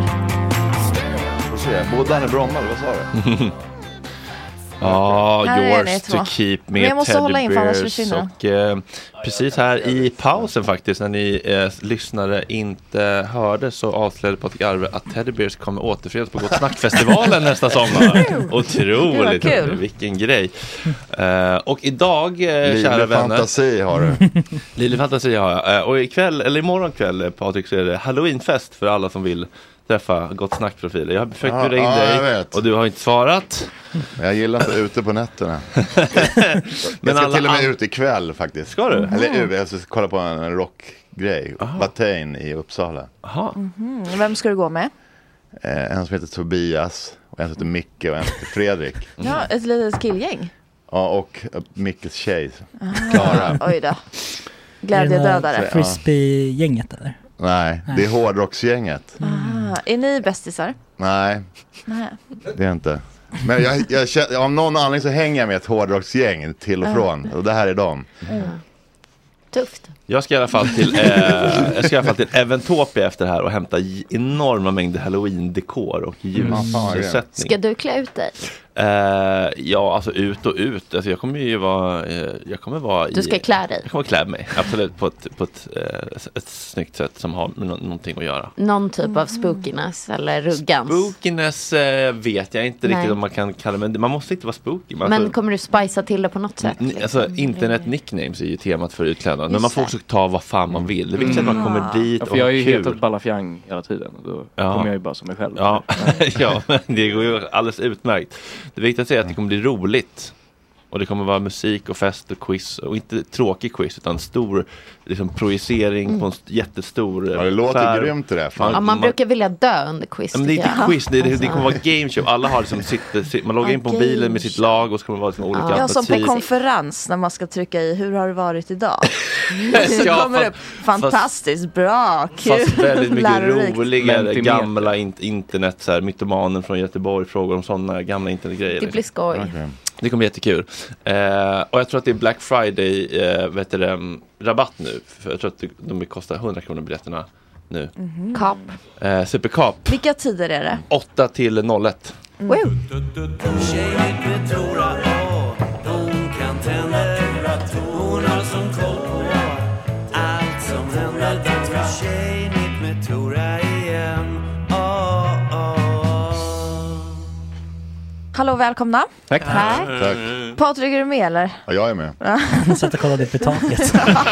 Får se, bodde han i Bromma eller vad sa du? Ja, Här är yours ni to två. keep Men jag med måste hålla in, för annars Teddy Bears. försvinner Och eh, precis här i pausen faktiskt, när ni eh, lyssnare inte hörde, så avslöjade Patrik Arve att Teddy Bears kommer återförenas på Gott Snack-festivalen nästa sommar. Otroligt, kul. vilken grej. Eh, och idag, eh, Livlig kära vänner. fantasi har du. Livlig fantasi har jag. Eh, och ikväll, eller imorgon kväll, Patrik, så är det Halloweenfest för alla som vill träffa Gott Snack-profiler. Jag har försökt Ja, bjuda in ja, jag dig vet. och du har inte svarat. Men jag gillar inte ute på nätterna. jag ska alla till och med an- ut ikväll faktiskt. Ska du? Eller ut, jag ska kolla på en, en rockgrej. Batain i Uppsala. Aha. Mhm. Vem ska du gå med? Eh, en som heter Tobias, och en som heter Micke och en som heter Fredrik. Ja, ett litet killgäng. Ja, och uh, Mickes tjej. Ah, Klara. Oj då. Glädjedödare. Frisbee-gänget eller? Nej, det är hårdrocksgänget. Ah, är ni bästisar? Nej, Nej. det är inte. Men jag, jag känner, av någon anledning så hänger jag med ett hårdrocksgäng till och Ah. från. Och det här är dem. Mm. Tufft. Jag ska i alla fall till, eh, jag ska i alla fall till Eventopia efter det här och hämta enorma mängder Halloween-dekor och ljussättning. Ska du klä ut dig? Uh, ja, alltså ut och ut. Alltså jag kommer ju vara... Uh, jag kommer vara du ska i, klä dig? Jag kommer klä mig, absolut. På ett, på ett, uh, ett snyggt sätt som har med no- någonting att göra. Någon typ av spookiness eller ruggans? Spookiness uh, vet jag inte Nej. riktigt om man kan kalla det. Men man måste inte vara spooky. Man men alltså, kommer du spicea till det på något sätt? N- liksom? Alltså internet-nicknames är ju temat för utklädnad. Men man får också ta vad fan man vill. Det är viktigt Mm. att man kommer dit ja, och för jag är ju kul. hetat Balafjang hela tiden. Då ja. kommer jag ju bara som mig själv. Ja, ja, men det går ju alldeles utmärkt. Det viktigaste är att det kommer bli roligt. Och det kommer vara musik och fest och quiz. Och inte tråkig quiz utan stor liksom, projicering mm. på en jättestor ja, det låter färg. Grymt det där. Man, ja, man brukar vilja dö under quiz. Ja, men det är inte jag. quiz, det, det, det kommer vara game show. Alla har liksom sitt, man loggar in på mobilen med sitt lag och så kommer det vara liksom olika ja, alternativ. Som på konferens när man ska trycka i hur har det varit idag? Så ja, kommer fast, det fantastiskt fast, bra, kul, fast väldigt mycket roligare gamla in- internet så här, mytomanen från Göteborg frågar om sådana gamla internetgrejer. Det blir skoj. Okay. Det kommer bli jättekul. Eh, och jag tror att det är Black Friday eh, vet du det, rabatt nu. För jag tror att de kostar hundra kronor biljetterna nu. Mm-hmm. Kap. Eh, Superkap. Vilka tider är det? åtta till noll ett. Mm. Wow. Hallå, välkomna. Tack. Tack. Tack. Patrik, är du med eller? Ja, jag är med. Jag satt och kollade upp i taket.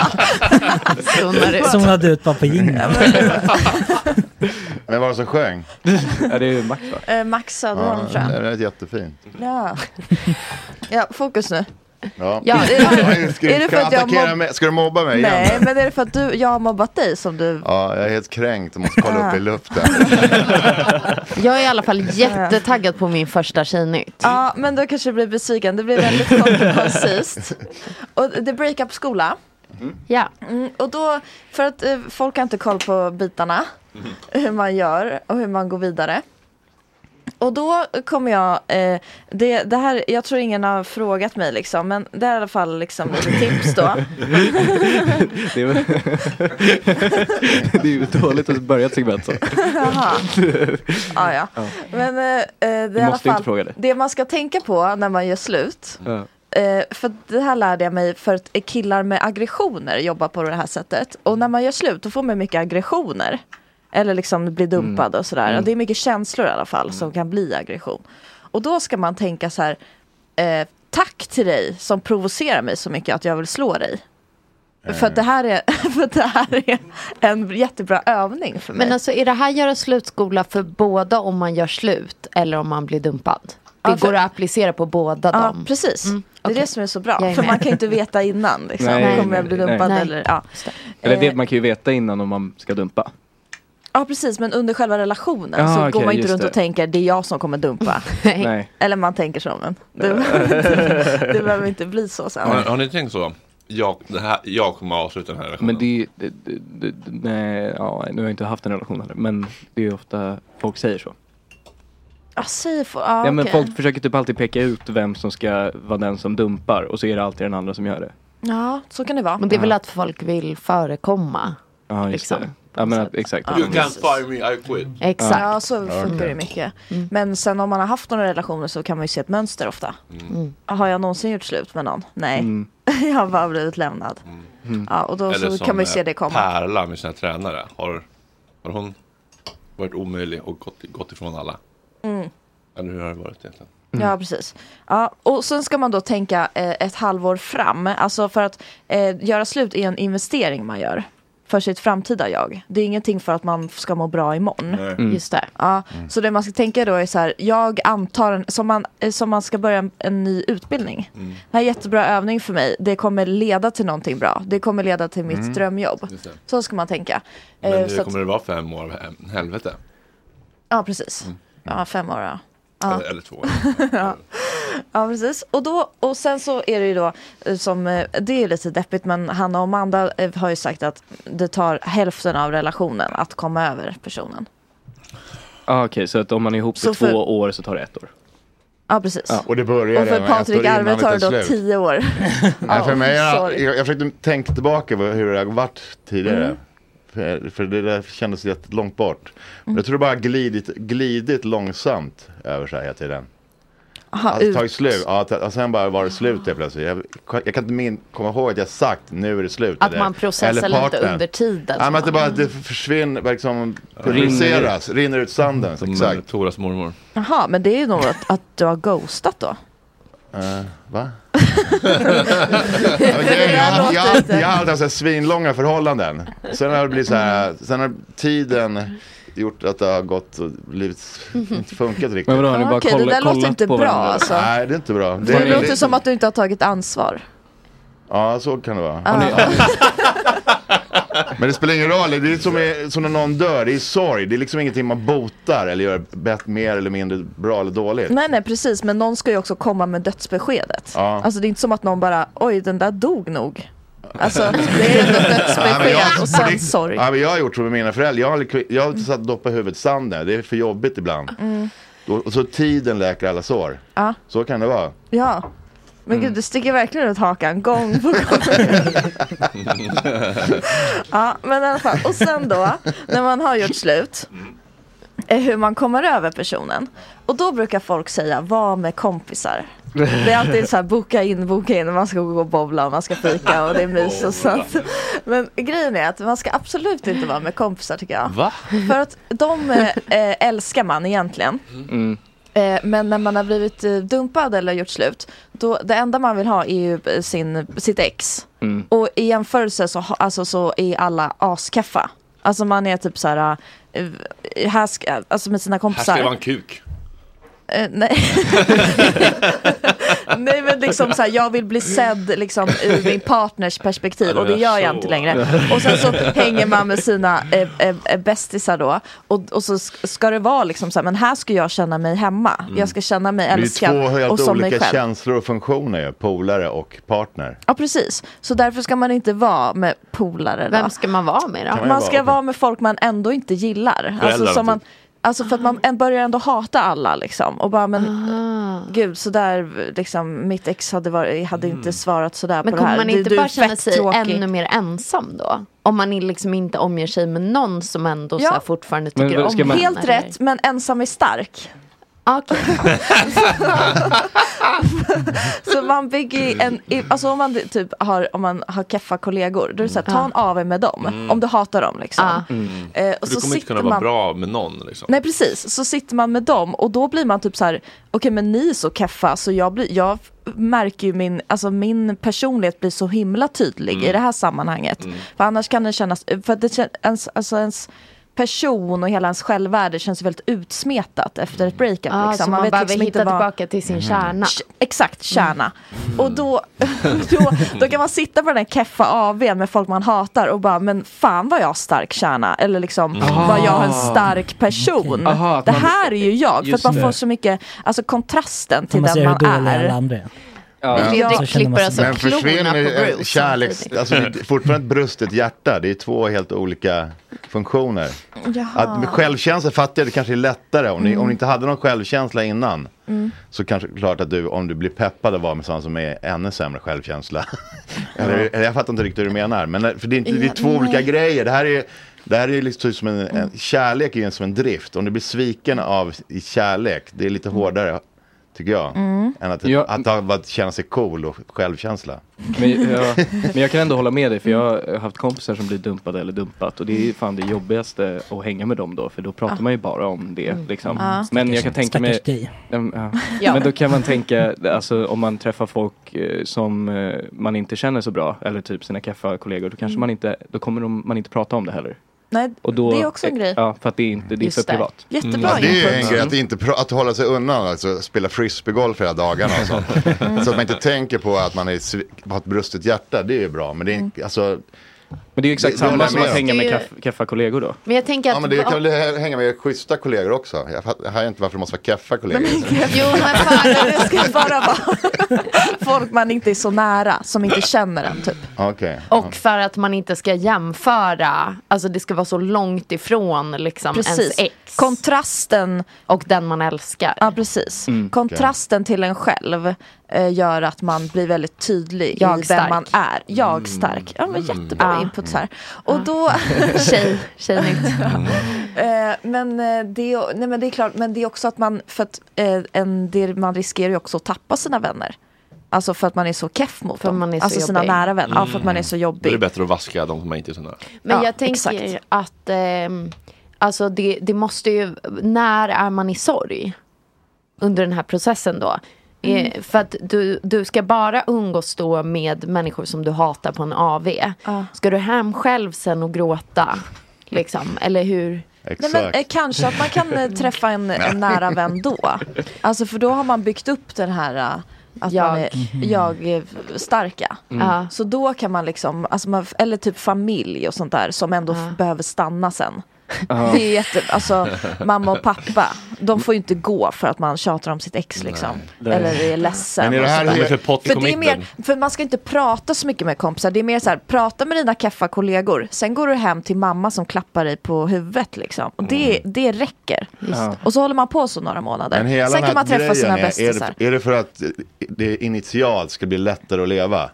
Zonade ut. Zonade ut bara på jingeln. Vem var det som sjöng? Ja, det är ju Max va? Eh, Max Söderholm ja, tror jag. det är jättefint. Ja. Ja, fokus nu. Ja. Ja, är, det, ska, är det för att jag mobb- mig? Ska du mobba mig Nej, igen? men är det för att du, jag har mobbat dig som du... Ja, jag är helt kränkt och måste kolla upp i luften. Jag är i alla fall jättetaggad på min första Tjejnytt. Ja, men då kanske det blir besviken. Det blir väldigt kort och koncist. Och det är breakup-skola. Mm. Ja. Mm, och då, för att eh, folk har inte koll på bitarna. Mm. Hur man gör och hur man går vidare. Och då kommer jag, eh, det, det här, jag tror ingen har frågat mig liksom, men det är i alla fall liksom lite tips då. det, är, det är ju dåligt att börja ett segment så. Jaha. Ah, ja, ja. Men eh, det är i alla fall det. det man ska tänka på när man gör slut. Ja. Eh, för det här lärde jag mig för att killar med aggressioner jobbar på det här sättet. Och när man gör slut då får man mycket aggressioner. Eller liksom bli dumpad mm. och sådär. Mm. Det är mycket känslor i alla fall som kan bli aggression. Och då ska man tänka så här. Eh, tack till dig som provocerar mig så mycket att jag vill slå dig. Mm. För, att det här är, för att det här är en jättebra övning för mig. Men alltså är det här göra slutskola för båda om man gör slut eller om man blir dumpad? Det ja, för... går att applicera på båda ja, dem. Precis. Mm. Det är okay. det som är så bra. För man kan ju inte veta innan. Liksom. Nej, kommer jag bli dumpad nej. eller... Ja. Eller det, man kan ju veta innan om man ska dumpa. Ja, precis. Men under själva relationen ah, så okay, går man inte runt det. och tänker det är jag som kommer dumpa. Nej. Eller man tänker så, men det, det, det behöver inte bli så sen. Har, har ni tänkt så? Jag, det här, jag kommer att avsluta den här relationen. Men det, det, det, det nej, ja, nu har jag inte haft en relation heller, men det är ofta folk säger så. Ja, säger folk. Ah, ja, men okay. folk försöker typ alltid peka ut vem som ska vara den som dumpar och så är det alltid den andra som gör det. Ja, så kan det vara. Men det är ja. väl att folk vill förekomma. Ja, just liksom. det. Ja, men att, exakt. You can't fire me, I quit. Exakt. Ja, så funkar okay. det mycket. Mm. Men sen om man har haft några relationer så kan man ju se ett mönster ofta. Mm. Har jag någonsin gjort slut med någon? Nej. Mm. Jag har bara blivit lämnad. Mm. Ja, och då så kan man ju se det komma. Pärla med sina tränare. Har, har hon varit omöjlig och gått, gått ifrån alla? Mm. Eller hur har det varit egentligen? Mm. Ja, precis. Ja, och sen ska man då tänka eh, ett halvår fram. Alltså för att eh, göra slut är en investering man gör. För sitt framtida jag. Det är ingenting för att man ska må bra imorgon. Mm. Just det. Ja, mm. Så det man ska tänka då är så här. Jag antar en, som, man, som man ska börja en, en ny utbildning. Mm. Det här är jättebra övning för mig. Det kommer leda till någonting bra. Det kommer leda till mitt mm. drömjobb. Så ska man tänka. Men hur så kommer att, det vara fem år helvete? Ja, precis. Mm. Ja, fem år ja. Ja. Eller, eller två år. ja. ja, precis. Och, då, och sen så är det ju då som, det är lite deppigt, men Hanna och Amanda har ju sagt att det tar hälften av relationen att komma över personen. Ah, okej, okay, så att om man är ihop i två för, år så tar det ett år? Ja, precis. Ja. Och det börjar och för Patrik Arve tar det då tio år. Ja, för mig, jag, jag, jag försökte tänka tillbaka på hur det har varit tidigare. Mm. För, för det där kändes jätte långt bort. Mm. Jag tror det bara glidit, glidit långsamt över sig hela tiden. Aha, alltså, tagit slut. Ja, och sen bara var det slut där plötsligt. Jag, jag kan inte min, komma ihåg att jag sagt nu är det slut. Att eller, man processar lite under tiden. Ja, men att det bara det försvinner, liksom pulveriseras, rinner, rinner ut sanden. Som exakt. Toras mormor. Jaha, men det är ju nog att, att du har ghostat då. Uh, va? ja, jag, jag, jag, jag har alltid haft svinlånga förhållanden. Sen har det blivit så här, sen har tiden gjort att det har gått och livet inte funkat riktigt. Men vadå, ni bara Okej, kolla, det där låter inte bra alltså. Nej, det är inte bra. Det, det låter det, som att du inte har tagit ansvar. Ja, så kan det vara. Ah. Men det spelar ingen roll. Det är som, är, som när någon dör. Det är sorg. Det är liksom ingenting man botar eller gör bättre, mer eller mindre bra eller dåligt. Nej, nej, precis. Men någon ska ju också komma med dödsbeskedet. Ja. Alltså det är inte som att någon bara, oj, den där dog nog. Alltså det är ett dödsbesked ja, och sen sorg. Ja, men jag har gjort så med mina föräldrar. Jag har, jag har satt doppa huvudet i sanden. Det är för jobbigt ibland. Mm. Och så tiden läker alla sår. Ja. Så kan det vara. Ja. Men mm. gud, du sticker verkligen ut hakan gång på gång. Ja, men i alla fall. Och sen då, när man har gjort slut, är hur man kommer över personen. Och då brukar folk säga, var med kompisar. Det är alltid så här, boka in, boka in. Man ska gå och bowla, man ska fika och det är mys och sånt. Men grejen är att man ska absolut inte vara med kompisar, tycker jag. Va? För att de äh, älskar man egentligen. Mm. Men när man har blivit dumpad eller gjort slut, då det enda man vill ha är ju sin, sitt ex. Mm. Och i jämförelse så, alltså, så är alla askaffa. Alltså man är typ så här, här ska, alltså med sina kompisar. Här ska vara en kuk. Uh, nej. Nej, men liksom så här, jag vill bli sedd liksom ur min partners perspektiv, och det gör jag inte längre. Och sen så hänger man med sina äh, äh, bästisar då, och, och så ska det vara liksom så här, men här ska jag känna mig hemma. Mm. Jag ska känna mig älskad. Det är två helt och som olika mig själv. Känslor och funktioner, polare och partner. Ja, precis. Så därför ska man inte vara med polare då. Vem ska man vara med då? Man, man ska vara, vara med folk man ändå inte gillar. Föräldrar, alltså som man Alltså för att man börjar ändå hata alla liksom. Och bara, men Aha. gud, så där liksom, mitt ex hade, varit, hade mm. inte svarat sådär på det här. Men kommer man inte du, bara du känna sig tråkig. ännu mer ensam då? Om man liksom inte omger sig med någon som ändå ja. så här fortfarande tycker men, om man... Helt eller? Rätt, men ensam är stark. Okay. Så man bygger en, alltså om man typ har, om man har keffa kollegor, då är det så här, ta en A V med dem mm. om du hatar dem liksom. Mm. Eh, och så du kommer inte kunna vara man, bra med någon liksom. Nej, precis. Så sitter man med dem och då blir man typ så här, okej, okay, men ni är så keffa så jag blir, jag märker ju min, alltså min personlighet blir så himla tydlig mm. i det här sammanhanget. Mm. För annars kan det kännas, för att det känns, alltså, alltså ens person och hela ens självvärde känns väldigt utsmetat efter ett breakup. Ah, liksom. Så man, man vet liksom hitta var... tillbaka till sin kärna. Exakt, kärna. Mm. Och då, då, då kan man sitta på den här keffa A V med folk man hatar och bara, men fan vad jag har stark kärna. Eller liksom, Aha. vad jag har en stark person. Aha, det här är ju jag. För att man får så mycket, alltså kontrasten till den man är. Ja. Fredrik klipper alltså men försvinner kärleks, alltså det är fortfarande ett brustet hjärta. Det är två helt olika funktioner. Att med självkänsla fattar jag det kanske är lättare om, mm. ni, om ni inte hade någon självkänsla innan mm. så kanske klart att du, om du blir peppad att vara med sådana som är ännu sämre självkänsla eller, eller jag fattar inte riktigt hur du menar, men för det är, inte, det är två olika grejer. Det här är Det här är liksom som en, en kärlek är ju som en drift. Om du blir sviken av i kärlek, det är lite hårdare tycker jag, mm. än att, ja. att, att, att känna sig cool och självkänsla. Men jag, men jag kan ändå hålla med dig, för jag har haft kompisar som blir dumpade eller dumpat, och det är fan det jobbigaste att hänga med dem då, för då pratar ah. man ju bara om det liksom. Ah. Men jag kan tänka mig um, ja. ja. Men då kan man tänka, alltså om man träffar folk uh, som uh, man inte känner så bra, eller typ sina kaffa kollegor, då kanske mm. man inte, då kommer de, man inte prata om det heller. Nej, och då, det är också en grej. Ja, för att det är, inte, det är för privat. Jättebra. Mm. Ja, det är en grej att, inte pra- att hålla sig undan, alltså spela frisbeegolf hela dagarna och sånt. Mm. Så att man inte tänker på att man är, har ett brustet hjärta, det är ju bra. Men det är, mm. alltså, Men det är ju exakt det, samma det som att hänga med ju... kaff, keffa kollegor då. Men jag tänker att... Ja, men det kan väl hänga med schyssta kollegor också. Jag har inte varför det måste vara keffa kollegor. Jo, men fan, det ska bara vara folk man inte är så nära, som inte känner en typ. Okay. Och för att man inte ska jämföra, alltså det ska vara så långt ifrån liksom precis. Ens ex. Kontrasten och den man älskar. Ja, precis. Mm, Kontrasten okay. till en själv eh, gör att man blir väldigt tydlig jag i stark. vem man är. Jag mm. stark. Ja, men jättebra mm. input här. Och då tjej, tjejnytt. eh, men det nej men det är klart, men det är också att man för att eh, en det man riskerar ju också att tappa sina vänner. Alltså för att man är så keff mot för dem. Man är så alltså jobbig. Sina nära vänner. Mm. Ja, för att man är så jobbig. Då är det bättre att vaska de som man inte är så nära. Men ja, jag tänker exakt. att eh, alltså det, det måste ju, när är man i sorg? Under den här processen då? Mm. Eh, för att du, du ska bara umgås då med människor som du hatar på en A V. Ja. Ska du hem själv sen och gråta? Liksom, eller hur? Nej, men, eh, kanske att man kan eh, träffa en, en nära vän då. Alltså för då har man byggt upp den här eh, att jag. man är jag är starka. Mm. Uh. Så då kan man liksom alltså man, eller typ familj och sånt där som ändå uh. f- behöver stanna sen. Uh. Det är jätte, alltså mamma och pappa, de får ju inte gå för att man tjatar om sitt ex liksom. Nej. Eller är ledsen. Men är det här är för, för, det är mer, för man ska inte prata så mycket med kompisar. Det är mer så här, prata med dina keffa kollegor. Sen går du hem till mamma som klappar dig på huvudet liksom. Och det, det räcker. Ja. Och så håller man på så några månader. Men sen kan man träffa sina bästisar. Är, är det för att det initialt ska bli lättare att leva?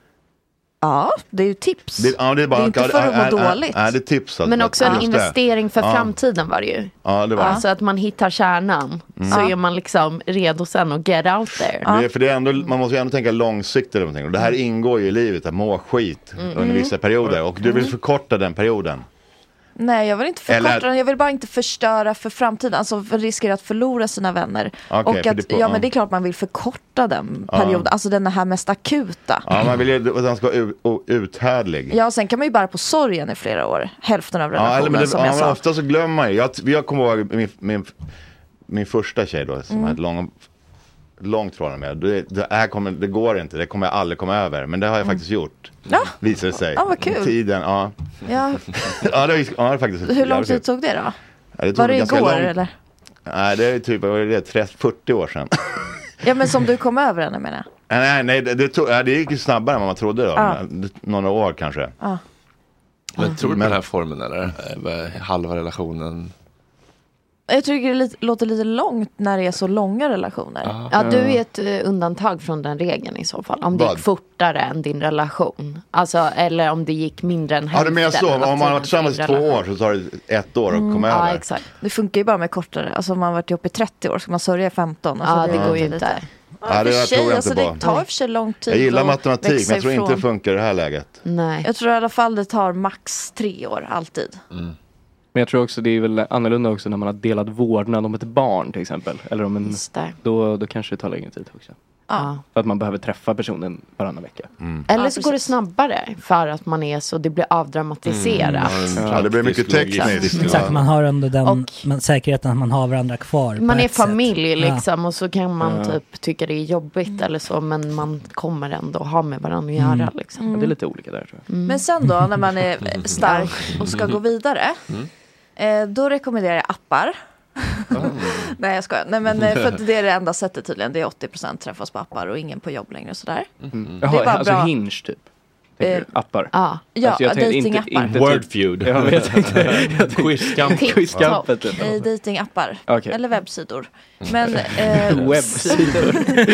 Ja, det är ju tips. Det, ja, det, är bara, det är inte för att må dåligt. Ja, det är tips. Alltså, men också en ja. investering för ja. framtiden var det ju. Ja, det var. Alltså att man hittar kärnan. Mm. Så ja. är man liksom redo sen att get out there. Ja. Det, för det är ändå, man måste ju ändå tänka långsiktigt. Och det här ingår ju i livet, att må skit mm. under vissa perioder. Och du vill förkorta den perioden. Nej, jag vill inte förkorta Eller... den. Jag vill bara inte förstöra för framtiden. Alltså för riskerar att förlora sina vänner. Okay, och att, det på, ja, men det är klart man vill förkorta den perioden. Ja. Alltså den här mest akuta. Ja, man vill ju att den ska vara uthärdlig. Ja, sen kan man ju bara på sorgen i flera år. Hälften av relationen, ja, men det, som jag ja, sa. Men ofta så glömmer man ju. Jag, jag kommer ihåg min, min, min första tjej då, som Mm. hade ett lång, långt förhållande med. Det, det, här kommer, det går inte, det kommer jag aldrig komma över. Men det har jag mm. faktiskt gjort. Ja. Visar det sig. Ja, vad kul. Tiden, ja. Ja. ja, det, ja, det faktiskt. Hur lång tid tog det då? Ja, det tog var det igår lång... eller? Nej, det är typ vad är det, trettio fyrtio år sedan. Ja, men som du kom över henne menar jag. Nej, nej, det, det, tog, det gick ju snabbare än vad man trodde då. Ja. Några år kanske. Ja. Men tror du på den här formen eller? Halva relationen? Jag tycker det lite, låter lite långt när det är så långa relationer. Ah. Ja, du är ett uh, undantag från den regeln i så fall. Om det gick fortare än din relation. Alltså, eller om det gick mindre än hälften. Ja, det menar så. Om man har varit tillsammans i två år så tar det ett år att mm. komma ja, över. Exakt. Det funkar ju bara med kortare. Alltså om man har varit ihop i trettio år ska man sörja i femton. Alltså, ja, det, det går ju inte. inte. Ja, ja, det för jag sig, tror jag alltså, inte det tar för sig lång tid. Jag gillar matematik, men jag tror ifrån. inte det funkar i det här läget. Nej. Jag tror i alla fall det tar max tre år, alltid. Mm. Men jag tror också det är väl annorlunda också när man har delat vårdnad om ett barn till exempel. Eller om en, då, då kanske det tar längre tid också. Ja. För att man behöver träffa personen varannan vecka. Mm. Eller ja, så går det snabbare för att man är så, det blir avdramatiserat. Mm. Ja, det blir mycket tekniskt. Exakt, man har under den och, man, säkerheten att man har varandra kvar. Man är familj sätt. liksom ja. Och så kan man ja. typ tycka det är jobbigt mm. eller så, men man kommer ändå ha med varandra att göra mm. liksom. Mm. Ja, det är lite olika där tror jag. Mm. Men sen då när man är stark och ska gå vidare. Mm. Eh, då rekommenderar jag appar. Mm. Nej, jag skojar. Nej, men för att det är det enda sättet tydligen. Det är åttio procent träffas på appar och ingen på jobb längre och sådär. Mm. Jaha, det är bara alltså bra. Hinge typ. Eh, appar. Ah. Ja, alltså, datingappar. Wordfeud. Ja, jag tänkte Quizkamp. I datingappar. Okay. Eller webbsidor. Men eh, webbsidor.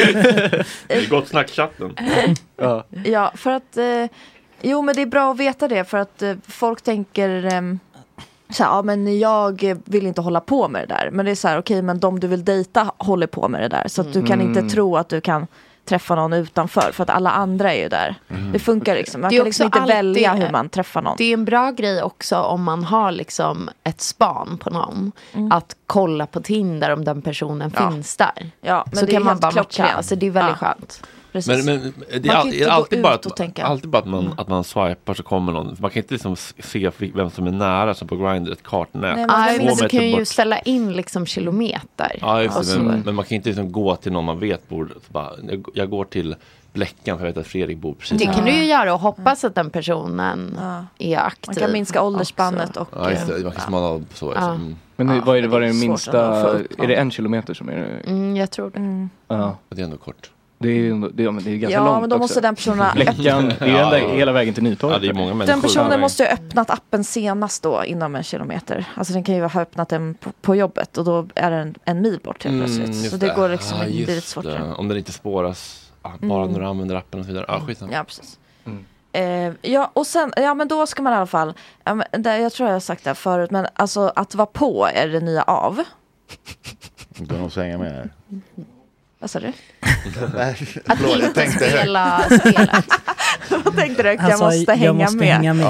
Det är gott snackchatten. Ja. Ja, för att eh, jo, men det är bra att veta det för att eh, folk tänker eh, så här, ja men jag vill inte hålla på med det där. Men det är så här, okej, okay, men de du vill dejta håller på med det där. Så att du kan inte tro att du kan träffa någon utanför. För att alla andra är ju där. Mm. Det funkar liksom. Man kan liksom inte välja hur man träffar någon. Det är en bra grej också om man har liksom ett span på någon. Mm. Att kolla på Tinder om den personen ja. finns där. Ja, men så det kan är man bara klockan. matcha. Alltså det är väldigt ja. skönt. Men, men det är, all, är alltid, bara att, alltid bara att man, mm. att man swipar så kommer någon. Man kan inte liksom se vem som är nära som på Grindr, ett kartnät. Nej, men, men du kan ju bort. ställa in liksom kilometer. Ja, just det, men, men man kan inte liksom gå till någon man vet bor. Bara, jag, jag går till Bläckan, för jag vet att Fredrik bor precis. Det kan du ju göra och hoppas att den personen ja. är aktiv. Man kan minska åldersspannet och... Ja, just det. Man kan smala av så. Ja. Mm. Men hur, vad är det, vad är det minsta... Är det en kilometer som är det? Mm, jag tror det. Mm. Ja. Det är ändå kort. Det är, det, det är ganska ja, långt men då måste också. Den personen... Bläckan, det är ju ända hela vägen till Nytorget. Ja, det är många människor. Den personen måste ju ha öppnat appen senast då inom en kilometer. Alltså den kan ju ha öppnat den på, på jobbet och då är den en mil bort helt plötsligt. Mm, så det, det går liksom ah, det är lite svårt. Det. Om den inte spåras, ah, bara mm. när du använder appen och så vidare. Ah, skitsamma. Ja, precis. Mm. Eh, ja, och sen, ja men då ska man i alla fall, ja, men, där, jag tror jag har sagt det förut, men alltså att vara på är det nya av. Du måste hänga med här. Vad sa du? Att inte spela spelet. Vad tänkte du? Jag alltså, måste jag hänga måste med. Hänga med.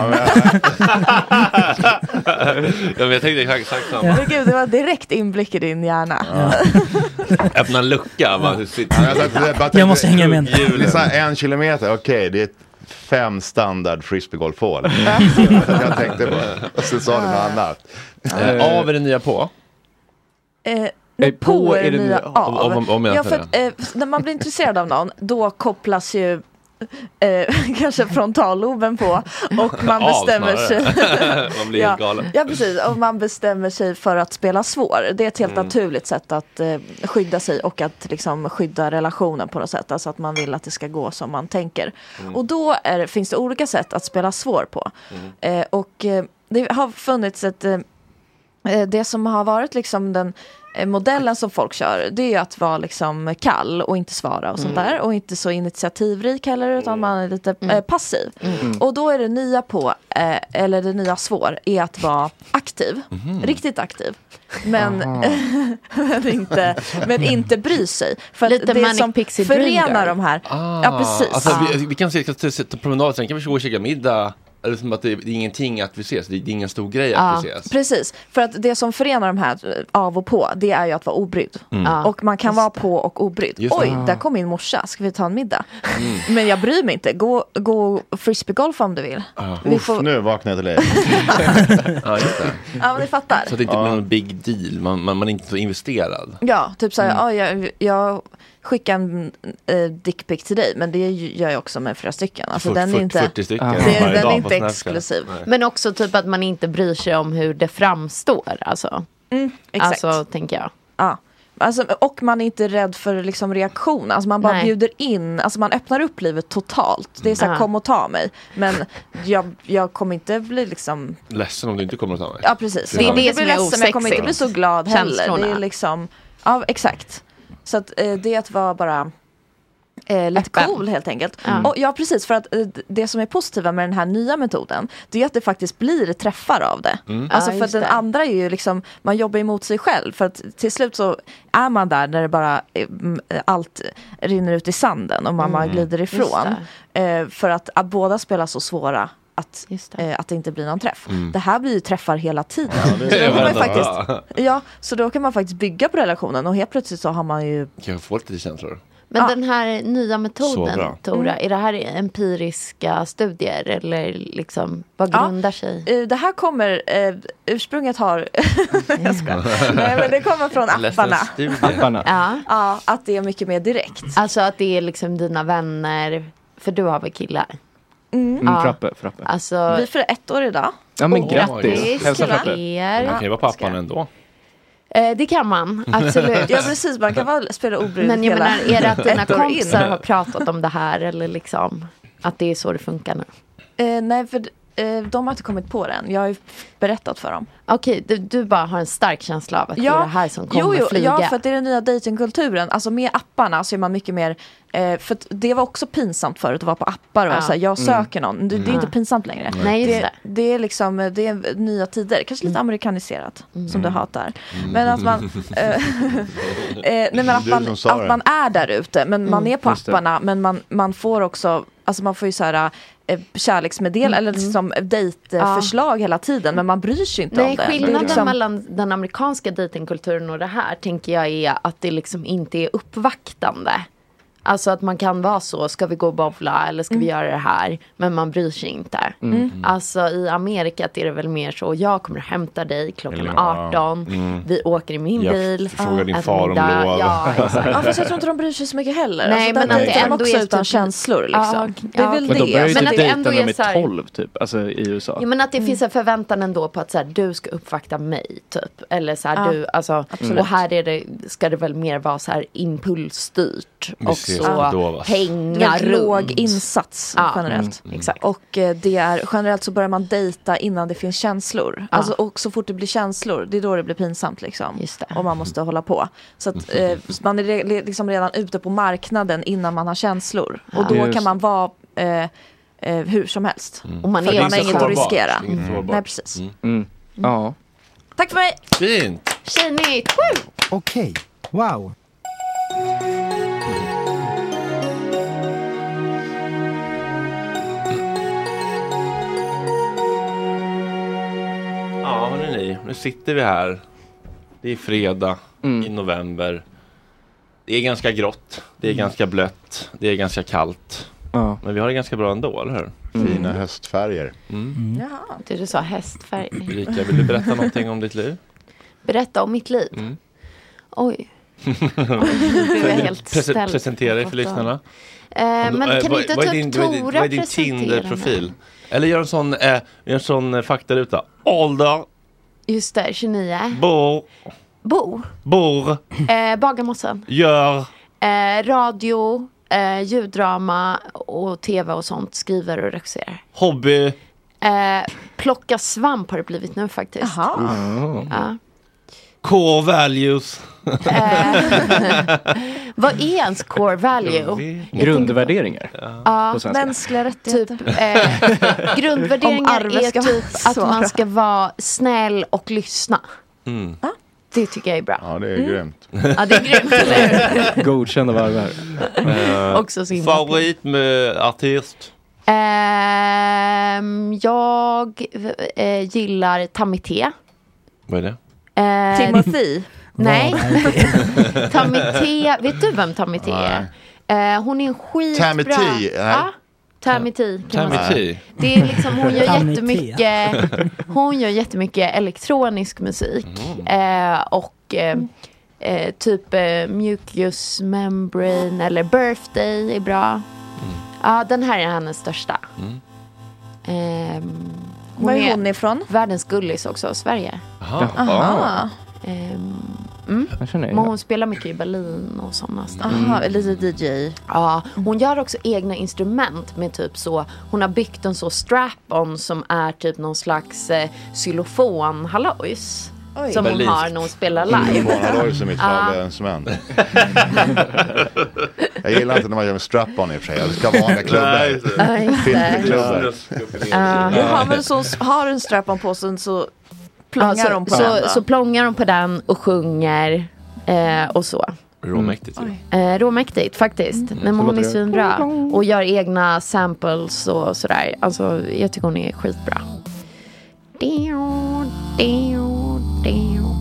Ja, men jag tänkte exakt samma. Ja. Men gud, det var direkt inblick i din hjärna. Ja. Öppna en lucka. Bara, ja, jag, bara, jag måste hänga med. Det är en kilometer, okej, okay, det är fem standard frisbeegolfhål. Jag tänkte på. Och så sa du något annat. Äh, av är det nya på? Eh, Nej, på, på är det nya av. Om, om, om ja, för att, eh, när man blir intresserad av någon, då kopplas ju eh, kanske frontalloben på och man bestämmer sig man blir helt galen. Ja, precis, och man bestämmer sig för att spela svår. Det är ett helt mm. naturligt sätt att eh, skydda sig och att liksom skydda relationen på något sätt, alltså att man vill att det ska gå som man tänker. Mm. Och då är, finns det olika sätt att spela svår på. Mm. Eh, och eh, det har funnits ett eh, det som har varit liksom den modellen som folk kör, det är ju att vara liksom kall och inte svara och sånt mm. där, och inte så initiativrik heller, utan man är lite mm. eh, passiv. Mm. Och då är det nya på, eh, eller det nya svår, är att vara aktiv. Mm. Riktigt aktiv. Men, men, inte, men inte bry sig. För lite att det som förenar de här. Ah, ja, precis. Alltså, ah. vi, vi kan se ta promenad, sen kan vi gå och käka middag. Eller som att det, det är ingenting att vi ses. Det är ingen stor grej att ja, vi ses. Precis. För att det som förenar de här av och på, det är ju att vara obrydd. Mm. Ja. Och man kan Just vara på och obrydd. Just Oj, det. Där kom min morsa. Ska vi ta en middag? Mm. Men jag bryr mig inte. Gå, gå frisbeegolf om du vill. Ah. Vi får... Uff, nu vaknar jag till dig. Ja, just det. Ja, men ni fattar. Så att det inte blir någon big deal. Man, man, man är inte så investerad. Ja, typ så här, mm. ja, jag... jag skicka en eh, dickpic till dig, men det gör jag också med flera stycken. Alltså fyrtio, den är inte, fyrtio stycken. Det, den är inte exklusiv. Nej. Men också typ att man inte bryr sig om hur det framstår. Alltså, mm, exakt. Alltså tänker jag. Ja. Alltså, och man är inte rädd för liksom, reaktion. Alltså man bara Nej. bjuder in, alltså man öppnar upp livet totalt. Det är så här, mm. kom och ta mig. Men jag, jag kommer inte bli liksom... ledsen om du inte kommer att ta mig. Ja, precis. Det är jag det som är ledsen, osexigt. men jag kommer inte bli så glad heller. Känslorna. Det är liksom, ja, exakt. Så att eh, det att vara bara eh, lite Öppen. cool helt enkelt. Mm. Och, ja, precis, för att eh, det som är positiva med den här nya metoden, det är att det faktiskt blir träffar av det. Mm. Alltså ja, för att den det. andra är ju liksom, man jobbar emot sig själv. För att till slut så är man där när det bara eh, allt rinner ut i sanden och mamma mm. glider ifrån. Eh, för att, att båda spelar så svåra Att det. Eh, att det inte blir någon träff. Mm. Det här blir ju träffar hela tiden. Ja, det så, då kan man faktiskt, ja, så då kan man faktiskt bygga på relationen. Och helt plötsligt så har man ju... Kan jag få lite känslor? Men ja. den här nya metoden, Tora, mm. är det här empiriska studier? Eller liksom, vad grundar ja. sig? Det här kommer, eh, ursprunget har... jag ska. Nej, men det kommer från apparna. apparna. Ja. Ja, att det är mycket mer direkt. Alltså att det är liksom dina vänner, för du har väl killar? Mm. Mm, frappe, frappe. Alltså, vi får ett år idag. Ja, men grattis. Hälsa Frappe. Man kan ju vara pappan ändå. Eh, det kan man, absolut. Ja, precis, man kan väl spela obrydd. Men jag menar, är det att dina kompisar har pratat om det här? Eller liksom, att det är så det funkar nu? Eh, nej, för eh, de har inte kommit på det än. Jag har ju berättat för dem. Okej, du, du bara har en stark känsla av att ja. det är det här som kommer jo, jo, flyga. Ja, för att det är den nya datingkulturen. Alltså med apparna så är man mycket mer... Eh, för att det var också pinsamt förut att vara på appar och ja. säga jag söker någon. Det, det är inte pinsamt längre. Mm. Nej, det, det. det är liksom det är nya tider. Kanske lite amerikaniserat mm. som du hatar. Mm. Men att man... eh, eh, nej, men att man, att man är där ute. Men man är på mm, apparna. Men man, man får också... Alltså man får ju så här... kärleksmedel mm. eller liksom dejtförslag ja. hela tiden, men man bryr sig inte Nej, om det. Skillnaden det liksom... mellan den amerikanska dejtingkulturen och det här tänker jag är att det liksom inte är uppvaktande. Alltså att man kan vara så, ska vi gå och bowla eller ska mm. vi göra det här? Men man bryr sig inte. Mm. Mm. Alltså i Amerika är det väl mer så, jag kommer att hämta dig klockan arton, mm. vi åker i min jag bil. Jag frågar din far om lov. Ja, exakt. Ja, fast jag tror inte de bryr sig så mycket heller. Nej, alltså, men att det ändå också är utan typ... känslor liksom. Ja, det är ja. väl men det. de börjar ju men typ att det dejta ändå när de är är så här... tolv typ, alltså i U S A. Ja, men att det mm. finns en förväntan ändå på att så här, du ska uppvakta mig typ. Eller så här, ja, du, alltså, och här är det, ska det väl mer vara så här impulsstyrt. Vi och så då, hänga runt. Låg insats ja. generellt. Mm. Exakt. Och eh, det är, generellt så börjar man dejta innan det finns känslor. Ja. Alltså, och så fort det blir känslor, det är då det blir pinsamt liksom. Just det. Och man måste hålla på. Så att eh, man är re- liksom redan ute på marknaden innan man har känslor. Ja. Och då Just. kan man vara eh, eh, hur som helst. Mm. Och man, är, är man har inget att riskera. Mm. Mm. Nej, precis. Mm. Mm. Ja. Tack för mig! Fint! Tjejnytt! Okej, okay. Wow! Ja, hörni, nu sitter vi här. Det är fredag mm. i november. Det är ganska grått. Det är mm. ganska blött. Det är ganska kallt. Ja. Men vi har det ganska bra ändå, eller hur? Mm. Fina höstfärger. Mm. Mm. Jaha, det du sa hästfärg. Rika, vill du berätta någonting om ditt liv? Berätta om mitt liv? Mm. Oj. Du är helt Prese- presentera dig för lyssnarna. Eh, men kan vad, inte vad typ din, Tora presentera? Vad är din Tinder-profil? Eller gör en sån, eh, gör en sån eh, faktaruta. Ålder. Just det, tjugonio. Bor. Bo. Bor. Eh, Bagarmossen. Gör. Eh, radio, eh, ljuddrama och tv och sånt. Skriver och regisserar. Hobby. Eh, plocka svamp har det blivit nu faktiskt. Jaha. Mm. Ja. Core values. Eh, vad är ens core value? Grundvärderingar. Ja, mänskliga rättigheter. Typ, eh, grundvärderingar är typ att man ska vara snäll och lyssna. Mm. Ja, det tycker jag är bra. Ja, det är mm. grymt. Ja, det är grymt, eller hur? Godkända varvar. Uh, Också så favorit med artist? Um, jag uh, gillar Tamité. Vad är det? Uh, Timothy? Nej. Tamité, vet du vem Tamité är? Uh, hon är en skitbra. Tamité? Ja. Tamité kan man säga. Tamité. Det är liksom, hon gör jättemycket hon gör jättemycket elektronisk musik. Mm. Uh, och uh, uh, typ uh, Mucus Membrane eller Birthday är bra. Mm. Ja, den här är hennes största. Mm. Um, hon Var är hon ifrån? Världens gullis också, Sverige. Aha. Aha. Um, mm. Men hon spelar mycket i Berlin och sådana ställen. Aha, lite D J. Ja, hon gör också egna instrument med typ så, hon har byggt en så strap-on som är typ någon slags eh, xylofon hallojs. Oj. Som Berlin. Hon har när hon spelar live. Xylofon är mitt favoritinstrument. Jag gillar inte när man gör med strap-on i och för sig. Det ska vara klubbar. Filterklubbar. Jaha, men så har en strap-on på sig så plångar ja, så, de på så, den. Så plångar de på den och sjunger eh, och så. Råmäktigt. Mm. Eh, råmäktigt faktiskt. Mm. Men hon är svinbra. Och gör egna samples och sådär. Alltså jag tycker hon är skitbra. Dio, dio, dio.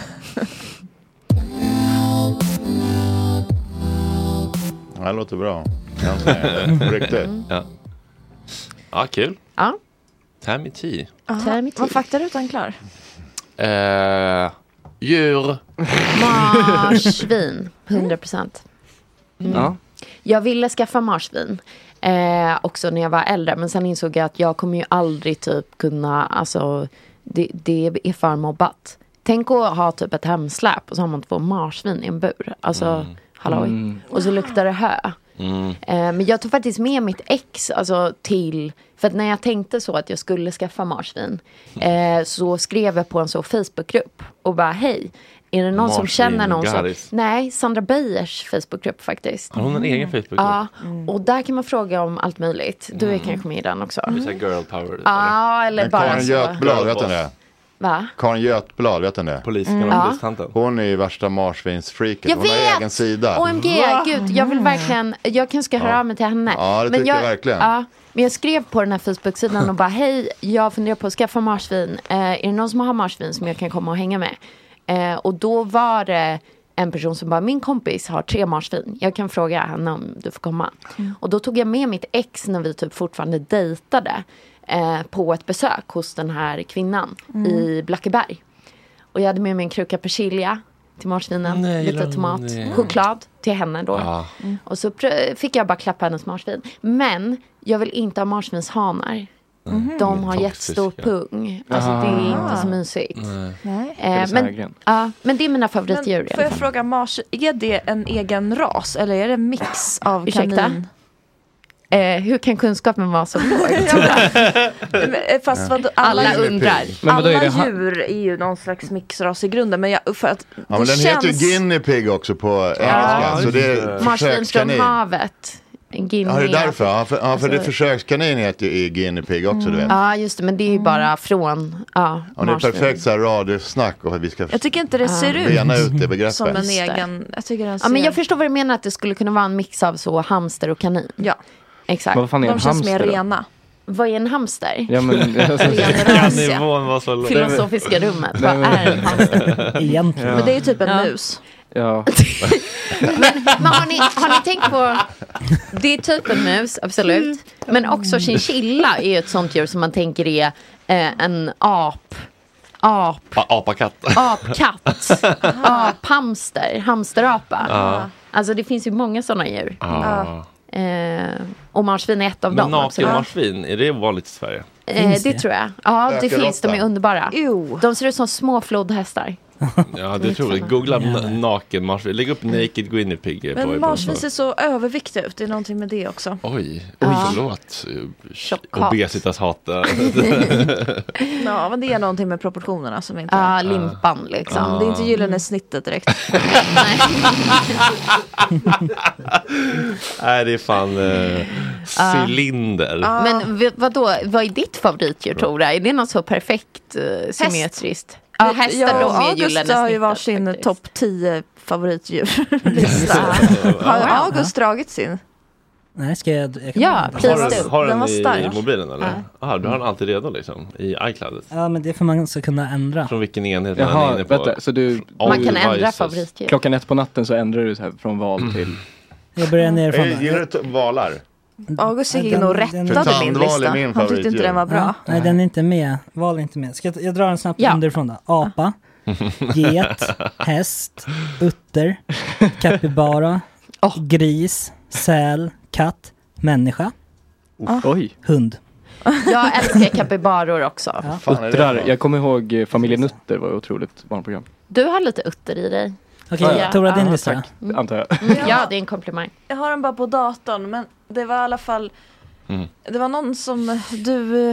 Det låter bra. Riktigt. Mm. Ja. Ja, kul. Ja. Tamité. Vad faktar utan klar? Eh, djur. Marsvin. hundra procent. Mm. Ja. Jag ville skaffa marsvin. Eh, också när jag var äldre. Men sen insåg jag att jag kommer ju aldrig typ kunna. Alltså det, det är för mobbat. Tänk att ha typ ett hemsläp. Och så har man två marsvin i en bur. Alltså mm. halloj. Mm. Och så luktar det hö. Mm. Eh, men jag tog faktiskt med mitt ex alltså, till, för att när jag tänkte så att jag skulle skaffa marsvin eh, så skrev jag på en så Facebookgrupp och bara hej, är det någon marsvin, som känner någon som, nej, Sandra Beijers Facebookgrupp faktiskt. Har hon en egen Facebookgrupp? Ja, mm. och där kan man fråga om allt möjligt. Du är mm. kanske med i den också. Mm. Girl power. Ja, eller, eller bara Karin så. Götblad, vet du det? Va? Karin Götblad, vet du det? Polisen mm. och ja. Hon är ju värsta marsvinsfreaket. Hon vet! har egen sida. O M G, Va? Gud, jag vill verkligen, jag kanske ska höra ja. av mig till henne. Ja, det men tycker jag, jag verkligen. Ja, men jag skrev på den här Facebook-sidan och bara, hej, jag funderar på att skaffa marsvin. Eh, är det någon som har marsvin som jag kan komma och hänga med? Eh, och då var det en person som bara, min kompis har tre marsvin. Jag kan fråga henne om du får komma. Mm. Och då tog jag med mitt ex när vi typ fortfarande dejtade eh, på ett besök hos den här kvinnan mm. i Blackeberg. Och jag hade med mig en kruka persilja till marsvinen, nej, lite tomat, nej. choklad till henne då. Ja. Mm. Och så pr- fick jag bara klappa hennes marsvin. Men jag vill inte ha marsvinshanar. Mm-hmm. De har jättestor pung. Alltså Aha. det är inte så mysigt. Nej. Eh, men, ja, men det är mina favoritdjur. Men får jag fråga, mars, är det en egen ras eller är det en mix av Ursäkta? kanin? Eh, hur kan kunskapen vara så låg? Fast vad, alla, alla undrar. Men alla är det? Djur är ju någon slags mixras i grunden. Men, jag, för att ja, men den känns... heter ju guinea pig också på engelska. Ja, så det är marsvin från havet. Guinea. Ja, det är därför. Ja, för, ja, för alltså, det försökskanin heter ju guinea pig också, mm. du vet. Ja, just det. Men det är ju bara från ja, ja, det är perfekt så här radiosnack och vi ska jag tycker inte det ser ut, ut det begreppet. Som en egen... Jag tycker den ser... Ja, men jag förstår vad du menar, att det skulle kunna vara en mix av så hamster och kanin. Ja. Exakt. Men vad fan är en De känns hamster mer då? rena. Vad är en hamster? Ja, men... nivån var så låg. Filosofiska rummet. Vad är en hamster? Egentligen. Ja. Men det är ju typ en ja. mus. Ja. men men har, ni, har ni tänkt på, det är typ en mus, absolut. Men också chinchilla är ju ett sånt djur som man tänker är eh, en ap. Ap. Apakatt. Apkatt. Aphamster. Hamsterapa. Ah. Alltså det finns ju många sådana djur. Ah. Eh, och marsvin är ett av men dem. Men nakenmarsvin, är det vanligt i Sverige? Eh, det, det tror jag. Ja, det Öker finns. Råtta. De är underbara. Ew. De ser ut som små flodhästar. Ja, det tror jag. Googla n- naken marsvin. Lägg upp naked guinea pig. Men på marsvin ser så överviktig ut. Det är någonting med det också. Oj, oj ja. Förlåt. Obesitas hata. Ja, men det är någonting med proportionerna som inte... Ja, limpan liksom. Ah. Det är inte gyllene snittet direkt. Nej, det är fan uh, cylinder. Ah. Men vadå, vad är ditt favoritdjur, Tora? Är det något så perfekt uh, symmetriskt? Ja, hästar, jag och August har ju varsin topp tio favoritdjur. Har August dragit sin? Nej, ska jag... jag ja, please do. Har den, den i, i mobilen eller? Ja. Aha, du har den alltid redo liksom, i iCloud. Ja, men det får man så kunna ändra. Från vilken enhet Jaha, man är inne på. Vänta, så du, man kan ändra favoritdjur. Klockan ett på natten så ändrar du så här från val till... Jag börjar nerifrån. Jag gillar du valar? August gick in och rättade min lista. Min Han tyckte inte den var bra. Ja, nej, den är inte med. Val är inte med. Ska jag, jag drar den snabbt ja. underifrån då. Apa, get, häst, utter, kapibara, oh. gris, säl, katt, människa, oh. Oj. hund. Jag älskar kapibaror också. Ja. Uttrar, jag kommer ihåg Familjen Utter var otroligt barnprogram. Du har lite utter i dig. Okej, okay, ja. Tora din ja. lista. Mm. Antar jag. Ja, det är en komplimang. Jag har den bara på datorn, men det var i alla fall mm. det var någon som du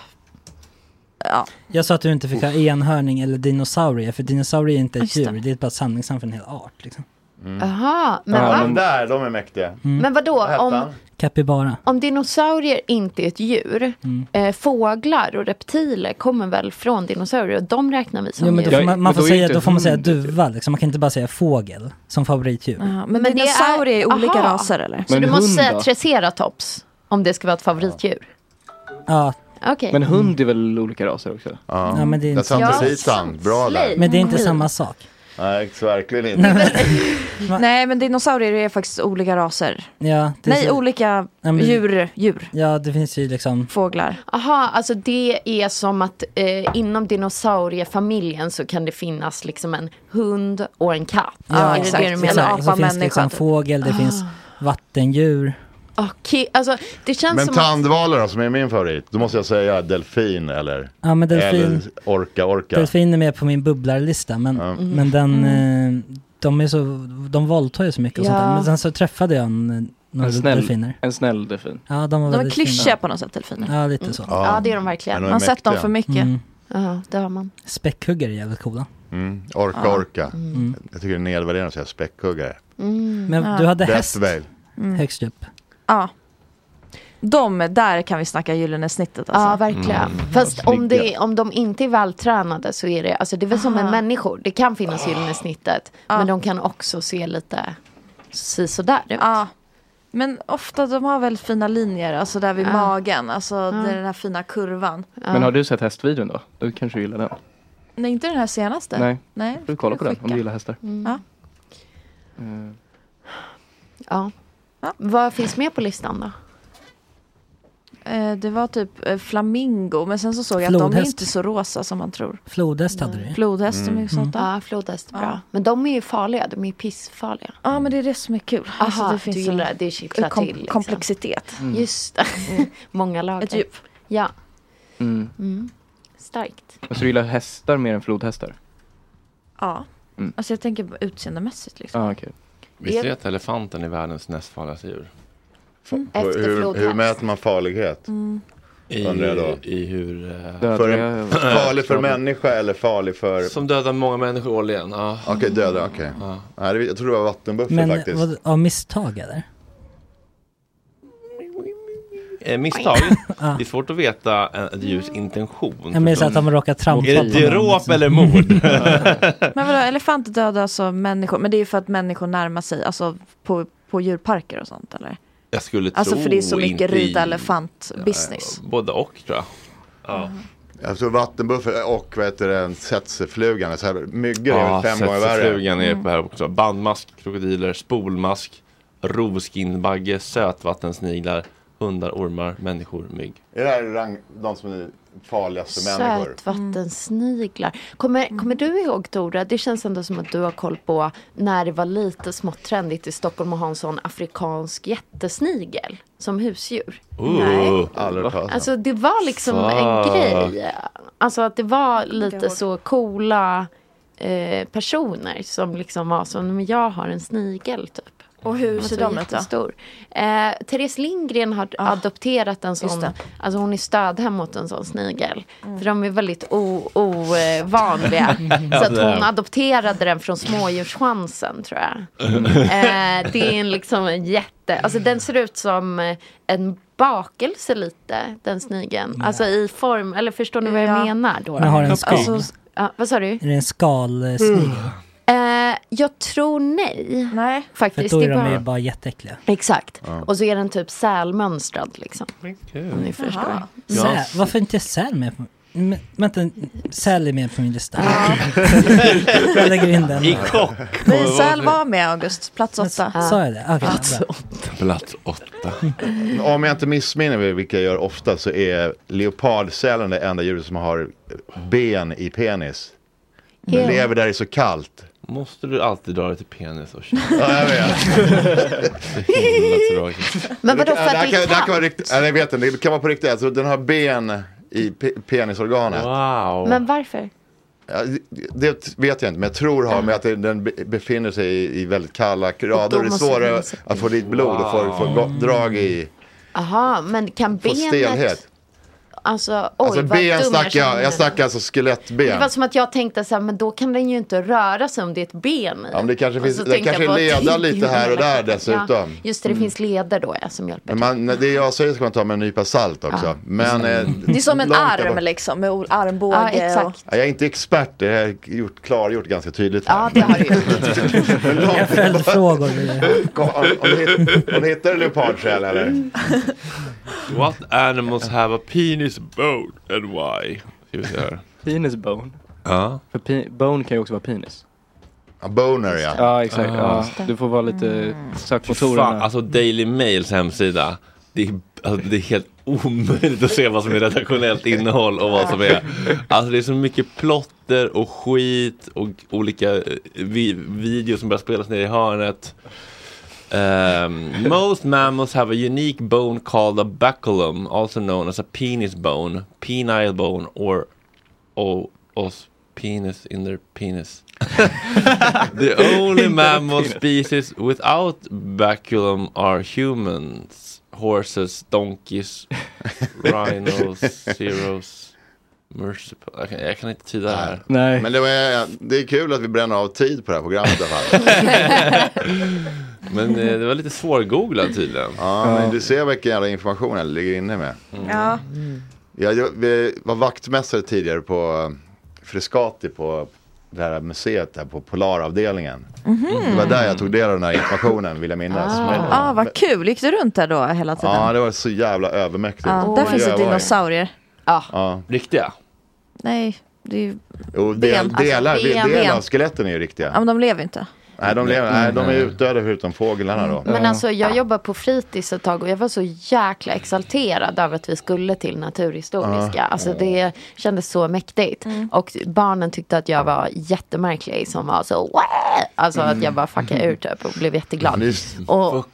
ja. Jag sa att du inte fick ha enhörning eller dinosaurier, för dinosaurier är inte ett djur, det är bara ett samlingsnamn för en hel art liksom. Jaha, mm. men ja, vad? De där, de är mäktiga. Mm. Men vadå, om, kapibara. Om dinosaurier inte är ett djur, mm. eh, fåglar och reptiler kommer väl från dinosaurier och de räknar vi som jo, men djur. Då får man, man får säga, då får man säga duva, liksom. Man kan inte bara säga fågel som favoritdjur. Uh, men, men dinosaurier är, är olika aha. raser eller? Så men du måste säga triceratops om det ska vara ett favoritdjur. Ja. Okay. Men hund är väl olika raser också? Ja, ja men det är inte ja, precis, bra där. Men det är inte samma sak. Nej, verkligen inte. Nej, men dinosaurier är faktiskt olika raser. Ja, Nej, så... olika ja, men... djur, djur. Ja, det finns ju liksom... Fåglar. Aha, alltså det är som att eh, inom dinosauriefamiljen så kan det finnas liksom en hund och en katt. Ja, ah, exakt. Det exakt. Apa, så finns det liksom fågel, det ah. finns vattendjur. Okej, alltså det känns men som tandvalar att... som är min favorit, då måste jag säga delfin eller, ja, men delfin, eller orka, orka. Delfin är med på min bubblarlista, men, mm. men den, mm. de är så, de våldtar ju så mycket och ja. sånt där. Men sen så träffade jag en, några en snäll, delfiner. En snäll delfin. Ja, de var de är klyschiga på något sätt, delfiner. Ja, lite så. Mm. Ja, det är de verkligen. Man har sett dem för mycket. Mm. Ja, det har man. Späckhuggare är jävligt coola. Mm. Orka, ja. orka. Mm. Jag tycker det är nedvärderande att säga späckhuggare. Mm. Men ja. du hade häst mm. högst upp. Ja. De, där kan vi snacka gyllene snittet alltså. Ja, verkligen. Mm. Fast om, det, om de inte är vältränade så är det, alltså det är väl som en människor. Det kan finnas gyllene snittet, ja. men de kan också se lite så, sådär ut. Ja. Men ofta de har väl fina linjer, alltså där vid ja. magen, alltså ja. det är den här fina kurvan. Ja. Men har du sett hästvideon då? Du kanske gillar den. Nej, inte den här senaste. Nej, Nej. du kollar på den om du gillar hästar. Mm. Ja. Mm. Ja. ja. Vad finns med på listan då? Eh, det var typ eh, flamingo, men sen så såg jag Flodhäst. att de är inte så rosa som man tror. Flodhäst hade du. Flodhäst mm. är mycket sånt där. Ja, flodhäst är bra. Ja. Men de är ju farliga, de är ju pissfarliga. Ja, men det är det som är kul. Aha, alltså, det finns du gillar det, det kittlar kom- till. Liksom. Komplexitet. Mm. Just det. Många lager. Ett djup. Ja. Mm. Mm. Starkt. Så du gillar hästar mer än flodhästar? Ja. Mm. Alltså jag tänker utseendemässigt liksom. Ah, okay. Visste du att elefanten är världens näst farligaste djur? Mm. Efter hur, hur mäter man farlighet? Mm. I, då? i hur... Uh, för en, farlig för människa eller farlig för... Som dödar många människor årligen. Ja. Okej, okay, döda, okej. Okay. Ja. Ja, jag tror det var vattenbuffel Men, faktiskt. Men av misstag eller? Eh, misstag? Det är svårt att veta ett djurs intention. Jag menar så att de råkar trampa. Är det dråp eller mord? Men vadå, elefanter dödar alltså människor. Men det är ju för att människor närmar sig. Alltså på, på djurparker och sånt eller? Jag skulle alltså tro för det är så mycket rida i... elefant business. Ja, både och tror jag. Ja. Mm. Alltså vattenbuffel och vad heter det, en tsetseflugan. Så här, myggor ja, är väl fem gånger värre. Tsetseflugan är på här också. Bandmask, krokodiler, spolmask, rovskinbagge, sötvattensniglar, hundar, ormar, människor, mygg. Är det här rang, de som är farligaste människor? Sötvattensniglar. Kommer, mm. kommer du ihåg, Tora? Det känns ändå som att du har koll på när det var lite smått trendigt i Stockholm att ha en sån afrikansk jättesnigel som husdjur. Uh, Nej. Aldrig. Alltså det var liksom Fuck. en grej. Alltså att det var lite så coola eh, personer som liksom var så, men jag har en snigel typ. Och hur ser de ut då? Eh, Therese Lindgren har ah, adopterat en sån, alltså hon är stödhem mot en sån snigel. Mm. För de är väldigt ovanliga. Så att hon adopterade den från smådjurschansen tror jag. Eh, det är en liksom en jätte, alltså den ser ut som en bakelse lite, den snigeln. Mm. Alltså i form, eller förstår ni vad jag ja. menar då? Den har en skal. Alltså, ja, vad sa du? Är det en skalsnigel? Mm. Uh, jag tror nej. Nej. Faktiskt. För då är det de bara... ju bara jätteäckliga. Exakt. Ja. Och så är den typ sälmönstrad liksom. Okay. Om ni förstår. Säl, varför inte säl med på... Men, vänta, säl är med på min lista. Jag lägger in den. I kock. Nej, säl var med August. Plats åtta. Men, sa jag det? Okay, plats åtta. Plats åtta. Om jag inte missminner mig, vilka jag gör ofta, så är leopardsälen det enda djuret som har ben i penis. Den yeah. lever där det är så kallt. Måste du alltid dra det till penis och känna? Ja, jag vet. Det är himla tråkigt. Men vadå, för att det är kallt? Det kan vara riktigt, jag vet inte, det kan vara på riktigt. Alltså, den har ben i pe- penisorganet. Wow. Men varför? Ja, det vet jag inte, men jag tror har med att den befinner sig i, i väldigt kalla grader. Det är svårare att få dit blod wow. och få, få go- drag i... Aha, men kan benet... Få stelhet. Alltså, oj, alltså ben snackar jag, jag snackar alltså skelettben. Det var som att jag tänkte så här, men då kan den ju inte röra sig om det är ett ben i. Ja, men det kanske finns, det kanske leder lite här och där dessutom. Ja, just det, det mm. finns leder då ja, som hjälper. Men man, det jag säger ska man ta med en nypa salt också. Ja. Men, eh, det är som en arm liksom, med armbåge. Ja, exakt. Och... Ja, jag är inte expert, det har jag gjort, klargjort ganska tydligt här. Ja, det har du gjort. Jag följde frågor. Om ni hittar leopardsäl eller? What animals have a penis bone and why? Penis bone? Ja. För pe- bone kan ju också vara penis. A boner, ja. Ja, exakt. Ah. Ja. Du får vara lite sökmotorerna. Alltså Daily Mails hemsida. Det är, alltså, det är helt omöjligt att se vad som är redaktionellt innehåll och vad som är... Alltså det är så mycket plotter och skit och olika vi- videos som börjar spelas ner i hörnet. Um, most mammals have a unique bone called a baculum, also known as a penis bone, penile bone, or or os penis in their penis. The only mammal species without baculum are humans, horses, donkeys, rhinoceros. Merciful. Jag kan, jag kan inte tyda det här. Nej. Men det, var, det är kul att vi bränner av tid på det här programmet i alla fall. Men eh, det var lite svårgooglat tydligen. Ja, men du ser vilken jävla information jag ligger inne med. Mm. Ja. Jag, jag vi var vaktmästare tidigare på Frescati på det här museet där på Polaravdelningen. Mm-hmm. Det var där jag tog del av den här informationen, vill jag minnas. Ja, ah, ah, vad kul. Gick du runt där då hela tiden? Ja, det var så jävla övermäktigt. Ah, där finns det dinosaurier. Ja. Ja. Riktiga? Nej, det är ju jo, del, ben. delar, Alltså, ben, delar ben. av skeletten är ju riktiga. Ja, men de lever inte. Nej, de, lever, nej, de är utdöda förutom fåglarna då. Men alltså jag jobbar på fritids ett tag och jag var så jäkla exalterad över att vi skulle till Naturhistoriska. Ah. Alltså det kändes så mäktigt. Mm. Och barnen tyckte att jag var jättemärklig som var så Wah! Alltså att jag bara fuckade ur typ och blev jätteglad. Och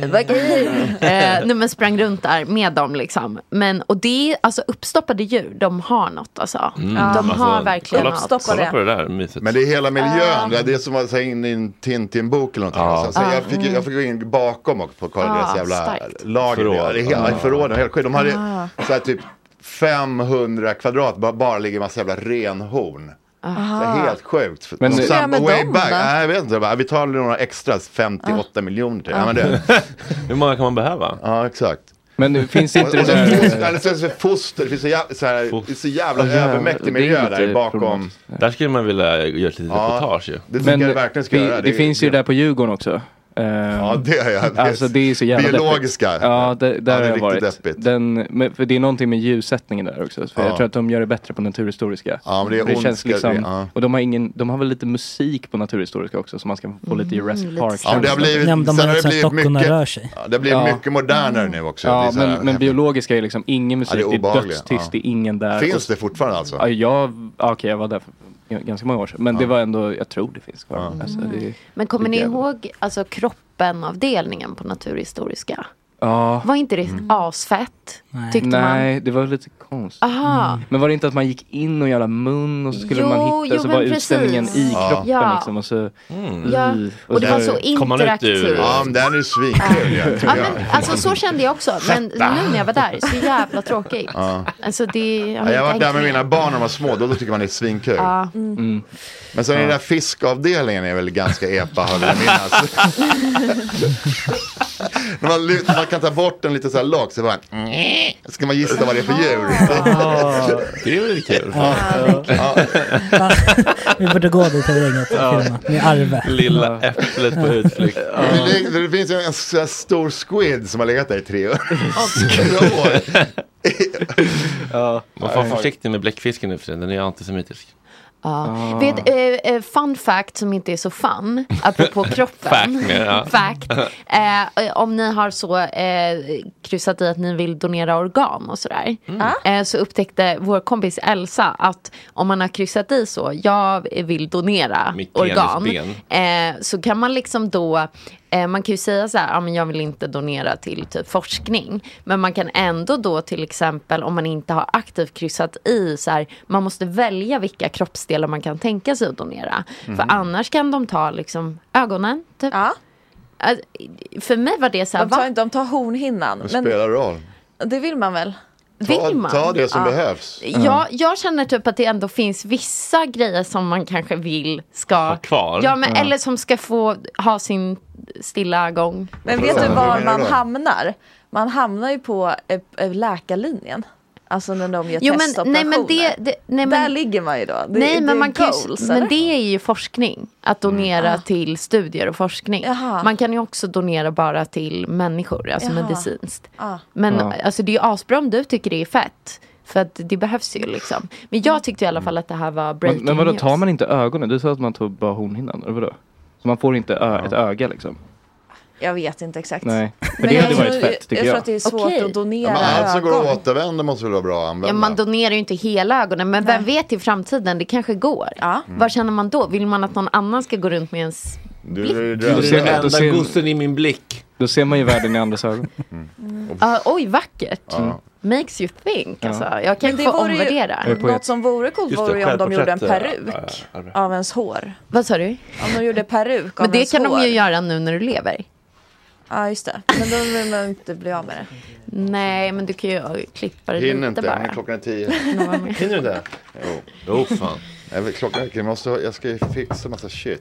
eh, nu men sprang runt där med dem liksom. Men och det är alltså uppstoppade djur, de har något alltså. Mm. De alltså, har verkligen kolla, något. Kolla på det där mysigt. Men det är hela miljön, uh. det är som att säga in i en Tintin-bok eller någonting. Uh. Alltså, uh. jag, fick, jag fick gå in bakom och kolla uh. deras jävla starkt. Lager. Förråd. Det är helt, uh. förråden, helt skit. De hade uh. så här, typ femhundra kvadrat, bara, bara ligger en massa jävla renhorn. Så helt sjukt. Men de sam- way dem, back. Nej, jag vet inte. Vi tar några extra femtioåtta uh. miljoner till. Uh. Ja, men det. Hur många kan man behöva? Ja, exakt. Men det finns inte det där... Eller så är det foster. Det finns så jävla, så här, så jävla oh, övermäktig miljö där bakom. Där skulle man vilja göra ett litet ja, reportage ju. Det men jag verkligen ska vi, göra. Det, det finns det. ju där på Djurgården också. Uh, ja, det är jag. Alltså det är så jävla biologiska. Deppigt. Ja, det, där ja, det är har jag varit. Deppigt. Den, men, för det är någonting med ljussättningen där också. För ja. jag tror att de gör det bättre på Naturhistoriska. Ja, men det är det känns liksom, det, ja. och de har ingen, de har väl lite musik på Naturhistoriska också, så man ska få lite Jurassic mm, Park. Ja, det har blivit, de sen har det blivit mycket, rör sig. Ja, det blir ja. mycket modernare mm. nu också. Ja, men, men biologiska är liksom ingen musik, ja, det är, det är dödstyst, ja. Det är ingen där. Finns och, det fortfarande alltså? Ja, jag, okej, okay, jag var där för ganska många år sedan. Men ja. det var ändå, jag tror det finns kvar. Mm. Alltså, det, men kommer det ni ihåg alltså kroppenavdelningen på Naturhistoriska? Ja. Var inte det mm. asfett? Nej, tyckte Nej man? det var lite konstigt. Aha. Mm. Men var det inte att man gick in och jävla mun och så skulle jo, man hitta jo, så var precis. utställningen i ja. kroppen ja. liksom och så mm. ja. och, och det var så interaktivt. Ja, men den är ju svinkul. Ja, men alltså så kände jag också. Men nu när jag var där, så jävla tråkigt. Ja. Alltså det jag, jag var där med mina barn när de var små, då, då tycker man det är svinkul. Ja. Mm. Mm. Men så ja. den där fiskavdelningen är väl ganska epa, hörde jag minnas. När man, man kan ta bort en lite så här lock så bara ska man gissa vad det är för djur. Ah, det är väl kul. Ja, ja. Ja. Vi borde gå dit till regnet och filma med Arve. Lilla äpplet på utflykt. Ja. Det, det finns ju en så stor squid som har legat där i tre år. Ja. Man får vara försiktig med bläckfisken nu för den är antisemitisk. Ja. Ah. Vet, eh, fun fact som inte är så fun, apropå kroppen. Fact, ja. Fact. Eh, om ni har så eh, kryssat i att ni vill donera organ och sådär. Mm. Eh, så upptäckte vår kompis Elsa att om man har kryssat i så, jag vill donera mitt organ. Eh, så kan man liksom då man kan ju säga så här, ja, men jag vill inte donera till typ forskning. Men man kan ändå då till exempel, om man inte har aktivt kryssat i så här, man måste välja vilka kroppsdelar man kan tänka sig att donera. Mm. För annars kan de ta liksom ögonen typ. Ja. Alltså, för mig var det så här, de tar, de tar hornhinnan. Det spelar roll. Det vill man väl? Ta, ta det som ja. behövs. Ja, jag känner typ att det ändå finns vissa grejer som man kanske vill ska kvar. Ja, men, ja. Eller som ska få ha sin stilla gång. Men vet du var man hamnar? Man hamnar ju på äh, läkarlinjen. Alltså när de gör jo, men, testoperationer. nej, men det, det, nej, men, där ligger man ju då. Det, nej, det men, man goals, kan, men det är ju forskning. Att donera mm. till studier och forskning. Jaha. Man kan ju också donera bara till människor. Alltså Jaha. medicinskt. Ah. Men ja. alltså, det är ju asbra om du tycker det är fett. För att det behövs ju liksom. Men jag tyckte i alla fall att det här var breaking Men, men vadå, news. tar man inte ögonen? Du sa att man tog bara hornhinnan, eller vadå? Så man får inte ö- ett öga liksom? Jag vet inte exakt. Nej, men det hade varit fett tycker jag. Jag tror att det är svårt okay. att donera ja, men allt som ögon. går att återvända måste väl vara bra att använda. Ja, man donerar ju inte hela ögonen. Men Nej. vem vet i framtiden, det kanske går. Ja. Mm. Vad känner man då? Vill man att någon annan ska gå runt med ens du, blick? Du, du, du, du, den enda gossen i min blick. Då ser man ju världen i andras ögon. Mm. Mm. Uh, oj, vackert. Mm. Makes you think. Ja. Alltså. Jag kan få omvärdera. Något som vore coolt vore ju om de gjorde en peruk äh, äh, av ens hår. Vad sa du? Om de gjorde peruk av Men det ens kan hår. de ju göra nu när du lever. Ja, just det. Men då vill man inte bli av med det. Nej, men du kan ju klippa det Hinner lite inte, bara. klockan är tio. Hinner du inte? Jo, oh, fan. Jag, vet, klockan, jag, måste, jag ska ju fixa massa shit.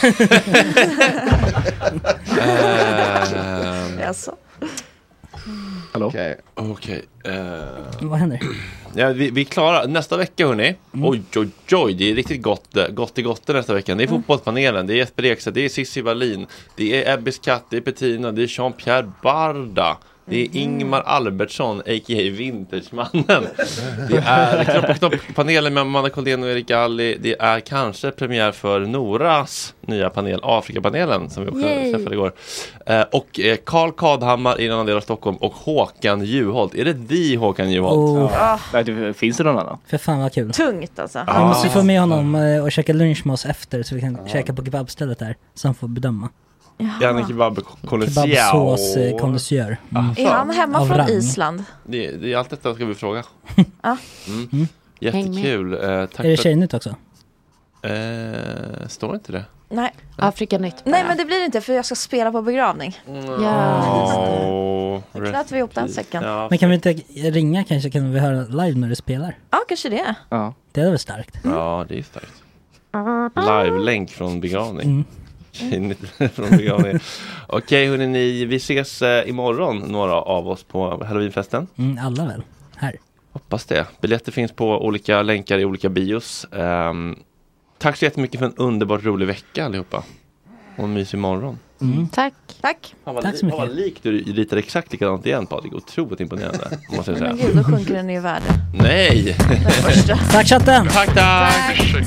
um, Jaså? Hallå? Okej. Okay. Okay. Uh, Vad händer? Ja, vi, vi klarar nästa vecka hörni. Mm. Oj, oj, oj. Det är riktigt gott, gott i gott nästa vecka. Det är mm. fotbollspanelen, det är Jesper Ekstedt, det är Cissi Wallin, det är Ebbis Katt, det är Bettina, det är Jean-Pierre Barda. Det är Ingmar Albertsson, a k a. Vintagemannen. Det är Kropp och Knopp-panelen med Amanda Koldén och Erik Galli. Det är kanske premiär för Noras nya panel, Afrikapanelen, som vi också Yay. träffade igår. Eh, och eh, Carl Kadhammar i en annan del av Stockholm och Håkan Juholt. Är det vi Håkan Juholt? Oh. Ja. Nej, det, finns det någon annan? För fan vad kul. Tungt alltså. Vi måste få med honom eh, och käka lunch med oss efter så vi kan ja. käka på kebabstället där. Så han får bedöma. Gärna kebab-kondensör. Kebabsås-kondensör. Mm. Är han hemma Av från rang. Island? Det, det är allt detta ska vi fråga. Ja. Mm. Mm. Jättekul. Eh, tack är det Tjejnytt också? Eh, står inte det? Nej. Afrikanytt. Nej, men det blir inte för jag ska spela på begravning. Mm. Ja. Då knöt vi ihop den säcken. Ja, men kan vi inte ringa kanske? Kan vi höra live när du spelar? Ja, kanske det. Ja. Det är väl starkt? Mm. Ja, det är starkt. Live-länk från begravning. Mm. från begravning. Okej, hörni, ni, vi ses eh, imorgon, några av oss på Halloweenfesten. Mm, alla väl, här. Hoppas det. Biljetter finns på olika länkar i olika bios. Um, tack så jättemycket för en underbart rolig vecka allihopa. Och en mysig morgon. Mm. Tack. Tack. Han var, Tack så mycket. Han var lik du ritar exakt likadant igen, Patrik. Otroligt imponerande, måste jag säga. Men gud, då sjunker den i värde. Nej! Tack chatten! Tack, tack! tack.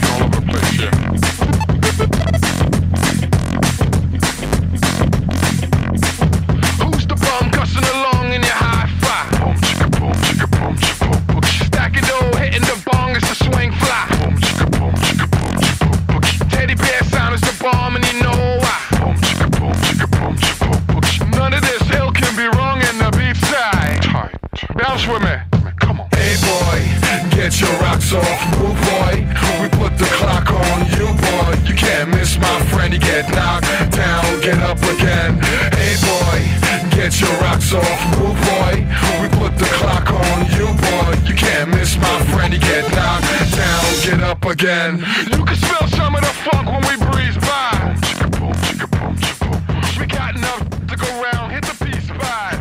Bounce with me. Come on. Hey boy, get your rocks off. Move boy, we put the clock on you boy. You can't miss my friend, you get knocked down, get up again. Hey boy, get your rocks off. Move boy, we put the clock on you boy. You can't miss my friend, you get knocked down, get up again. You can smell some of the funk when we breeze by. We got enough to go round, hit the peace vibe.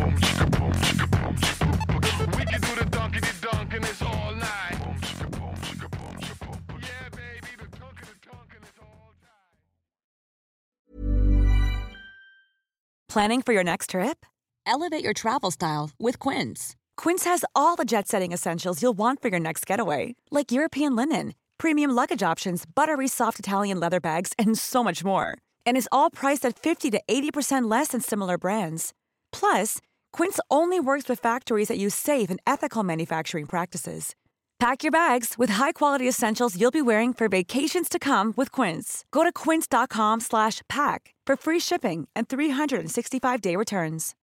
Planning for your next trip? Elevate your travel style with Quince. Quince has all the jet-setting essentials you'll want for your next getaway, like European linen, premium luggage options, buttery soft Italian leather bags, and so much more. And is all priced at fifty to eighty percent less than similar brands. Plus, Quince only works with factories that use safe and ethical manufacturing practices. Pack your bags with high-quality essentials you'll be wearing for vacations to come with Quince. Go to quince dot com slash pack for free shipping and three sixty-five day returns.